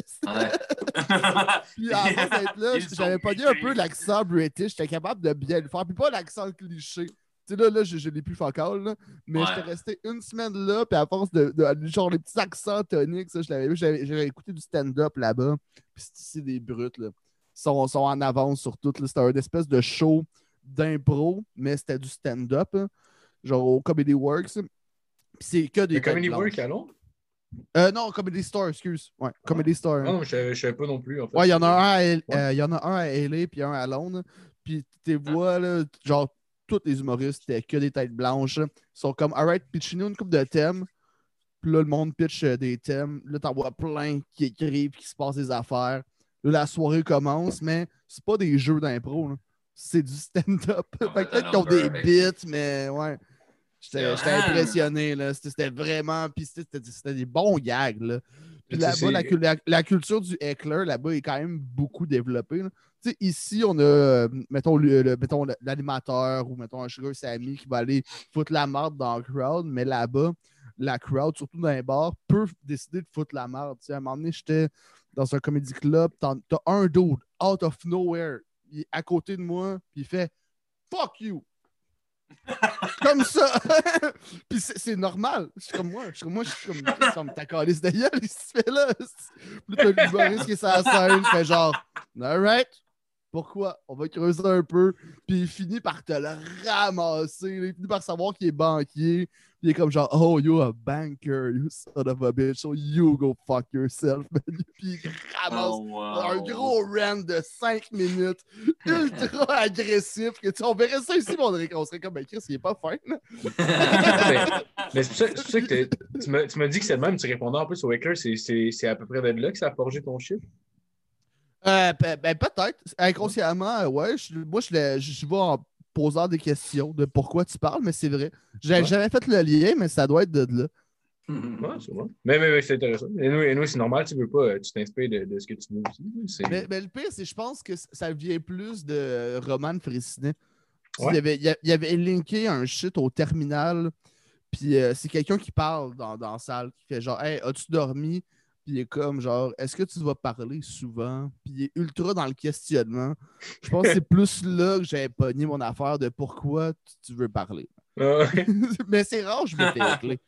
Puis avant d'être là, j'avais pas dit un peu l'accent british. J'étais capable de bien le faire. Puis pas l'accent cliché. Tu sais, là, je l'ai plus focal, là, mais j'étais resté une semaine là, puis à force de genre les petits accents toniques, ça, je l'avais vu. J'avais écouté du stand-up là-bas, puis c'est des brutes, là. Ils sont en avance sur tout. C'était un espèce de show d'impro, mais c'était du stand-up. Hein. Genre au Comedy Works. Puis c'est que des. Le Comedy Works à Londres? Non, Comedy Store, excuse. Ouais, Comedy Store. Non, je savais pas non plus. En fait. Ouais, il y en a un à LA puis un à Londres. Puis tu vois, là, genre, tous les humoristes, c'était que des têtes blanches. Ils sont comme, alright, pitchez-nous une couple de thèmes. Puis là, le monde pitch des thèmes. Là, t'en vois plein qui écrivent, qui se passent des affaires. Là, la soirée commence, mais c'est pas des jeux d'impro. Là. C'est du stand-up. Fait que peut-être qu'ils ont des bits, mais ouais. J'étais impressionné, là. C'était vraiment... Puis c'était des bons gags, là. Puis là-bas, la culture du heckler, là-bas, est quand même beaucoup développée. Tu sais, ici, on a, mettons l'animateur ou, mettons, un Sugar Sammy qui va aller foutre la marde dans le crowd, mais là-bas, la crowd, surtout dans les bars, peut décider de foutre la marde. Tu sais, à un moment donné, j'étais dans un comedy club, t'as un dude, out of nowhere, il est à côté de moi, puis il fait « Fuck you! » Comme ça. Puis c'est normal. Je suis comme moi. Je suis comme ta calice de gueule, qu'est-ce que tu fais là? Puis t'as le humoriste qui est sur la scène, fait genre, alright, pourquoi? On va creuser un peu. Puis il finit par te le ramasser. Il finit par savoir qu'il est banquier. Puis il est comme genre, oh, you're a banker, you son of a bitch, so you go fuck yourself. Puis il ramasse un gros rant de 5 minutes, ultra agressif. Que, on verrait ça ici, on serait comme, ben Chris, il est pas fin. Mais c'est pour ça que tu m'as dit que c'est le même, tu répondais en plus au Heckler, c'est à peu près de là que ça a forgé ton chiffre? Ben, peut-être. Inconsciemment, ouais. Moi, je vais en posant des questions de pourquoi tu parles, mais c'est vrai. J'avais jamais fait le lien, mais ça doit être de là. Ouais, c'est vrai. Mais c'est intéressant. Et nous, c'est normal, tu veux pas, tu t'inspires de ce que tu veux aussi. Mais le pire, c'est je pense que ça vient plus de Roman Fressinet. Ouais. Il y avait linké un shit au terminal, puis c'est quelqu'un qui parle dans la salle, qui fait genre, hey, as-tu dormi? Puis il est comme genre, est-ce que tu vas parler souvent? Puis il est ultra dans le questionnement. Je pense que c'est plus là que j'avais pogné mon affaire de pourquoi tu veux parler. Mais c'est rare, je me fais écler.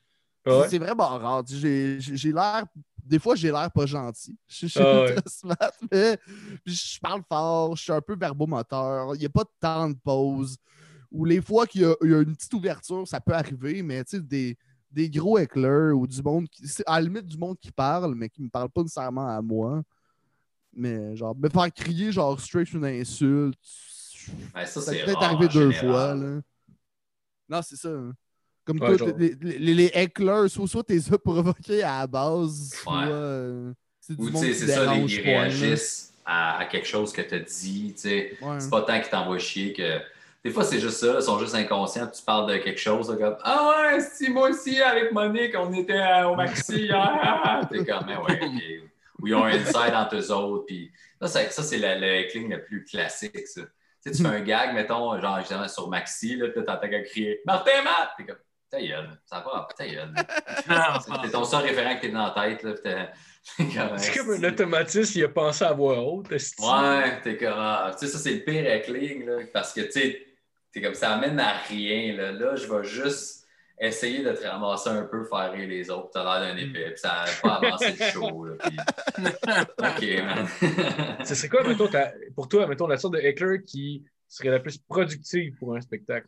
Ouais. C'est vraiment rare. J'ai l'air. Des fois, j'ai l'air pas gentil. Je suis Ouais. très smart, mais je parle fort, je suis un peu verbomoteur. Il n'y a pas tant de pauses. Ou les fois qu'il y a une petite ouverture, ça peut arriver, mais tu sais, des gros éclairs ou du monde à la limite du monde qui parle, mais qui me parle pas nécessairement à moi. Mais genre, me faire crier genre straight une insulte. Ben, ça, Ça c'est peut être rare arrivé en 2 général. fois. Là. Non, c'est ça. Hein. Comme Ouais, toi, genre. les éclairs, soit t'es ça provoqué à la base, soit Ouais. c'est du Ou tu monde sais, qui c'est ça, dérange ils point. Là. réagissent à quelque chose que tu as dit. Tu sais. Ouais. C'est pas tant qu'ils t'envoient chier que. Des fois, c'est juste ça, ils sont juste inconscients, puis tu parles de quelque chose, là, comme ah ouais, si moi aussi, avec Monique, on était au Maxi hier. T'es comme, mais ouais, ok. Ou ils ont un inside entre eux autres, puis ça c'est le cling le plus classique, ça. Tu sais, tu fais un gag, mettons, genre, justement, sur Maxi, là, puis t'entends quelqu'un crier Martin Matt! T'es comme, ta gueule, ça va, ta gueule. C'est ton seul référent que t'es dans la tête, là, C'est comme un automatisme, il a pensé à voix haute. Ouais, t'es comme, tu sais, ça, c'est le pire heckling, là, parce que, tu sais, t'es comme, ça amène à rien, là. Là, je vais juste essayer de te ramasser un peu, faire rire les autres, t'as l'air d'un épée, puis ça n'a pas avancé le show, là, puis... OK, man. Ce serait quoi, mettons, pour toi, mettons, la sorte de heckler qui serait la plus productive pour un spectacle?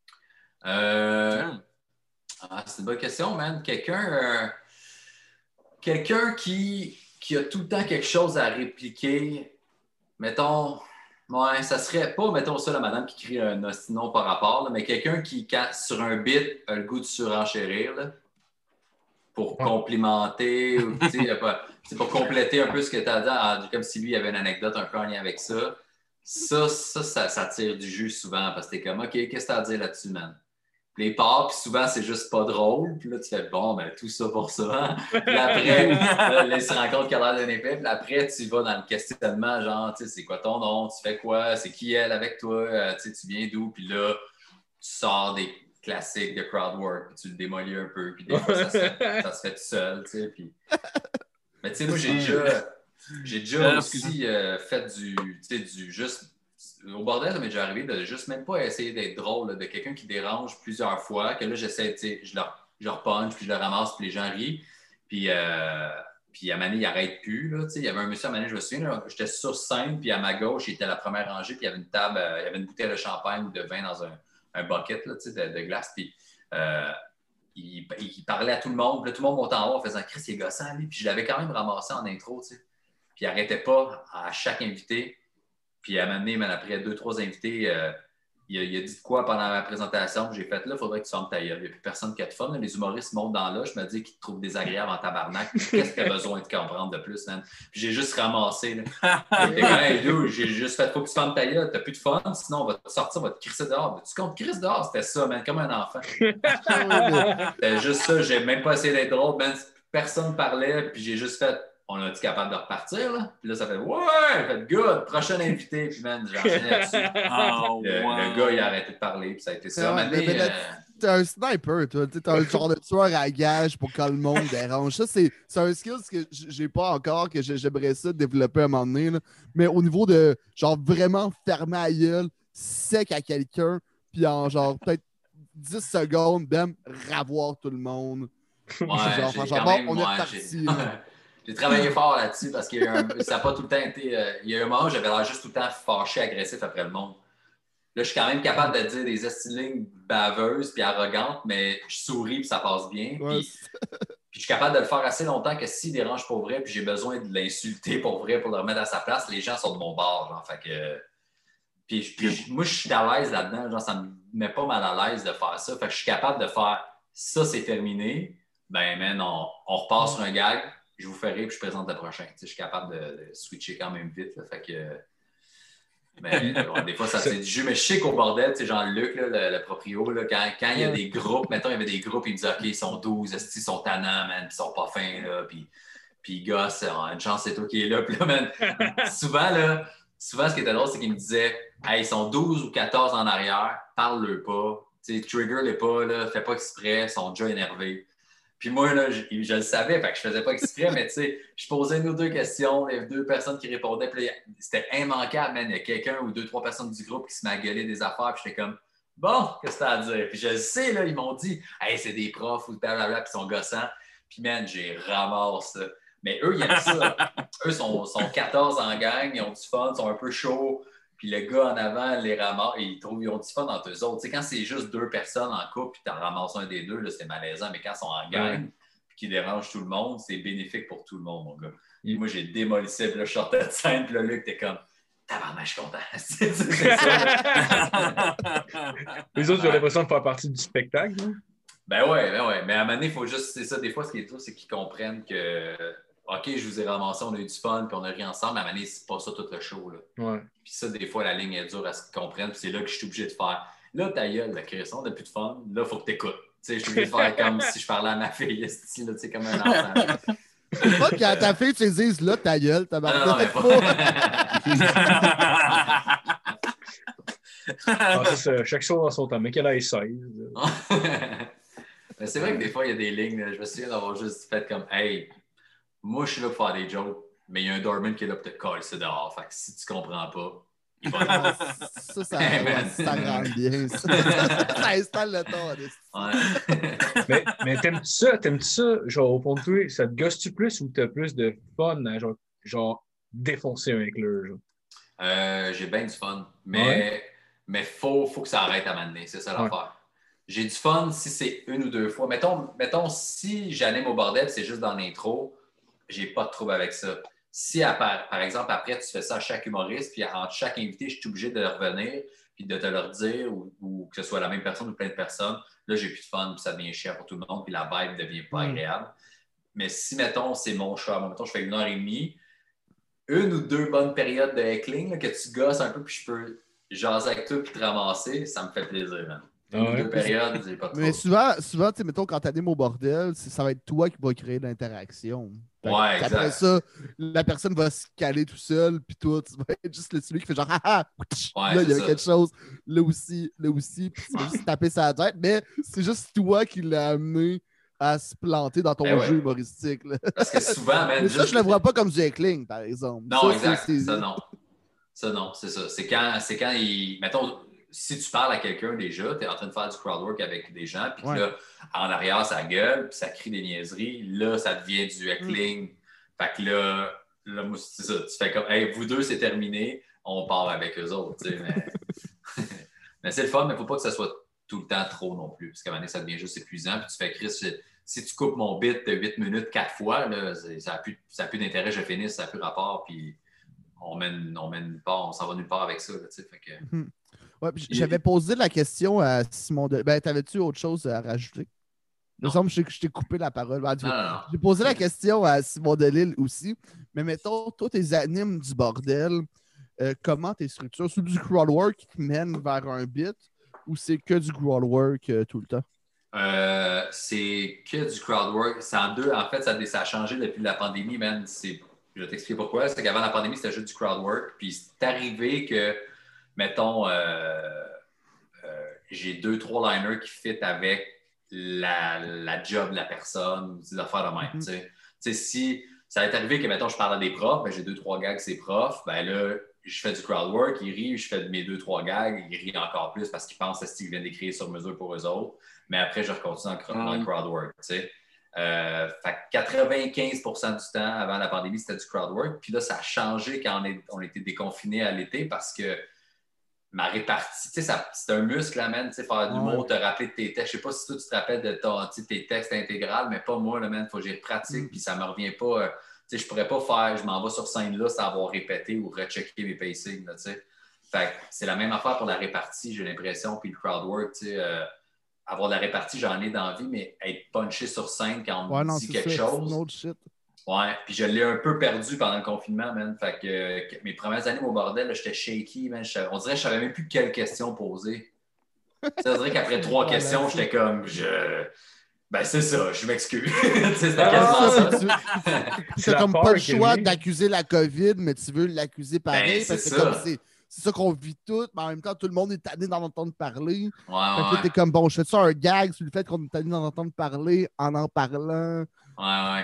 C'est une bonne question, man. Quelqu'un qui a tout le temps quelque chose à répliquer, mettons, ouais, ça serait pas, mettons ça, la madame qui crie un ostinon par rapport, là, mais quelqu'un qui, sur un bit, a le goût de surenchérir, là, pour complimenter, ou, c'est pour compléter un peu ce que tu as dit, comme si lui avait une anecdote un peu en lien avec ça. Ça tire du jus souvent, parce que t'es comme, OK, qu'est-ce que tu as à dire là-dessus, man? Puis les parts, puis souvent, c'est juste pas drôle. Puis là, tu fais, bon, ben, tout ça pour ça. Puis après, là, il se rend compte qu'il a l'air d'un épée. Puis après, tu vas dans le questionnement, genre, tu sais, c'est quoi ton nom? Tu fais quoi? C'est qui elle avec toi? Tu viens d'où? Puis là, tu sors des classiques de crowd work, puis tu le démolis un peu. Puis des fois, ça se fait tout seul, tu sais. Puis... Mais tu sais, moi, j'ai déjà aussi fait du juste... Au bordel, ça m'est déjà arrivé de juste même pas essayer d'être drôle, là, de quelqu'un qui dérange plusieurs fois, que là, j'essaie, je leur punch, puis je le ramasse, puis les gens rient. Puis à Mané, il n'arrête plus. Là, il y avait un monsieur à Mané, je me souviens, là, j'étais sur scène, puis à ma gauche, il était à la première rangée, puis il y avait une table, il y avait une bouteille de champagne ou de vin dans un bucket là, de glace. Puis il parlait à tout le monde, puis là, tout le monde montait en haut en faisant Chris, il est gossant, lui. Puis je l'avais quand même ramassé en intro, puis il n'arrêtait pas à chaque invité. Puis à un moment donné, après 2-3 invités, il a dit quoi pendant ma présentation. J'ai fait là, il faudrait que tu fermes ta gueule. Il n'y a plus personne qui a de fun. Là. Les humoristes montent dans là. Je me dis qu'ils te trouvent désagréable en tabarnak. Qu'est-ce que tu as besoin de comprendre de plus, man? Puis j'ai juste ramassé. Là. Hey, j'ai juste fait, faut que tu fermes ta gueule. Tu n'as plus de fun. Sinon, on va te sortir, on va te crisser dehors. Tu comptes crisser dehors? C'était ça, man, comme un enfant. C'était juste ça. J'ai même pas essayé d'être drôle, man. Personne parlait. Puis j'ai juste fait. On a-tu capable de repartir, là? Puis là, ça fait « Ouais! Fait good! Prochain invité! » Puis, man, j'ai enchaîné là-dessus. Le gars, il a arrêté de parler, puis ça a été ça. T'es un sniper, toi. T'es un genre de tueur à gage pour que le monde dérange. Ça, c'est un skill que j'ai pas encore, que j'aimerais ça développer à un moment donné. Là. Mais au niveau de, genre, vraiment fermer la gueule sec à quelqu'un, puis en, genre, peut-être 10 secondes, bam, ravoir tout le monde. Ouais, on est reparti. J'ai travaillé fort là-dessus parce que ça n'a pas tout le temps été. Il y a eu un moment où j'avais l'air juste tout le temps fâché, agressif après le monde. Là, je suis quand même capable de dire des estilignes baveuses puis arrogantes, mais je souris puis ça passe bien. Ouais. Puis je suis capable de le faire assez longtemps que s'il dérange pour vrai puis j'ai besoin de l'insulter pour vrai pour le remettre à sa place, les gens sont de mon bord. Genre, fait que... Puis moi, je suis à l'aise là-dedans. Genre, ça ne me met pas mal à l'aise de faire ça. Fait que je suis capable de faire ça, c'est terminé. Ben, man, on repart sur un gag. Je vous ferai puis je présente le prochain. Je suis capable de switcher quand même vite. Là, fait que... Mais des fois, ça fait du jeu. Mais je sais qu'au bordel, Jean-Luc, le proprio, là, quand il y a des groupes, mettons, il y avait des groupes, il me disait OK, ils sont 12, ils sont tannants, man, puis ils sont pas fins, là, puis gosse, une chance, c'est toi qui es là. Puis là, man, souvent, ce qui était drôle, c'est qu'il me disait hey, ils sont 12 ou 14 en arrière, parle-le pas, trigger-les pas, là, fais pas exprès, ils sont déjà énervés. Puis moi, là, je le savais, fait que je faisais pas exprès, mais tu sais, je posais une ou deux questions, il y avait 2 personnes qui répondaient, puis c'était immanquable, man. Il y a quelqu'un ou 2-3 personnes du groupe qui se met à gueuler des affaires, puis j'étais comme, Bon, qu'est-ce que t'as à dire? Puis je le sais, là, ils m'ont dit, hey, c'est des profs ou blablabla, puis ils sont gossants. Puis, man, j'ai ramasse ça. Mais eux, ils aiment ça. Eux sont 14 en gang, ils ont du fun, ils sont un peu chauds. Puis le gars en avant les ramasse, et ils ont du fun entre eux autres. Tu sais, quand c'est juste 2 personnes en couple, puis tu en ramasses un des deux, là, c'est malaisant. Mais quand ils sont en gang, puis qu'ils dérangent tout le monde, c'est bénéfique pour tout le monde, mon gars. Moi, j'ai démoli ça, puis là, je sortais de scène, puis là, Luc, t'es comme, tabarnak, je suis content. C'est ça. Les autres, ils ont l'impression de faire partie du spectacle. Hein? Ben ouais. Mais à un moment donné, il faut juste, c'est ça, des fois, ce qui est tout, c'est qu'ils comprennent que, OK, je vous ai ramassé, on a eu du fun, puis on a ri ensemble, mais à un moment donné, c'est pas ça tout le show, là. Ouais. Puis ça, des fois, la ligne est dure à ce qu'ils comprennent, puis c'est là que je suis obligé de faire. Là, ta gueule, la création, on n'a plus de fun, là, il faut que tu écoutes. Tu sais, je suis obligé de faire comme si je parlais à ma fille, ici, là, tu sais, comme un enfant. C'est pas qu'à ta fille, tu te dises, là, ta gueule, Non, tabarnak. C'est ça, chaque chose dans son temps, mais qu'elle ait 16. Mais c'est vrai que des fois, il y a des lignes, là, je me souviens d'avoir juste fait comme, hey, moi, je suis là pour faire des jokes, mais il y a un doorman qui est là pour te coller ça dehors. Fait que si tu comprends pas, il va ça rend bien. Ça installe le ton. Ouais. mais t'aimes-tu ça, genre, au fond de toi, ça te gosse-tu plus ou t'as plus de fun à genre défoncer un éclair, genre? J'ai bien du fun, mais faut que ça arrête à m'amener, c'est ça l'affaire. J'ai du fun si c'est 1 ou 2 fois. Mettons si j'anime au bordel, c'est juste dans l'intro, j'ai pas de trouble avec ça. Si, par exemple, après, tu fais ça à chaque humoriste, puis entre chaque invité, je suis obligé de revenir, puis de te leur dire, ou que ce soit la même personne ou plein de personnes, là, j'ai plus de fun, puis ça devient chiant pour tout le monde, puis la vibe ne devient pas agréable. Mais si, mettons, c'est mon choix, mettons, je fais 1h30, 1 ou 2 bonnes périodes de heckling, là, que tu gosses un peu, puis je peux jaser avec toi, puis te ramasser, ça me fait plaisir, man. 1 ou 2 périodes, j'ai pas trop. Mais souvent tu sais, mettons, quand t'animes au bordel, ça va être toi qui va créer l'interaction. Ouais, exact. Après ça, la personne va se caler tout seul, puis toi, tu vas être juste celui qui fait genre, haha, là, il y avait quelque chose, là aussi, puis tu vas juste taper sa tête, mais c'est juste toi qui l'as amené à se planter dans ton jeu humoristique. Là. Parce que souvent, man, mais ça, je le vois pas comme du heckling, par exemple. Non, ça, exact. Ça, non, c'est ça. C'est quand il. Mettons, si tu parles à quelqu'un déjà, tu es en train de faire du crowdwork avec des gens, puis là, en arrière, ça gueule, puis ça crie des niaiseries. Là, ça devient du heckling. Fait que là, moi, c'est ça. Tu fais comme, hey, vous deux, c'est terminé, on part avec eux autres. Mais, mais c'est le fun, mais il ne faut pas que ça soit tout le temps trop non plus, parce qu'à un moment donné, ça devient juste épuisant. Puis tu fais, Chris, si tu coupes mon bit de 8 minutes 4 fois, là, ça n'a plus d'intérêt, je finisse, ça n'a plus rapport, puis on s'en va nulle part avec ça. Là, fait que... Ouais, j'avais posé la question à Simon Delille. Ben, t'avais-tu autre chose à rajouter? Il me semble que je t'ai coupé la parole. Ben, non. J'ai posé la question à Simon Delille aussi. Mais mettons, toi, tes animes du bordel, comment tes structures? C'est du crowdwork qui mène vers un bit ou c'est que du crowdwork tout le temps? C'est que du crowdwork. C'est en deux. En fait, ça a changé depuis la pandémie, man. Je vais t'expliquer pourquoi. C'est qu'avant la pandémie, c'était juste du crowdwork. Puis c'est arrivé que, mettons, j'ai 2-3 liners qui fit avec la job de la personne, ou des affaires de même. Tu sais, si ça est arrivé que, mettons, je parle à des profs, ben, j'ai 2-3 gags, c'est profs, ben là, je fais du crowdwork, ils rient, je fais mes 2-3 gags, ils rient encore plus parce qu'ils pensent que je viens d'écrire sur mesure pour eux autres. Mais après, je continue dans le crowdwork. Tu sais. Fait que 95% du temps avant la pandémie, c'était du crowdwork. Puis là, ça a changé quand on était déconfinés à l'été parce que ma répartie, tu sais, c'est un muscle, là, man, tu sais, faire de l'humour, te rappeler de tes textes. Je sais pas si toi, tu te rappelles de tes textes intégrales, mais pas moi, là, man, faut que j'y pratique, puis ça me revient pas. Tu sais, je pourrais pas faire, je m'en vais sur scène là sans avoir répété ou rechecké mes pacings, là, tu sais. Fait que c'est la même affaire pour la répartie, j'ai l'impression, puis le crowdwork, tu sais, avoir de la répartie, j'en ai d'envie, mais être punché sur scène quand on me dit quelque chose. Ouais, puis je l'ai un peu perdu pendant le confinement, man. Fait que mes premières années au bordel, j'étais shaky, man. On dirait que je savais même plus quelle question poser. Ça dirait qu'après 3 questions, j'étais comme, ben c'est ça, je m'excuse. C'était quasiment ça. Tu n'as comme pas le choix d'accuser la COVID, mais tu veux l'accuser pareil, parce que c'est ça qu'on vit tous, mais en même temps, tout le monde est tanné d'en entendre parler. Ouais. T'es comme, bon, je fais ça un gag sur le fait qu'on est tanné d'en entendre parler en parlant. Ouais.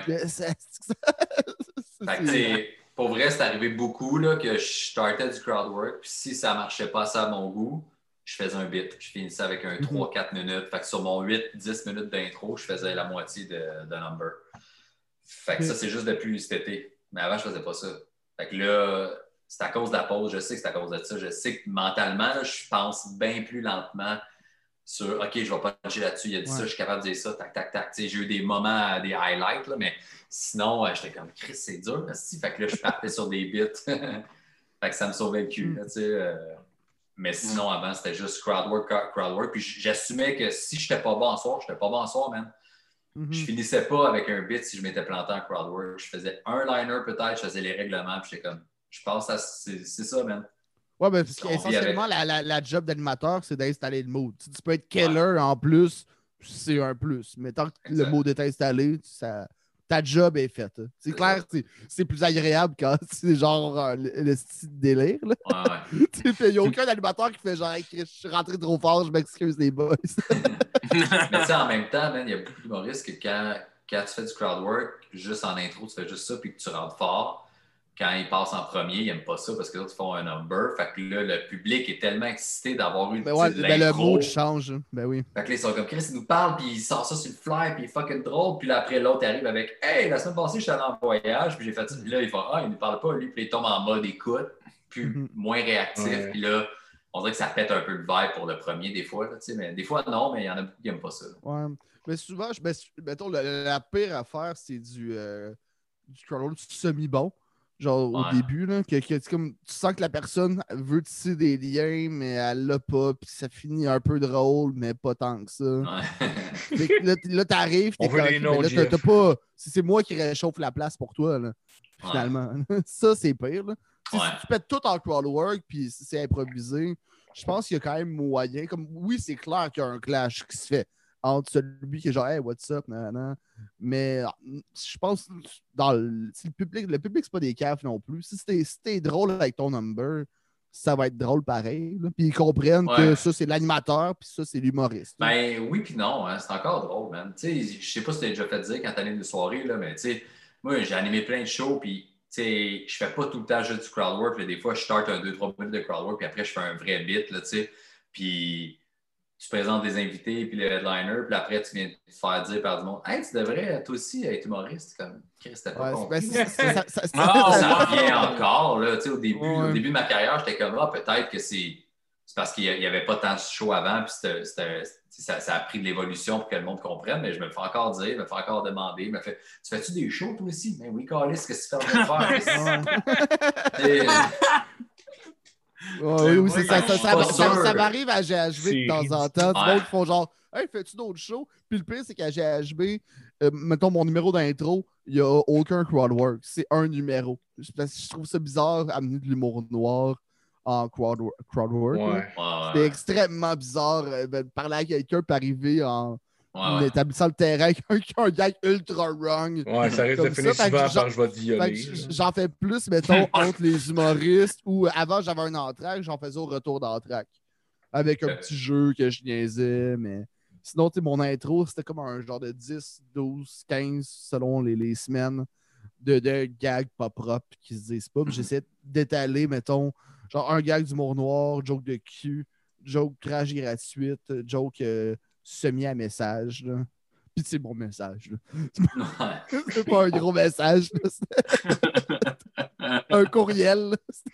Pour vrai, c'est arrivé beaucoup là, que je startais du crowdwork. Puis si ça ne marchait pas ça à mon goût, je faisais un bit. Je finissais avec un 3-4 minutes. Fait que sur mon 8-10 minutes d'intro, je faisais la moitié de number. Fait que ça, c'est juste depuis cet été. Mais avant, je faisais pas ça. Fait que là, c'est à cause de la pause. Je sais que c'est à cause de ça. Je sais que mentalement, là, je pense bien plus lentement sur OK, je vais puncher là-dessus. Il a dit ça, je suis capable de dire ça, tac, tac, tac. J'ai eu des moments, des highlights, là, mais sinon, j'étais comme Chris, c'est dur. Aussi. Fait que là, je partais sur des bits. Fait que ça me sauvait le cul. Là, mais sinon, avant, c'était juste crowdwork. Puis j'assumais que si je n'étais pas bon en soir, je n'étais pas bon en soir, man. Je finissais pas avec un bit si je m'étais planté en crowdwork. Je faisais un liner peut-être, je faisais les règlements, puis j'étais comme, je pense que c'est ça, man. Ouais, ben, parce qu'essentiellement, la job d'animateur, c'est d'installer le mood. Tu peux être killer en plus, c'est un plus. Mais tant que le mood est installé, ta job est faite. C'est clair, c'est plus agréable quand c'est genre le style délire. Là. Ouais. Il n'y a aucun animateur qui fait genre, hey, je suis rentré trop fort, je m'excuse les boys. Mais tu sais, en même temps, il y a beaucoup d'humoristes que quand tu fais du crowdwork, juste en intro, tu fais juste ça, puis que tu rentres fort. Quand ils passent en premier, ils n'aiment pas ça parce que là, ils font un number. Fait que là, le public est tellement excité d'avoir eu le mood change. Ben oui. Fait que là, ils sont comme Chris, il nous parle, puis il sort ça sur le fly, puis il est fucking drôle. Puis là, après, l'autre arrive avec Hey, la semaine passée, je suis allé en voyage, puis j'ai fait ça. Puis là, il fait il ne parle pas, lui, puis il tombe en mode écoute, plus moins réactif. Puis là, on dirait que ça pète un peu le vibe pour le premier, des fois. Là, mais des fois, non, mais il y en a beaucoup qui n'aiment pas ça. Ouais. Mais souvent, mettons, la pire affaire, c'est du crowdwork semi-bon. Genre au début, là, comme, tu sens que la personne veut tisser des liens, mais elle l'a pas, puis ça finit un peu drôle, mais pas tant que ça. Ouais. Là, t'arrives, on veut les noms, là, t'as pas. C'est moi qui réchauffe la place pour toi, là, finalement. Ça, c'est pire. Là. Si tu pètes tout en crowdwork, puis si c'est improvisé, je pense qu'il y a quand même moyen. Comme, oui, c'est clair qu'il y a un clash qui se fait entre celui qui est genre, hey, what's up, nan. Mais je pense si le public, c'est pas des caves non plus. Si t'es drôle avec ton number, ça va être drôle pareil. Là. Puis ils comprennent que ça, c'est l'animateur, puis ça, c'est l'humoriste. Ben oui, puis non, hein, c'est encore drôle, man. Tu sais, je sais pas si t'as déjà fait dire quand t'animes une soirée, là, mais tu sais, moi, j'ai animé plein de shows, puis tu sais, je fais pas tout le temps juste du crowdwork. Là, des fois, je start 2-3 minutes de crowdwork, puis après, je fais un vrai beat, là, tu sais. Puis tu présentes des invités, puis le headliner, puis après, tu viens te faire dire par du monde Hey, tu devrais, toi aussi, être humoriste. Comme, Chris, t'as pas compris. Ça revient encore, là. Tu sais, au début de ma carrière, j'étais comme, peut-être que c'est parce qu'il n'y avait pas tant de show avant, puis ça a pris de l'évolution pour que le monde comprenne, mais je me le fais encore dire, je me le fais encore demander. Je me fais, tu fais-tu des shows, toi aussi? Mais oui, Carlis, qu'est-ce que tu fais en faire? Oui, ça m'arrive à GHB de temps en temps. Du monde qui font genre Hey, fais-tu d'autres shows? Puis le pire, c'est qu'à GHB, mettons mon numéro d'intro, il n'y a aucun crowdwork. C'est un numéro. Je trouve ça bizarre amener de l'humour noir en crowdwork. C'est extrêmement bizarre de parler à quelqu'un et arriver en établissant le terrain avec un gag ultra wrong. Ouais, ça risque de finir souvent par je vais te violer. J'en fais plus, mettons, entre les humoristes ou avant, j'avais un entraque, j'en faisais au retour d'entraque. Avec un petit jeu que je niaisais, mais sinon, tu sais, mon intro, c'était comme un genre de 10, 12, 15 selon les semaines de gags pas propres qui se disent pas. J'essaie d'étaler, mettons, genre un gag d'humour noir, joke de cul, joke trash gratuite, joke semi à message. Là. Puis c'est mon message. Là. C'est pas un gros message. Un courriel.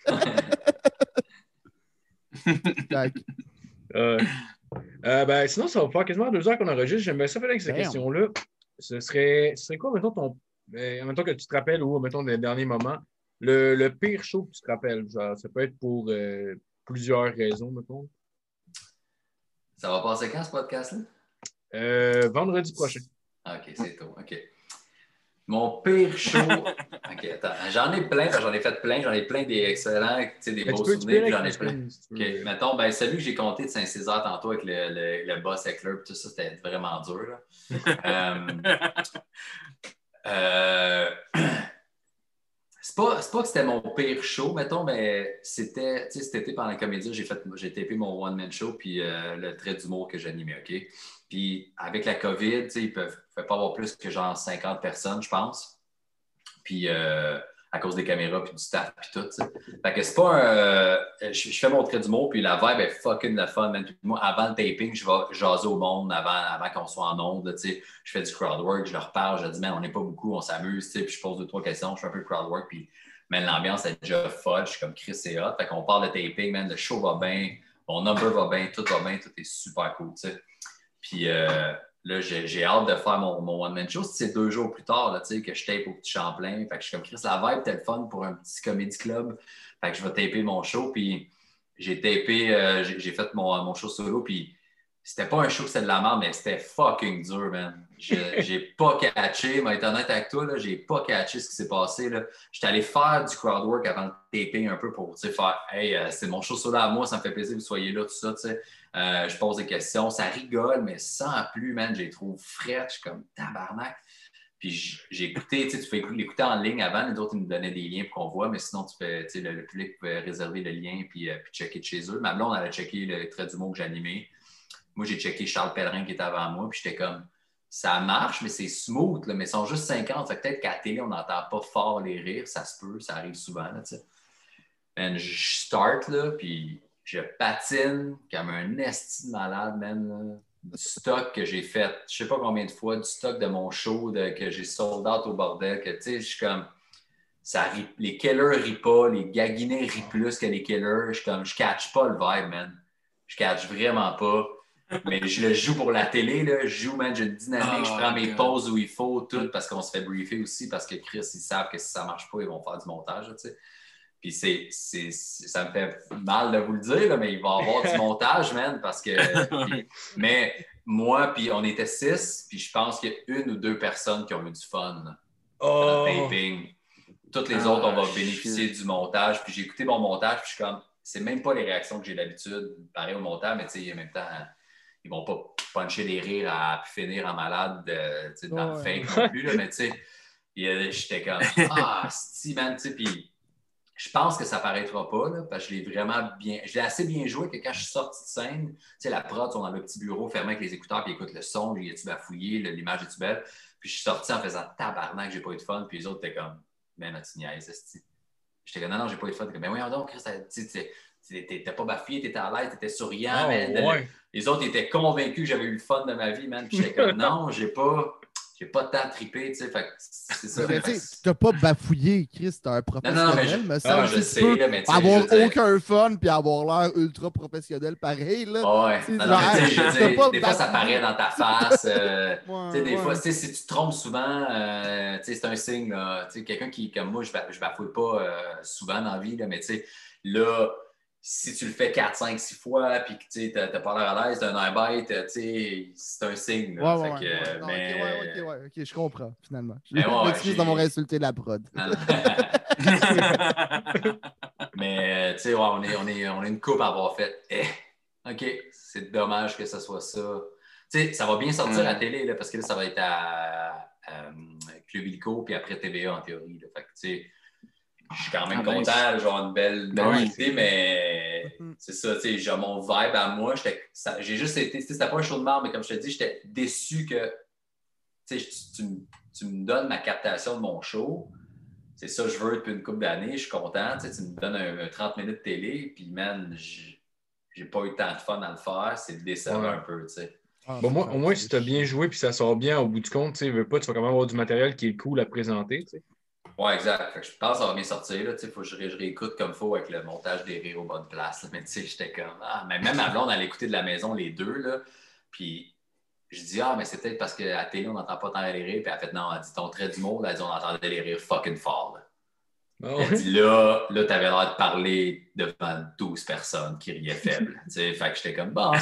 Ben, sinon, ça va faire quasiment 2 heures qu'on enregistre. J'aimerais ça faire avec cette question-là. Ce serait quoi, mettons, mettons que tu te rappelles ou, mettons, des derniers moments, le pire show que tu te rappelles? Genre, ça peut être pour plusieurs raisons, mettons. Ça va passer quand, ce podcast-là? Vendredi prochain. OK, c'est tôt. OK. Mon pire show. OK, attends. J'en ai plein, j'en ai fait plein. J'en ai plein des excellents, des beaux souvenirs. J'en ai plein. OK, mettons, celui que j'ai compté de Saint-Césaire tantôt avec le boss Eckler, tout ça, c'était vraiment dur. C'est pas que c'était mon pire show, mettons, mais c'était, cet été pendant la comédie, j'ai tapé mon one-man show, puis le trait d'humour que j'animais, OK? Puis avec la COVID, ils ne peuvent pas avoir plus que genre 50 personnes, je pense. Puis à cause des caméras, puis du staff, puis tout. T'sais. Fait que c'est pas un. Je fais mon trait d'humour, puis la vibe est fucking le fun, man. Puis moi, avant le taping, je vais jaser au monde avant qu'on soit en onde. Je fais du crowdwork, je leur parle, je dis, man, on n'est pas beaucoup, on s'amuse, puis je pose 2-3 questions, je fais un peu de crowdwork, puis man, l'ambiance est déjà folle, je suis comme Chris et hot. Fait qu'on parle de taping, man, le show va bien, mon number va bien, tout est super cool, tu sais. Puis là, j'ai hâte de faire mon one-man show. C'est 2 jours plus tard là, que je tape au Petit Champlain. Fait que je suis comme Chris, la vibe était le fun pour un petit comédie club. Fait que je vais taper mon show. Puis j'ai tapé, j'ai fait mon show solo. Puis c'était pas un show que c'était de la merde, mais c'était fucking dur, man. J'ai pas catché, mais être honnête avec toi, là, j'ai pas catché ce qui s'est passé. J'étais allé faire du crowdwork avant le taping un peu pour faire hey, c'est mon show solo à moi, ça me fait plaisir que vous soyez là, tout ça, tu sais. Je pose des questions, ça rigole, mais sans plus, man, j'ai trouvé fret, je suis comme tabarnak. Puis j'ai écouté, tu fais l'écouter en ligne avant, les autres ils nous donnaient des liens pour qu'on voit, mais sinon le public pouvait réserver le lien puis checker de chez eux. Ma blonde, elle a checké le trait d'humour que j'ai animé. Moi, j'ai checké Charles Pellerin qui était avant moi, puis j'étais comme, ça marche, mais c'est smooth, là, mais ils sont juste 50. Fait que peut-être qu'à la télé, on n'entend pas fort les rires, ça se peut, ça arrive souvent, là, tu sais. Man, je start, là, puis je patine comme un esti de malade, man, là. Du stock que j'ai fait, je sais pas combien de fois, du stock de mon show que j'ai sold out au bordel, que, tu sais, je suis comme, ça rit, les killers rient pas, les gaguinets rient plus que les killers, je suis comme, je catch pas le vibe, man. Je catch vraiment pas. Mais je le joue pour la télé, là. Je joue, man, j'ai une dynamique, je prends mes pauses où il faut, tout, parce qu'on se fait briefer aussi, parce que Chris, ils savent que si ça marche pas, ils vont faire du montage, tu sais. Puis ça me fait mal de vous le dire, là, mais il va y avoir du montage, man, parce que... mais moi, puis on était 6, puis je pense qu'il y a 1 ou 2 personnes qui ont eu du fun dans le taping. Toutes les autres, on va bénéficier du montage. Puis j'ai écouté mon montage, puis je suis comme... C'est même pas les réactions que j'ai d'habitude, pareil au montage, mais tu sais, en même temps... Ils vont pas puncher des rires à finir en malade dans le fake non plus, là, mais tu sais, j'étais comme si, man, tu sais, puis je pense que ça paraîtra pas, là, parce que je l'ai assez bien joué que quand je suis sorti de scène, tu sais, la prod, sont dans le petit bureau fermé avec les écouteurs, puis ils écoutent le son, y a-tu bafouillé, l'image est-tu belle, puis je suis sorti en faisant tabarnak, j'ai pas eu de fun, puis les autres étaient comme, man, tu niaises, esti. J'étais comme, non, j'ai pas eu de fun, mais voyons donc, Chris, t'étais pas bafouillé, t'étais à l'aise, t'étais souriant, man. Les autres étaient convaincus que j'avais eu le fun de ma vie, man. Puis j'étais comme, non, j'ai pas de temps à triper, tu sais. Fait que c'est ça. Mais t'as pas bafouillé, Chris, t'es un professionnel. Non, je sais, là, mais avoir aucun fun puis avoir l'air ultra professionnel pareil, là. Ouais. Des fois, ça paraît dans ta face. Des fois, si tu te trompes souvent, c'est un signe, là. Quelqu'un qui, comme moi, je bafouille pas souvent dans la vie, là, mais tu sais, là... Si tu le fais 4, 5, 6 fois, puis que tu n'as pas l'air à l'aise, t'as un air bête, c'est un signe. Ok, je comprends, finalement. Je m'excuse d'avoir insulté la prod. Mais, tu sais, on est une couple à avoir fait. OK, c'est dommage que ce soit ça. Tu sais, ça va bien sortir à la télé, là, parce que là, ça va être à Club Illico, puis après TVA, en théorie. Là. Fait que, tu sais, je suis quand même content, genre une belle idée, mais c'est ça, tu sais, j'ai mon vibe à moi. J'ai juste été, c'était pas un show de merde, mais comme je te dis, j'étais déçu que tu me donnes ma captation de mon show. C'est ça que je veux depuis une couple d'années, je suis content. Tu me donnes un 30 minutes de télé, puis man, j'ai pas eu tant de fun à le faire, c'est décevant un peu, tu sais. Bon, au moins, si tu as bien joué puis ça sort bien au bout du compte, tu veux pas, tu vas quand même avoir du matériel qui est cool à présenter, tu sais. Ouais, exact. Fait que je pense que ça va bien sortir. Il faut que je réécoute comme il faut avec le montage des rires aux bonnes places. Là. Mais tu sais, j'étais comme. Mais même ma blonde, elle écoutait de la maison les deux. Là. Puis je dis, mais c'est peut-être parce qu'à la télé, on n'entend pas tant les rires. Puis elle a fait, non, elle dit, ton trait d'humour, là, elle dit, on entendait les rires fucking fort. Là. Oh, elle dit, là, t'avais l'air de parler devant 12 personnes qui riaient faible. Fait que j'étais comme, bon.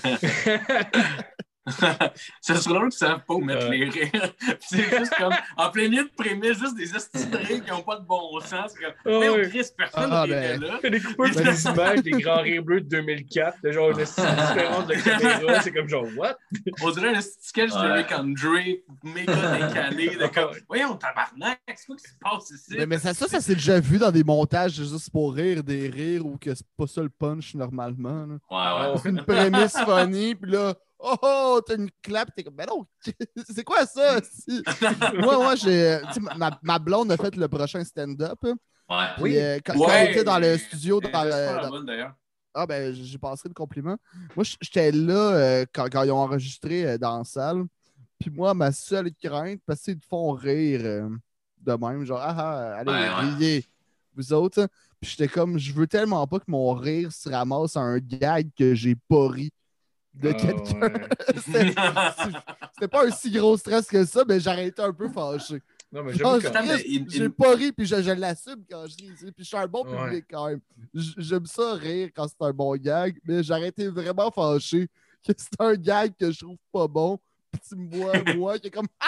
Ça serait drôle qu'ils ne savent pas où mettre les rires. C'est juste comme, en plein milieu de prémisse, juste des rires qui n'ont pas de bon sens. C'est comme, mais on Chris, personne ne rirait là. Des coupeurs des images, des grands rires bleus de 2004, de genre une différence de caméra, c'est comme genre, what? On dirait un sketch de Rick Andre, méga décalé, de comme, voyons, tabarnak, c'est quoi qui se passe ici? Mais ça c'est déjà vu dans des montages juste pour rire, des rires, ou que c'est pas ça le punch normalement. Là. Ouais. Une prémisse funny, puis là, oh, t'as une clap, t'es comme, ben non, c'est quoi ça? Moi, ma blonde a fait le prochain stand-up. Ouais. Puis, quand elle était dans le studio, d'ailleurs. Ah, ben, j'ai passé le compliment. Moi, j'étais là quand ils ont enregistré dans la salle. Puis moi, ma seule crainte, parce qu'ils te font rire de même, genre, allez, riez, vous autres. Puis j'étais comme, je veux tellement pas que mon rire se ramasse à un gag que j'ai pas ri de quelqu'un. Ouais. C'était pas un si gros stress que ça, mais j'aurais été un peu fâché. Non, mais j'ai pas ri, puis je l'assume quand je ris. Puis je suis un bon public quand même. J'aime ça rire quand c'est un bon gag, mais j'aurais été vraiment fâché que c'est un gag que je trouve pas bon. Puis tu me vois, moi, qui est comme.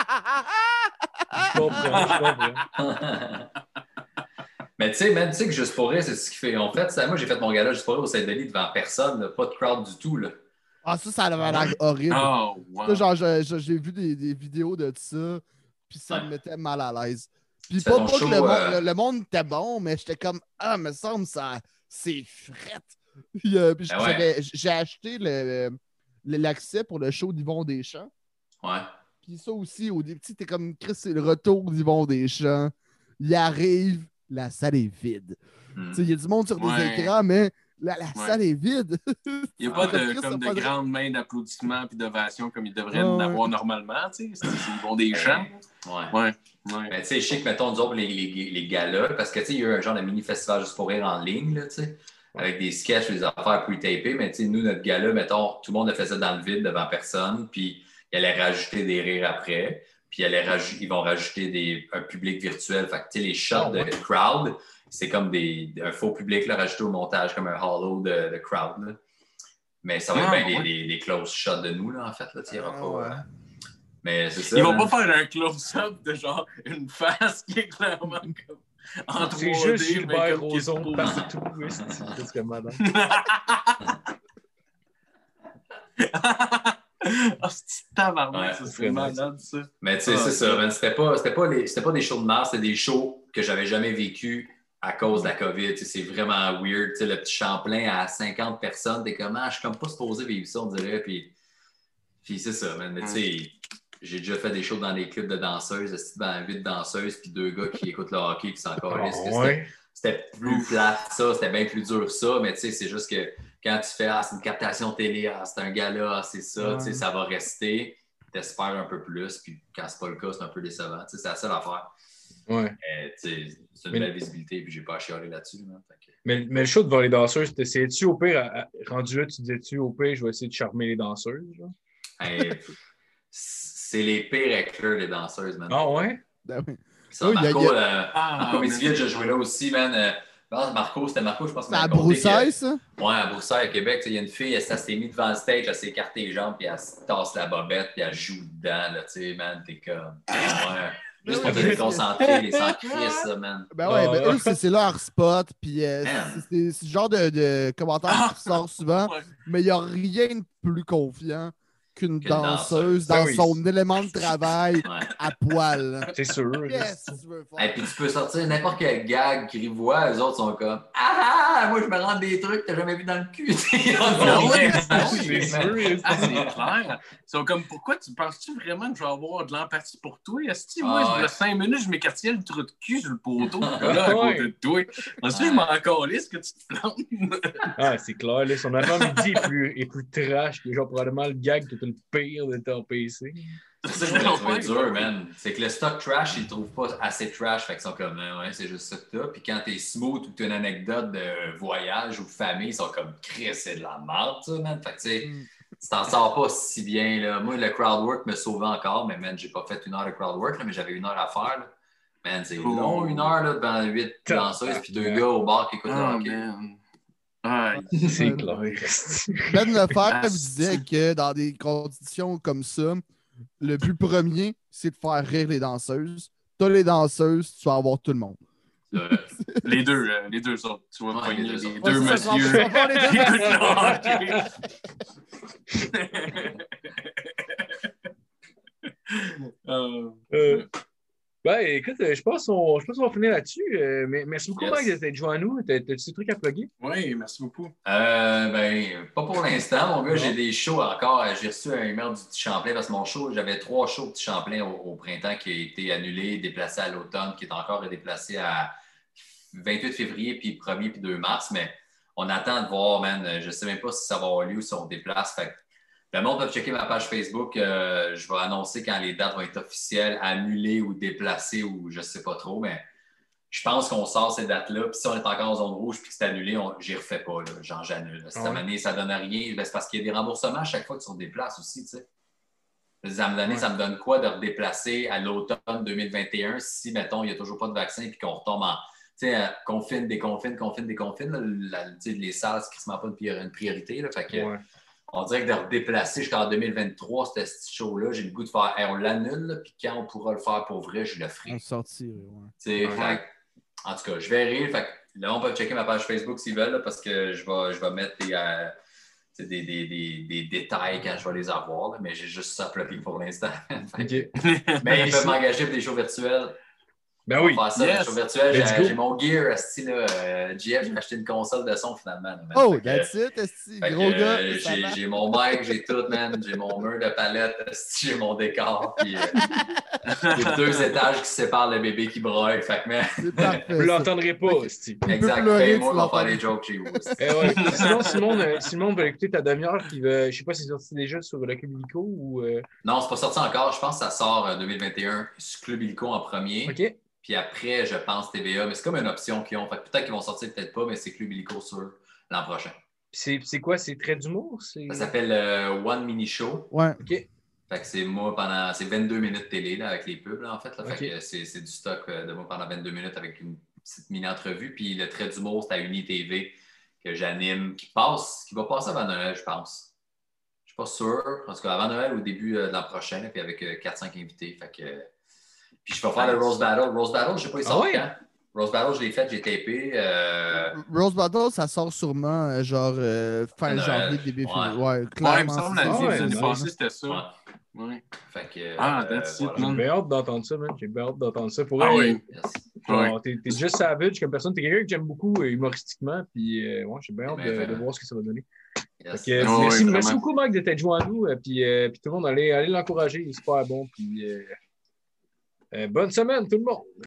Je comprends. Mais tu sais que Juste pour rire, c'est ce qu'il fait. En fait, moi, j'ai fait mon gala Juste pour rire au Saint-Denis devant personne, là, pas de crowd du tout. Là. Ah, ça avait l'air horrible. Oh, wow. Genre, j'ai vu des vidéos de ça, puis ça me mettait mal à l'aise. Puis pas show, que le monde était bon, mais j'étais comme, me semble ça, c'est frette. Puis, j'ai acheté l'accès pour le show d'Yvon Deschamps. Ouais. Puis ça aussi, au début, t'es comme, Chris, c'est le retour d'Yvon Deschamps. Il arrive, la salle est vide. Il y a du monde sur des écrans, mais la salle est vide. Il n'y a pas de grandes mains d'applaudissements et d'ovations comme il devrait en avoir normalement. C'est Yvon Deschamps. Ouais. Mais tu sais, je sais que, mettons, nous autres, les galas, parce que, tu sais, il y a eu un genre de mini-festival Juste pour rire en ligne, là, tu sais, avec des sketchs, des affaires pre-tapées, mais, tu sais, nous, notre gala, mettons, tout le monde le faisait dans le vide devant personne, puis il allait rajouter des rires après, puis ils vont rajouter un public virtuel. Fait que, tu sais, les shots de crowd, c'est comme un faux public, là, rajouté au montage, comme un hollow de crowd, là. Mais ça va être bien des close shots de nous, là, en fait, là, tu iras pas... Mais c'est ça. Ils vont pas faire un close-up de genre une face qui est clairement comme en 3D. C'est juste Gilbert Rozon partout. C'est ce que madame. C'est tabarnak, ça serait malade, ça. Mais tu sais, c'est ça. C'était pas des shows de mars, c'était des shows que j'avais jamais vécu à cause de la COVID. C'est vraiment weird. Le petit Champlain à 50 personnes, t'es comme, je suis comme pas supposé vivre ça, on dirait. Puis c'est ça, man. Mais tu sais, j'ai déjà fait des shows dans des clubs de danseuses, devant 8 danseuses, puis 2 gars qui écoutent le hockey, qui s'en calissent. C'était plus plate, ça, c'était bien plus dur, ça. Mais tu sais, c'est juste que quand tu fais, c'est une captation télé, c'est un gala, c'est ça, tu sais, ça va rester. T'espères un peu plus, puis quand c'est pas le cas, c'est un peu décevant. Tu sais, c'est la seule affaire. Ouais. C'est une belle visibilité, puis j'ai pas à chialer là-dessus. Là, mais le show devant les danseuses, t'essayais-tu au pire, rendu là, tu disais-tu au pire, je vais essayer de charmer les danseuses? Genre? C'est les pires éclairs, les danseuses, man. Ah ouais? Ça, Marco Métivier, j'ai joué là aussi, man. C'était Marco, je pense. C'est à Broussailles, ça? Ouais, à Broussailles, à Québec. Il y a une fille, elle s'est mise devant le stage, elle s'est écartée les jambes, puis elle se tasse la bobette, puis elle joue dedans, là, tu sais, man, t'es comme... Ouais. Juste pour te déconcentrer, les sans-crises, ça, man. Ben ouais, eux, c'est leur spot, puis c'est le genre de commentaire qui sort souvent, mais il n'y a rien de plus confiant qu'une danseuse dans son élément de travail à poil. C'est sûr. Qu'est-ce que tu veux faire? Et puis tu peux sortir n'importe quel gag qui voit, eux autres sont comme moi je me rends des trucs que t'as jamais vu dans le cul. C'est clair. Ils sont comme, pourquoi tu penses-tu vraiment que je vais avoir de l'empathie pour toi? Est-ce que moi, il y a 5 minutes, je m'écartillais le trou de cul sur le poteau, là, à côté de toi. Ensuite, je m'en calisse que tu te plantes. C'est clair. Là, son avant-midi est plus trash que genre probablement le gag que le pire de ton PC. C'est ça que je trouve dur, man. C'est que le stock trash, ils ne trouvent pas assez trash. Fait qu'ils sont comme, c'est juste ça que t'as. Puis quand t'es smooth ou que t'as une anecdote de voyage ou de famille, ils sont comme, Chris, c'est de la merde, ça, man. Fait que tu t'en sors pas si bien, là. Moi, le crowd work me sauvait encore, mais man, j'ai pas fait 1 heure de crowd work, là, mais j'avais 1 heure à faire, là. Man, c'est long, 1 heure, là, devant 8 danseuses, puis 2 gars au bar qui écoutent le hockey. C'est clair. Ben Lefebvre disait que dans des conditions comme ça, le but premier, c'est de faire rire les danseuses. T'as les danseuses, tu vas avoir tout le monde. Les deux autres. Tu vois, les deux messieurs. Ben, écoute, je pense qu'on va finir là-dessus. Mais merci beaucoup, Yes. Mike, d'être joint à nous. T'as-tu des trucs à plugger? Oui, merci beaucoup. Ben, pas pour l'instant, mon gars. Non. J'ai des shows encore. J'ai reçu un email du Petit Champlain parce que mon show, j'avais 3 shows au Petit Champlain au printemps qui a été annulé, déplacé à l'automne, qui est encore déplacé à 28 février, puis 1er, puis 2 mars. Mais on attend de voir, man. Je sais même pas si ça va avoir lieu ou si on déplace. Fait que le monde peut checker ma page Facebook. Je vais annoncer quand les dates vont être officielles, annulées ou déplacées ou je sais pas trop, mais je pense qu'on sort ces dates-là. Puis si on est encore en zone rouge puis que c'est annulé, j'y refais pas. Là. Genre, j'annule. Cette année, ça donne rien. Ben, c'est parce qu'il y a des remboursements à chaque fois que tu te déplaces aussi, tu sais. Ça me donne quoi de redéplacer à l'automne 2021 si, mettons, il n'y a toujours pas de vaccin et qu'on retombe en. Tu sais, confine, déconfine. Les salles, c'est quasiment pas une priorité. Là, fait que, on dirait que de redéplacer jusqu'en 2023, ce show-là, j'ai le goût de faire, on l'annule, puis quand on pourra le faire pour vrai, je le ferai. On sortit, En tout cas, je verrai. Fait que, là, on peut checker ma page Facebook s'ils veulent, là, parce que je vais mettre des détails quand je vais les avoir, là, mais j'ai juste ça plugger pour l'instant. OK. Mais ils peuvent m'engager pour des shows virtuels. Ben oui. Faire ça, Yes. des shows virtuels. Let's go. J'ai mon gear, JF, j'ai acheté une console de son finalement. Là, Oh, fait que, that's it, esti, fait gros que, gars. ça marche. j'ai mon mic, j'ai tout, man. J'ai mon mur de palette, j'ai mon décor. Puis, il y a 2 étages qui séparent le bébé qui broye. Fait que, man, C'est parfait. Vous ça. l'entendrez pas, Steve. exact. pleurer, Paye-moi, tu on va faire l'entends. des jokes chez vous. Eh ouais. Sinon, si le monde veut écouter ta demi-heure, puis je sais pas si c'est sorti déjà sur le Club Illico ou. Non, c'est pas sorti encore. Je pense que ça sort 2021 sur Club Illico en premier. OK. Puis après, je pense TVA. Mais c'est comme une option qu'ils ont. Fait que peut-être qu'ils vont sortir, peut-être pas, mais c'est Club Illico sur l'an prochain. C'est quoi? C'est Trait d'humour? Ça s'appelle One Mini Show. Ouais. OK. Fait que c'est moi pendant. C'est 22 minutes de télé là, avec les pubs, là, en fait. Là. OK. Fait que c'est du stock de moi pendant 22 minutes avec une petite mini-entrevue. Puis le Trait d'humour, c'est à UniTV que j'anime, qui va passer avant Noël, je pense. Je suis pas sûr. En tout cas, avant Noël ou au début de l'an prochain, là, puis avec 4-5 invités. Fait que. Puis je vais faire le Rose Battle. Rose Battle, je sais pas, il sort quand. Rose Battle, je l'ai fait, j'ai tapé. Rose Battle, ça sort sûrement fin Noël. janvier, début février. Ouais, Ouais, il me clairement. semble c'est la ça. vie ouais, de l'année nice. passée, c'était ça. Ouais. Ouais. Fait que. That's it, voilà. J'ai man. bien hâte d'entendre ça, man. J'ai bien hâte d'entendre ça. Pour Ah vrai, oui. Yes. genre, t'es juste savage comme personne. T'es quelqu'un que j'aime beaucoup humoristiquement. Puis, ouais, j'ai bien hâte de voir ce que ça va donner. Yes. Fait que, Ah merci oui, vraiment. beaucoup, Mike, de t'être joint à nous. Puis tout le monde, allez l'encourager. Il est super bon. Puis, bonne semaine, tout le monde.